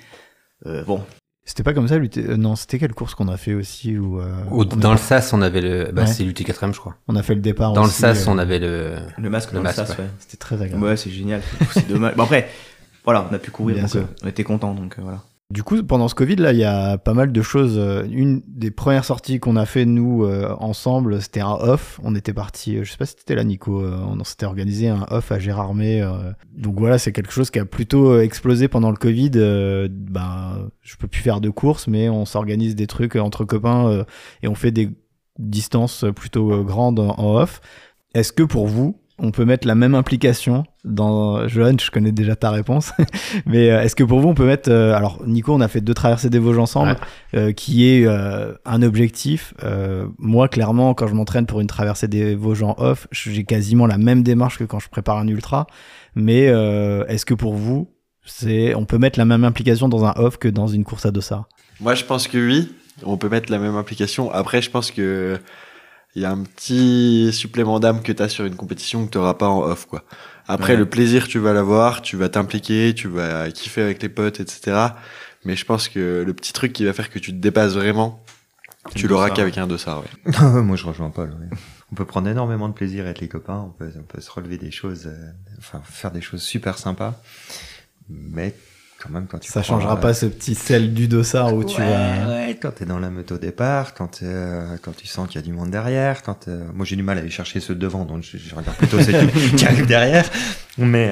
C'était pas comme ça, non, c'était quelle course qu'on a fait aussi dans le SAS, on avait c'est l'UT4M, je crois. On a fait le départ dans aussi. Le SAS, on avait le masque dans le SAS, ouais. C'était très agréable. Ouais, c'est génial. C'est dommage. Bon, après, voilà, on a pu courir, donc on était contents, donc voilà. Du coup, pendant ce Covid, là, il y a pas mal de choses. Une des premières sorties qu'on a fait, nous, ensemble, c'était un off. On était parti, je sais pas si c'était là, Nico, on s'était organisé un off à Gérardmer. Donc voilà, c'est quelque chose qui a plutôt explosé pendant le Covid. Je peux plus faire de courses, mais on s'organise des trucs entre copains et on fait des distances plutôt grandes en off. Est-ce que pour vous, on peut mettre la même implication dans... Johan, je connais déjà ta réponse, mais est-ce que pour vous, on peut mettre... alors, Nico, on a fait 2 traversées des Vosges ensemble, qui est un objectif. Moi, clairement, quand je m'entraîne pour une traversée des Vosges en off, j'ai quasiment la même démarche que quand je prépare un ultra. Mais est-ce que pour vous, on peut mettre la même implication dans un off que dans une course à dossard? Moi, je pense que oui, on peut mettre la même implication. Après, je pense que il y a un petit supplément d'âme que t'as sur une compétition que t'auras pas en off, quoi. Après, le plaisir, tu vas l'avoir, tu vas t'impliquer, tu vas kiffer avec tes potes, etc. Mais je pense que le petit truc qui va faire que tu te dépasses vraiment, tu l'auras qu'avec un dossard, ouais. Moi, je rejoins Paul, ouais. On peut prendre énormément de plaisir avec les copains, on peut se relever des choses, faire des choses super sympas. Mais, quand même, quand tu ça changera pas ce petit sel du dossard où tu vas... Ouais, quand t'es dans la meute au départ, quand tu sens qu'il y a du monde derrière, moi j'ai du mal à aller chercher ceux de devant, donc je regarde plutôt ceux qui arrivent derrière. Mais,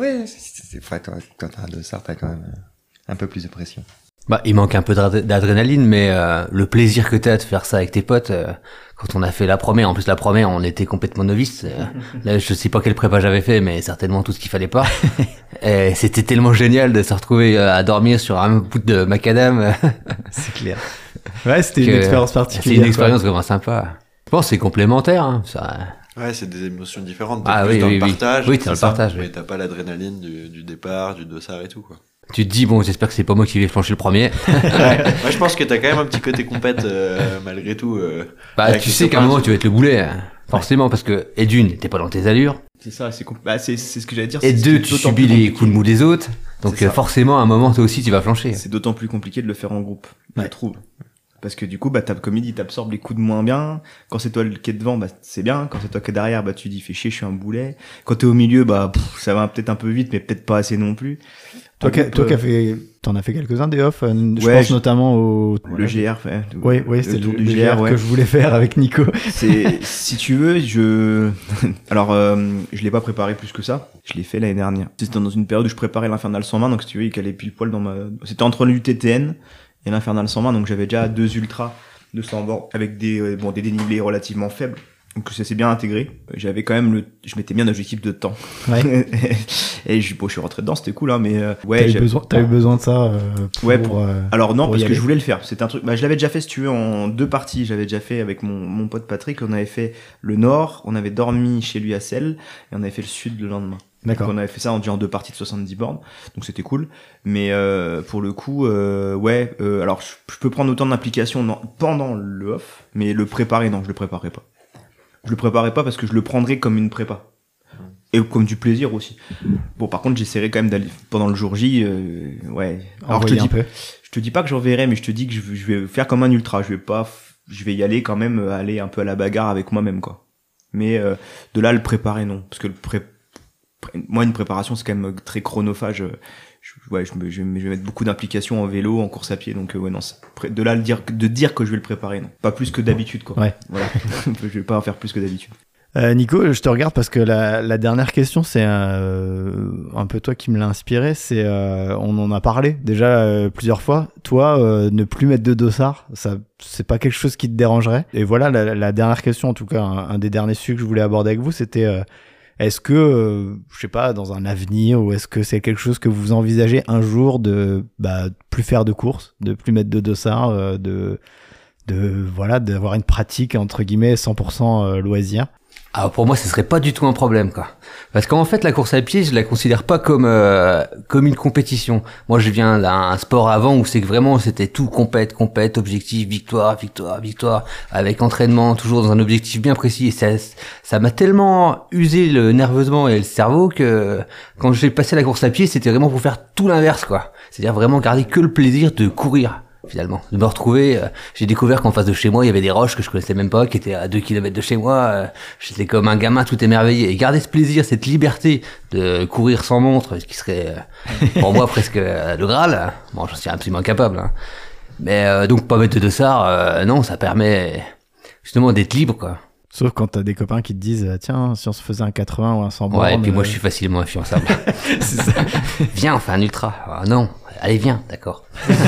quand t'as un dossard, t'as quand même un peu plus de pression. Il manque un peu d'adrénaline, mais le plaisir que t'as de faire ça avec tes potes, quand on a fait la première, en plus la première, on était complètement novices. Là, je sais pas quelle prépa j'avais fait, mais certainement tout ce qu'il fallait pas. Et c'était tellement génial de se retrouver à dormir sur un bout de macadam. C'est clair. Ouais, c'était une expérience particulière. C'est une expérience vraiment sympa. Je pense que c'est complémentaire, hein, ça. Ouais, c'est des émotions différentes. Ah oui, dans oui, le partage. Oui, dans le partage. Mais t'as pas l'adrénaline du départ, du dossard et tout, quoi. Tu te dis, bon, j'espère que c'est pas moi qui vais flancher le premier. Moi, je pense que t'as quand même un petit côté compète, malgré tout. Tu sais qu'à un moment, tu vas être le boulet. Forcément, parce que, et d'une, t'es pas dans tes allures. C'est ça, c'est ce que j'allais dire. Et deux, tu subis les coups de mou des autres. Donc, forcément, à un moment, toi aussi, tu vas flancher. C'est d'autant plus compliqué de le faire en groupe, je trouve. Parce que du coup, comme il dit, t'absorbes les coups de moins bien. Quand c'est toi qui est devant, c'est bien. Quand c'est toi qui est derrière, tu dis, fais chier, je suis un boulet. Quand t'es au milieu, ça va peut-être un peu vite, mais peut-être pas assez non plus. Toi qui as fait t'en as fait quelques-uns des off. Je Ouais, pense notamment au... Le GR, Oui, c'est tour le du GR GR, ouais. que je voulais faire avec Nico. Si tu veux, alors, je l'ai pas préparé plus que ça. Je l'ai fait l'année dernière. C'était dans une période où je préparais l'Infernal 120, donc si tu veux, il calait pile poil c'était entre l'UTTN et l'Infernal 120, donc j'avais déjà 2 ultras de 100 bords avec des dénivelés relativement faibles. Donc ça s'est bien intégré. J'avais quand même je m'étais mis un objectif de temps. Ouais. Et je suis rentré dedans, c'était cool, hein, mais ouais. T'as eu besoin de ça Alors non, pour parce y que aller. je voulais le faire. C'était un truc. Je l'avais déjà fait, si tu veux, en 2 parties. J'avais déjà fait avec mon pote Patrick. On avait fait le nord, on avait dormi chez lui à Celles, et on avait fait le sud le lendemain. D'accord. Donc on avait fait ça en 2 parties de 70 bornes, donc c'était cool. Mais pour le coup, alors je peux prendre autant d'implications pendant le off, mais le préparer, non, je le préparerai pas. Je le préparerai pas parce que je le prendrai comme une prépa. Et comme du plaisir aussi. Bon, par contre, j'essaierai quand même d'aller pendant le jour J, ouais. Alors Envoyer un peu. je te dis pas que j'en verrai, mais je te dis que je vais faire comme un ultra. Je vais y aller quand même, aller un peu à la bagarre avec moi-même, quoi. Mais de là, le préparer, non. Parce que moi, une préparation, c'est quand même très chronophage. Je vais mettre beaucoup d'implications en vélo, en course à pied, donc ouais, non. De là, de dire que je vais le préparer, non. Pas plus que d'habitude, quoi. Ouais. Voilà. Je vais pas en faire plus que d'habitude. Nico, je te regarde parce que la dernière question, c'est un peu toi qui me l'a inspiré. C'est on en a parlé déjà plusieurs fois. Toi, ne plus mettre de dossard, ça, c'est pas quelque chose qui te dérangerait. Et voilà, la dernière question, en tout cas, un des derniers sujets que je voulais aborder avec vous, c'était est-ce que, je sais pas, dans un avenir, ou est-ce que c'est quelque chose que vous envisagez un jour de plus faire de courses, de plus mettre de dossard, voilà, d'avoir une pratique entre guillemets 100% loisir? Alors pour moi, ce serait pas du tout un problème, quoi. Parce qu'en fait, la course à pied, je la considère pas comme une compétition. Moi, je viens d'un sport avant où c'est que vraiment c'était tout compète, objectif, victoire, avec entraînement, toujours dans un objectif bien précis. Et ça m'a tellement usé nerveusement et le cerveau que quand j'ai passé à la course à pied, c'était vraiment pour faire tout l'inverse, quoi. C'est-à-dire vraiment garder que le plaisir de courir. Finalement, de me retrouver, j'ai découvert qu'en face de chez moi, il y avait des roches que je connaissais même pas, qui étaient à 2 kilomètres de chez moi, j'étais comme un gamin tout émerveillé, et garder ce plaisir, cette liberté de courir sans montre, ce qui serait, pour moi, presque le Graal, bon, j'en suis absolument incapable, hein. Mais donc, pas mettre de dossard, non, ça permet justement d'être libre, quoi. Sauf quand t'as des copains qui te disent tiens, si on se faisait un 80 ou un 100 bornes. Ouais, et puis moi je suis facilement influençable. C'est ça. Viens, on fait un ultra. Ah, non, allez viens, d'accord.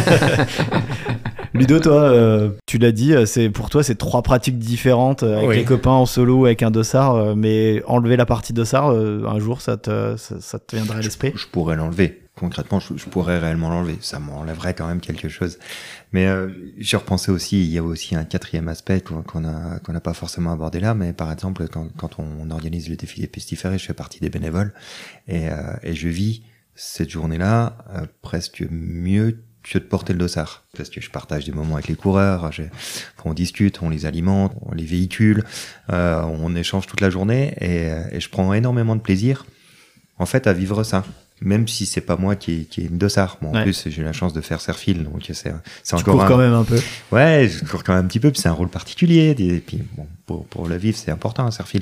Ludo, toi, tu l'as dit, pour toi c'est 3 pratiques différentes avec Oui. les copains en solo, avec un dossard, mais enlever la partie dossard, un jour ça te viendrait à l'esprit? Je pourrais l'enlever. Concrètement, je pourrais réellement l'enlever. Ça m'enlèverait quand même quelque chose. Mais j'ai repensé aussi, il y a aussi un 4e aspect qu'on n'a pas forcément abordé là, mais par exemple, quand on organise le défilé pestiféré, je fais partie des bénévoles, et je vis cette journée-là presque mieux que de porter le dossard. Parce que je partage des moments avec les coureurs, on discute, on les alimente, on les véhicule, on échange toute la journée, et je prends énormément de plaisir, en fait, à vivre ça. Même si c'est pas moi qui ai une dossard. Bon, en plus, j'ai eu la chance de faire Surfil, donc c'est Tu encore cours quand même un peu. Ouais, je cours quand même un petit peu, puis c'est un rôle particulier. Et puis, bon, pour le vivre, c'est important, un Surfil.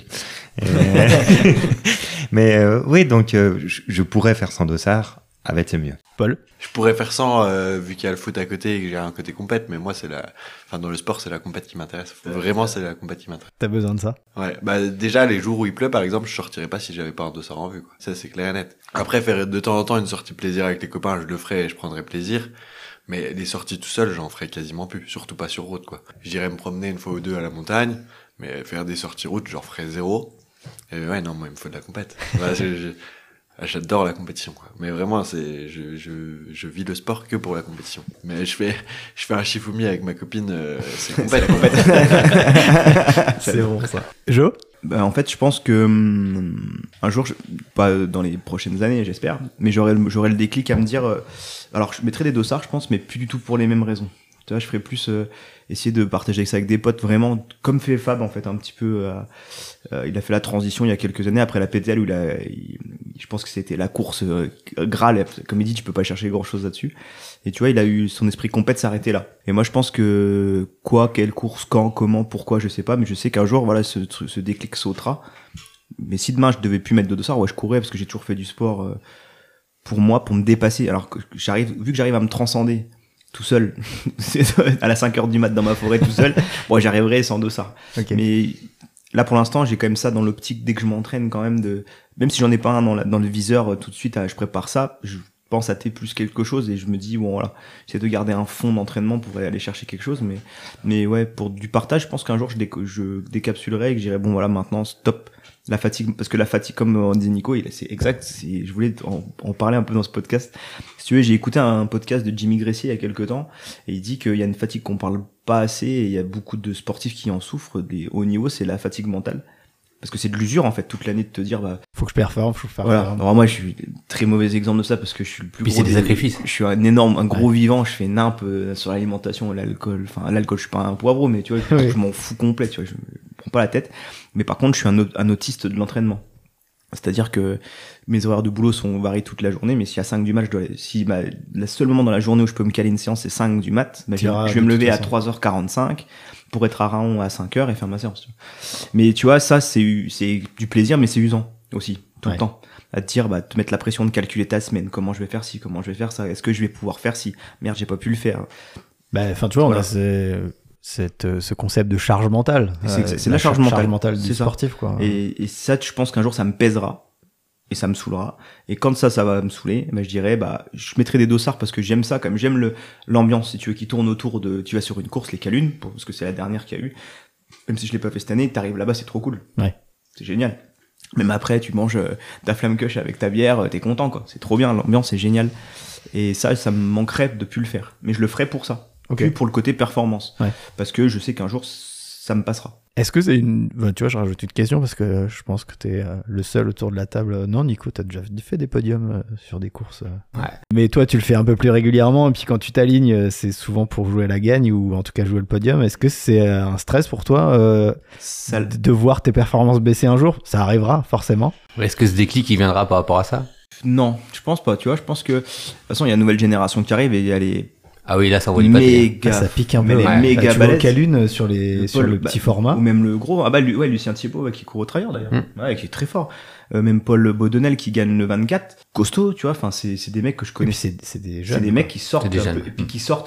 Mais oui, donc je pourrais faire sans dossard, avec c'est mieux. Paul? Je pourrais faire sans, vu qu'il y a le foot à côté et que j'ai un côté compète, mais moi, dans le sport, c'est la compète qui m'intéresse. Vraiment, c'est la compète qui m'intéresse. T'as besoin de ça? Ouais, déjà, les jours où il pleut, par exemple, je sortirais pas si j'avais pas un dossard en vue, quoi. Ça, c'est clair et net. Après, faire de temps en temps une sortie plaisir avec les copains, je le ferai et je prendrai plaisir. Mais les sorties tout seul, j'en ferai quasiment plus. Surtout pas sur route, quoi. J'irai me promener une fois ou deux à la montagne, mais faire des sorties route, j'en ferai 0. Et ouais, non, moi, il me faut de la compète. Ouais, j'adore la compétition, quoi. Mais vraiment, je vis le sport que pour la compétition. Mais je fais un Shifumi avec ma copine, c'est compète. C'est bon, ça. Jo? En fait, je pense que un jour, pas dans les prochaines années, j'espère, mais j'aurai le déclic à me dire. Alors, je mettrai des dossards, je pense, mais plus du tout pour les mêmes raisons. Tu vois, je ferai plus essayer de partager ça avec des potes, vraiment comme fait Fab en fait, un petit peu. Il a fait la transition il y a quelques années après la PTL où je pense que c'était la course Graal. Comme il dit, tu peux pas chercher grand chose là-dessus. Et tu vois, il a eu son esprit compète s'arrêter là. Et moi, je pense que quelle course, quand, comment, pourquoi, je sais pas, mais je sais qu'un jour, voilà, ce déclic sautera. Mais si demain je devais plus mettre de dossard, ouais, je courrais parce que j'ai toujours fait du sport pour moi, pour me dépasser, alors que vu que j'arrive à me transcender tout seul, à la 5h du mat dans ma forêt tout seul, bon, j'arriverai sans dossard. Okay. Mais là, pour l'instant, j'ai quand même ça dans l'optique, dès que je m'entraîne quand même même si j'en ai pas un dans le viseur tout de suite, je prépare ça, je pense à plus quelque chose et je me dis, bon, voilà, j'essaie de garder un fond d'entraînement pour aller chercher quelque chose, mais ouais, pour du partage, je pense qu'un jour, je décapsulerai et que je dirais, bon, voilà, maintenant, stop. La fatigue, parce que la fatigue, comme dit Nico, c'est exact, je voulais en parler un peu dans ce podcast. Si tu veux, j'ai écouté un podcast de Jimmy Gressier il y a quelques temps, et il dit qu'il y a une fatigue qu'on parle pas assez, et il y a beaucoup de sportifs qui en souffrent, des hauts niveaux, c'est la fatigue mentale. Parce que c'est de l'usure, en fait, toute l'année de te dire, faut que je performe. Voilà. Alors moi, je suis très mauvais exemple de ça parce que je suis le plus Puis gros. c'est des sacrifices. Je suis un gros vivant, je fais nimp sur l'alimentation, l'alcool. Enfin, l'alcool, je suis pas un poivreau, mais tu vois, je m'en fous complet, tu vois, je me prends pas la tête. Mais par contre, je suis un autiste de l'entraînement. C'est-à-dire que mes horaires de boulot varient toute la journée, mais si à 5 du mat, le seul moment dans la journée où je peux me caler une séance, c'est 5 du mat, je vais me lever à 3h45 pour être à Raon à 5h et faire ma séance. Mais tu vois, ça, c'est du plaisir, mais c'est usant aussi, tout le temps. À te dire, te mettre la pression de calculer ta semaine, comment je vais faire ci, comment je vais faire ça, est-ce que je vais pouvoir faire ci, merde, j'ai pas pu le faire. Enfin, tu vois, voilà. On a ce concept de charge mentale. C'est la charge mentale du sportif, quoi. Et ça, je pense qu'un jour, ça me pèsera. Et ça me saoulera. Et quand ça va me saouler, je dirais, je mettrai des dossards parce que j'aime ça, comme j'aime l'ambiance, si tu veux, qui tourne autour tu vas sur une course, les Calunes, parce que c'est la dernière qu'il y a eu. Même si je l'ai pas fait cette année, t'arrives là-bas, c'est trop cool. Ouais. C'est génial. Même après, tu manges ta flamme kush avec ta bière, t'es content, quoi. C'est trop bien, l'ambiance est géniale. Et ça me manquerait de plus le faire. Mais je le ferai pour ça. Okay. Plus pour le côté performance. Ouais. Parce que je sais qu'un jour, ça me passera. Est-ce que c'est tu vois, je rajoute une question parce que je pense que t'es le seul autour de la table. Non, Nico, t'as déjà fait des podiums sur des courses. Ouais. Mais toi, tu le fais un peu plus régulièrement et puis quand tu t'alignes, c'est souvent pour jouer la gagne ou en tout cas jouer le podium. Est-ce que c'est un stress pour toi de voir tes performances baisser un jour? Ça arrivera, forcément. Est-ce que ce déclic, il viendra par rapport à ça? Non, je pense pas. Tu vois, je pense que de toute façon, il y a une nouvelle génération qui arrive et elle est Ah oui, là, ça envoie du papier. Ça pique un peu. Elle est méga tu vois balèze. Calune sur le petit format. Ou même le gros. Lucien Thibault, qui court au trailer d'ailleurs. Ouais, qui est très fort. Même Paul Baudonnel qui gagne le 24. Costaud, tu vois. Enfin, c'est des mecs que je connais. C'est des jeunes. C'est des mecs qui sortent un peu, et puis qui sortent,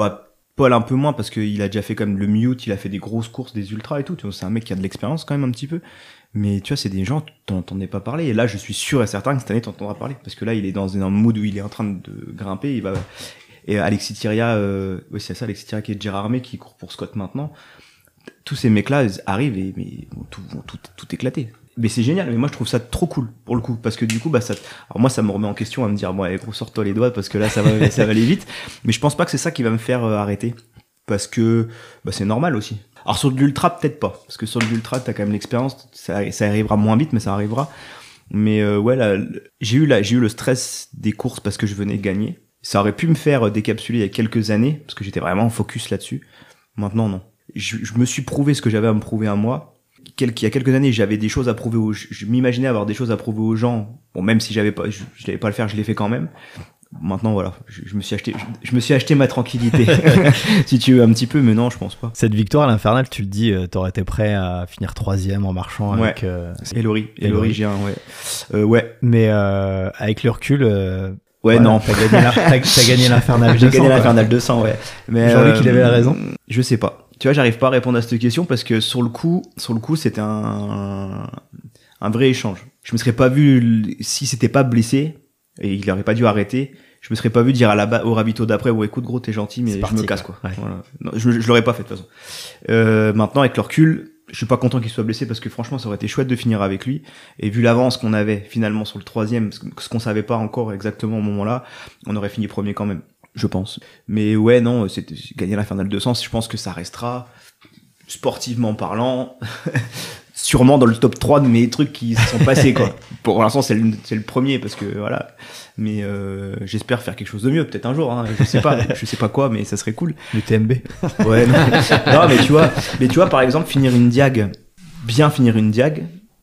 Paul un peu moins parce qu'il a déjà fait comme le Mute, il a fait des grosses courses, des ultras et tout. Tu vois, c'est un mec qui a de l'expérience quand même un petit peu. Mais tu vois, c'est des gens, t'en entendais pas parler. Et là, je suis sûr et certain que cette année, t'entendras parler. Parce que là, il est dans un mood où il est en train de grimper. Et Alexis Thieria, c'est ça, Alexis Thieria qui est Gérard Armé, qui court pour Scott maintenant. Tous ces mecs-là arrivent et vont tout éclater. Mais c'est génial. Mais moi, je trouve ça trop cool, pour le coup. Parce que du coup, alors moi, ça me remet en question à me dire, gros, sors-toi les doigts parce que là, ça va aller vite. Mais je pense pas que c'est ça qui va me faire arrêter. Parce que, c'est normal aussi. Alors sur de l'ultra, peut-être pas. Parce que sur de l'ultra, t'as quand même l'expérience. Ça arrivera moins vite, mais ça arrivera. Mais, j'ai eu le stress des courses parce que je venais gagner. Ça aurait pu me faire décapsuler il y a quelques années, parce que j'étais vraiment focus là-dessus. Maintenant, non. Je me suis prouvé ce que j'avais à me prouver à moi. Il y a quelques années, j'avais des choses à prouver je m'imaginais avoir des choses à prouver aux gens. Bon, même si je n'avais pas à le faire, je l'ai fait quand même. Maintenant, voilà. Je me suis acheté ma tranquillité. Si tu veux, un petit peu, mais non, je pense pas. Cette victoire à l'Infernal, tu le dis, t'aurais été prêt à finir 3e en marchant avec, Elori G1, ouais. Ouais. Mais, avec le recul, non. T'as gagné l'Infernal 200. J'ai gagné l'Infernal 200, ouais. Mais Jean-Luc, il avait la raison. Je sais pas. Tu vois, j'arrive pas à répondre à cette question parce que sur le coup, c'était un vrai échange. Je me serais pas vu, si c'était pas blessé, et il aurait pas dû arrêter, je me serais pas vu dire au ravito d'après, écoute gros, t'es gentil, mais je me casse, quoi. Ouais. Voilà. Non, je l'aurais pas fait, de toute façon. Maintenant, avec le recul, je suis pas content qu'il soit blessé parce que franchement, ça aurait été chouette de finir avec lui. Et vu l'avance qu'on avait finalement sur le 3e, ce qu'on savait pas encore exactement au moment-là, on aurait fini premier quand même. Je pense. Mais ouais, non, gagner l'Infernal 200, je pense que ça restera, sportivement parlant, sûrement dans le top 3 de mes trucs qui se sont passés, quoi. Pour l'instant, c'est le premier, parce que, voilà. Mais j'espère faire quelque chose de mieux, peut-être un jour, hein. Je sais pas quoi, mais ça serait cool. Le TMB. Ouais, non, mais tu vois, par exemple, bien finir une diag,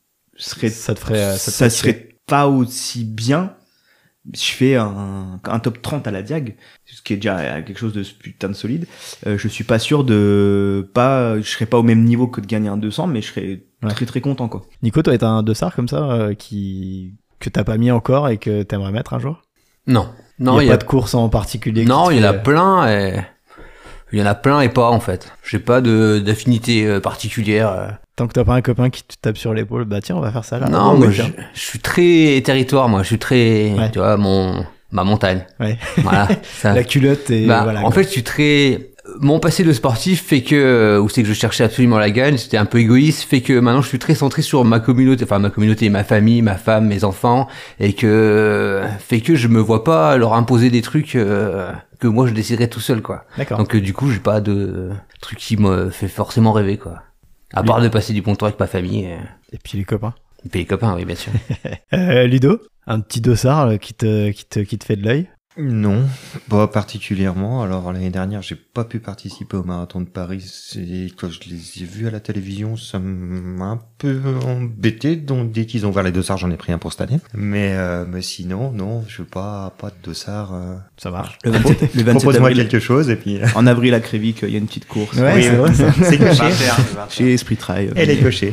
ça serait pas aussi bien. Je fais un top 30 à la diag, ce qui est déjà quelque chose de putain de solide. Je suis pas sûr je serais pas au même niveau que de gagner un 200, mais je serais très très content, quoi. Nico, toi, t'as un dossard comme ça que t'as pas mis encore et que t'aimerais mettre un jour? Non. Non, il y a pas de course en particulier. Non, il y en a fait... plein et il y en a plein et pas en fait. J'ai pas d'affinité particulière. Tant que t'as pas un copain qui te tape sur l'épaule, bah tiens, on va faire ça là. Non, Oh, moi ouais, je tiens. suis très territoire, moi. Je suis très, Ouais. tu vois, ma montagne. Ouais. Voilà. Ça. La culotte et Bah, voilà. en fait, je suis très. Mon passé de sportif fait que, ou c'est que je cherchais absolument la gagne, c'était un peu égoïste, fait que maintenant je suis très centré sur ma communauté, ma famille, ma femme, mes enfants, et fait que je me vois pas leur imposer des trucs que moi je déciderais tout seul, quoi. D'accord. Donc du coup, j'ai pas de truc qui me fait forcément rêver, quoi. À part de passer du bon temps avec ma famille, Et puis les copains. et puis les copains, oui, bien sûr. Ludo, un petit dossard qui te fait de l'œil. Non, pas particulièrement. Alors l'année dernière, j'ai pas pu participer au marathon de Paris. C'est quand je les ai vus à la télévision, ça m'a un peu embêté. Donc dès qu'ils ont ouvert les dossards, j'en ai pris un pour cette année. Mais sinon, non, je veux pas de dossard. Ça marche. Le 27 Propose-moi avril, quelque chose et puis. en avril à Crévic, il y a une petite course. Ouais, c'est vrai ça. C'est coché. Chez Esprit Trail. Elle est cochée.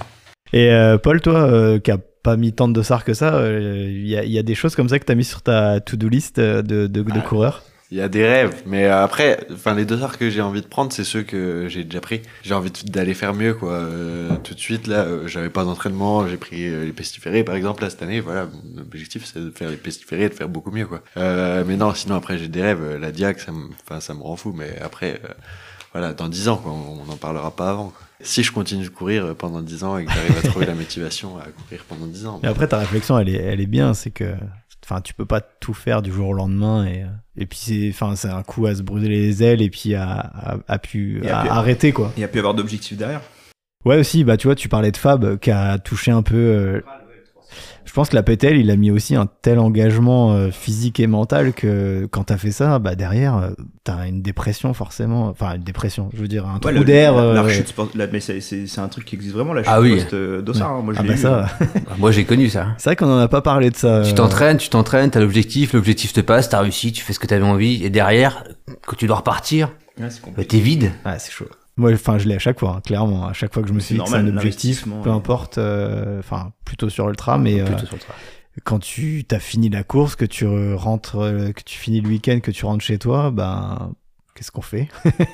Et Paul, toi, qui a pas mis tant de dossards que ça, il y a des choses comme ça que t'as mis sur ta to-do list de coureurs. Il y a des rêves, mais après, enfin les dossards que j'ai envie de prendre, c'est ceux que j'ai déjà pris. J'ai envie d'aller faire mieux, quoi. Tout de suite, là, j'avais pas d'entraînement, j'ai pris les pestiférés, par exemple, là cette année. Voilà, mon objectif c'est de faire les pestiférés et de faire beaucoup mieux, quoi. Mais non, sinon après j'ai des rêves. La Diac, ça me rend fou, mais après, voilà, dans 10 ans, quoi, on n'en parlera pas avant, quoi. Si je continue de courir pendant 10 ans et que j'arrive à trouver la motivation à courir pendant 10 ans. Et après, ta réflexion, elle est bien, c'est que, enfin, tu peux pas tout faire du jour au lendemain et puis c'est un coup à se brûler les ailes et puis à arrêter, quoi. Il y a pu y avoir d'objectifs derrière. Ouais, aussi, bah, tu vois, tu parlais de Fab, qui a touché un peu, je pense que la PTL, il a mis aussi un tel engagement physique et mental que quand t'as fait ça, bah derrière, t'as une dépression forcément. Enfin, une dépression, je veux dire, un trou d'air. La rechute sport, mais c'est un truc qui existe vraiment, la chute Ah oui. post-dossard. Hein. Moi, je Ah l'ai bah eu. ça, Moi, j'ai connu ça. c'est vrai qu'on en a pas parlé de ça. Tu t'entraînes, t'as l'objectif te passe, t'as réussi, tu fais ce que t'avais envie, et derrière, quand tu dois repartir, Ouais, c'est bah, compliqué. t'es vide. Ouais, c'est chaud. Moi, enfin, je l'ai à chaque fois, hein, clairement. À chaque fois que je me suis C'est fixé un normal, objectif, l'investissement, peu ouais. importe, enfin, plutôt sur ultra, mais Plutôt sur le travail. quand tu t'as fini la course, que tu rentres, que tu finis le week-end, que tu rentres chez toi, ben, qu'est-ce qu'on fait?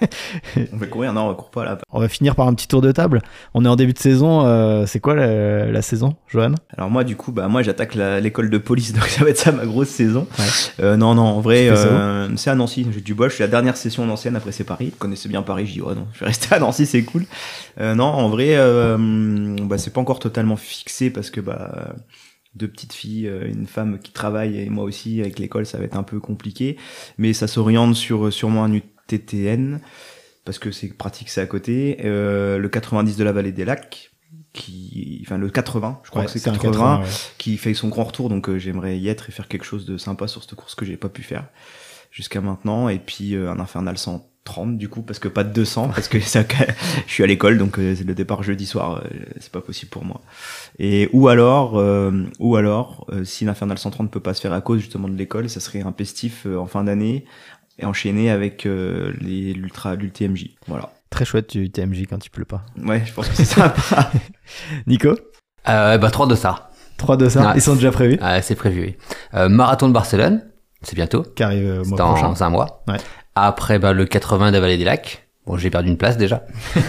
On va courir, non, on court pas là. On va finir par un petit tour de table. On est en début de saison. C'est quoi la saison, Johan? Alors moi, du coup, moi, j'attaque l'école de police, donc ça va être ça ma grosse saison. Ouais. Non, en vrai, Tu fais ça c'est à Nancy. J'ai du bois. Je suis la dernière session d'ancienne. Après, c'est Paris. Vous connaissez bien Paris. Je dis, ouais, non, je vais rester à Nancy, c'est cool. Non, en vrai, c'est pas encore totalement fixé parce que deux petites filles, une femme qui travaille et moi aussi avec l'école, ça va être un peu compliqué. Mais ça s'oriente sur sûrement un UTTN parce que c'est pratique, c'est à côté. Le 90 de la Vallée des Lacs, le 80, je crois Ouais, que c'est c'est un 80, ouais. qui fait son grand retour. Donc j'aimerais y être et faire quelque chose de sympa sur cette course que j'ai pas pu faire jusqu'à maintenant. Et puis un Infernal 130 du coup, parce que pas de 200 parce que je suis à l'école, donc c'est le départ jeudi soir, c'est pas possible pour moi. Et ou alors si l'Infernal 130 peut pas se faire à cause justement de l'école, ça serait un pestif en fin d'année et enchaîné avec l'UTMJ. Voilà. Très chouette du TMJ quand il pleut pas. Ouais, je pense que c'est sympa. Nico, 3 de ça. 3 de ça, Ouais. ils sont déjà prévus, C'est prévu, oui. Marathon de Barcelone, c'est bientôt. qui arrive C'est mois dans prochain. un mois. Ouais. Après, le 80 de la Vallée des Lacs. Bon, j'ai perdu une place déjà.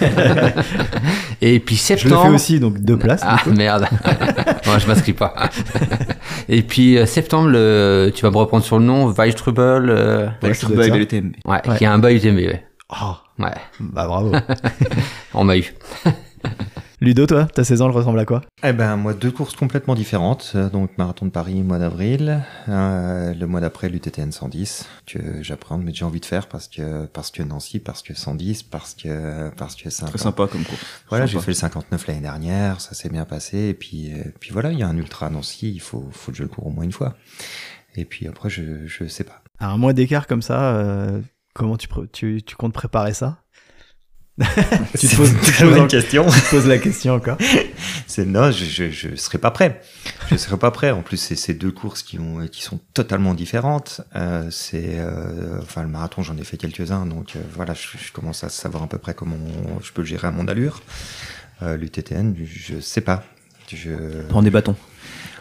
Et puis Je le septembre. fais aussi, donc 2 places. Ah merde. Moi, je m'inscris pas. Et puis septembre, tu vas me reprendre sur le nom, Weilstrubel, Ouais, ça doit être ça. avec le TMB. ouais, Ouais. qui a un bas UTMB, ouais. Oh, Ouais, bah bravo. on m'a eu. Ludo, toi, ta saison, elle ressemble à quoi? Eh ben, moi, 2 courses complètement différentes. Donc, marathon de Paris, mois d'avril. Le mois d'après, l'UTTN 110, que j'apprends, mais j'ai envie de faire parce que Nancy, parce que 110, parce que 50. Très sympa comme course. Voilà, j'ai Sympa. fait le 59 l'année dernière, ça s'est bien passé. Et puis voilà, il y a un ultra à Nancy, il faut que je le cours au moins une fois. Et puis après, je sais pas. À un mois d'écart comme ça, comment tu comptes préparer ça? Tu te poses question. tu te poses la question encore. Non, je serai pas prêt. Je serai pas prêt. En plus, c'est 2 courses qui sont totalement différentes. Le marathon, j'en ai fait quelques-uns, donc voilà, je commence à savoir à peu près comment je peux le gérer à mon allure. L'UTTN, je sais pas. Prends des bâtons.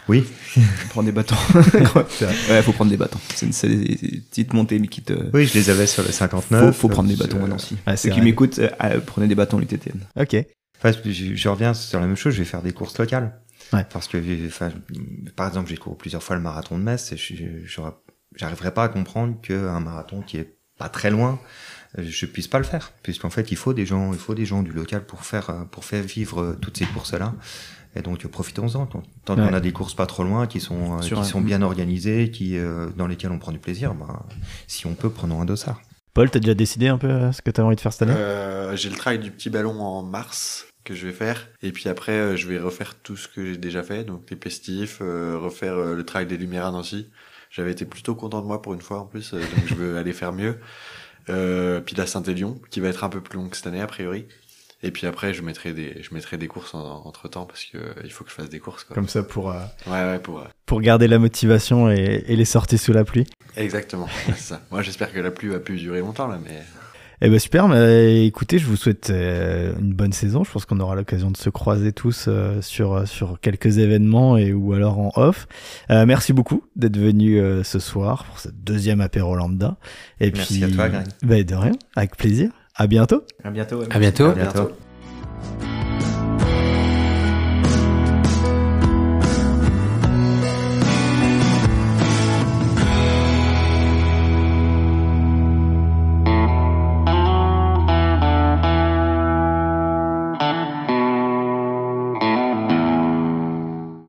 Oui. Prends des bâtons. Ouais, faut prendre des bâtons. C'est des petites montées qui te... Oui, je les avais sur le 59. Faut prendre des bâtons à Nancy. Ah, c'est Ceux qui vrai. m'écoutent, prenez des bâtons l'UTTN. Ok. Enfin, je reviens sur la même chose, je vais faire des courses locales. Ouais. Parce que, enfin, par exemple, j'ai couru plusieurs fois le marathon de Metz et j'arriverai pas à comprendre qu'un marathon qui est pas très loin, je puisse pas le faire. Puisqu'en fait, il faut des gens du local pour faire vivre toutes ces courses-là. Et donc, profitons-en. Tant qu'on a des courses pas trop loin, qui sont bien organisées, dans lesquelles on prend du plaisir, si on peut, prenons un dossard. Paul, t'as déjà décidé un peu ce que t'as envie de faire cette année? J'ai le trail du petit ballon en mars que je vais faire. Et puis après, je vais refaire tout ce que j'ai déjà fait. Donc les pestifs, refaire le trail des Lumières à Nancy. J'avais été plutôt content de moi pour une fois en plus, donc je veux aller faire mieux. Puis la Saint-Élion, qui va être un peu plus longue cette année a priori. Et puis après, je mettrai des courses entre temps parce que il faut que je fasse des courses, quoi. Comme ça pour garder la motivation et les sorties sous la pluie. Exactement, ouais, c'est ça. Moi, j'espère que la pluie va plus durer longtemps là, mais. Eh ben super, mais écoutez, je vous souhaite une bonne saison. Je pense qu'on aura l'occasion de se croiser tous sur quelques événements ou alors en off. Merci beaucoup d'être venu ce soir pour ce deuxième apéro lambda. Et Merci puis, à toi, Greg. De rien, avec plaisir. À bientôt. À bientôt. Ouais. À bientôt. À bientôt.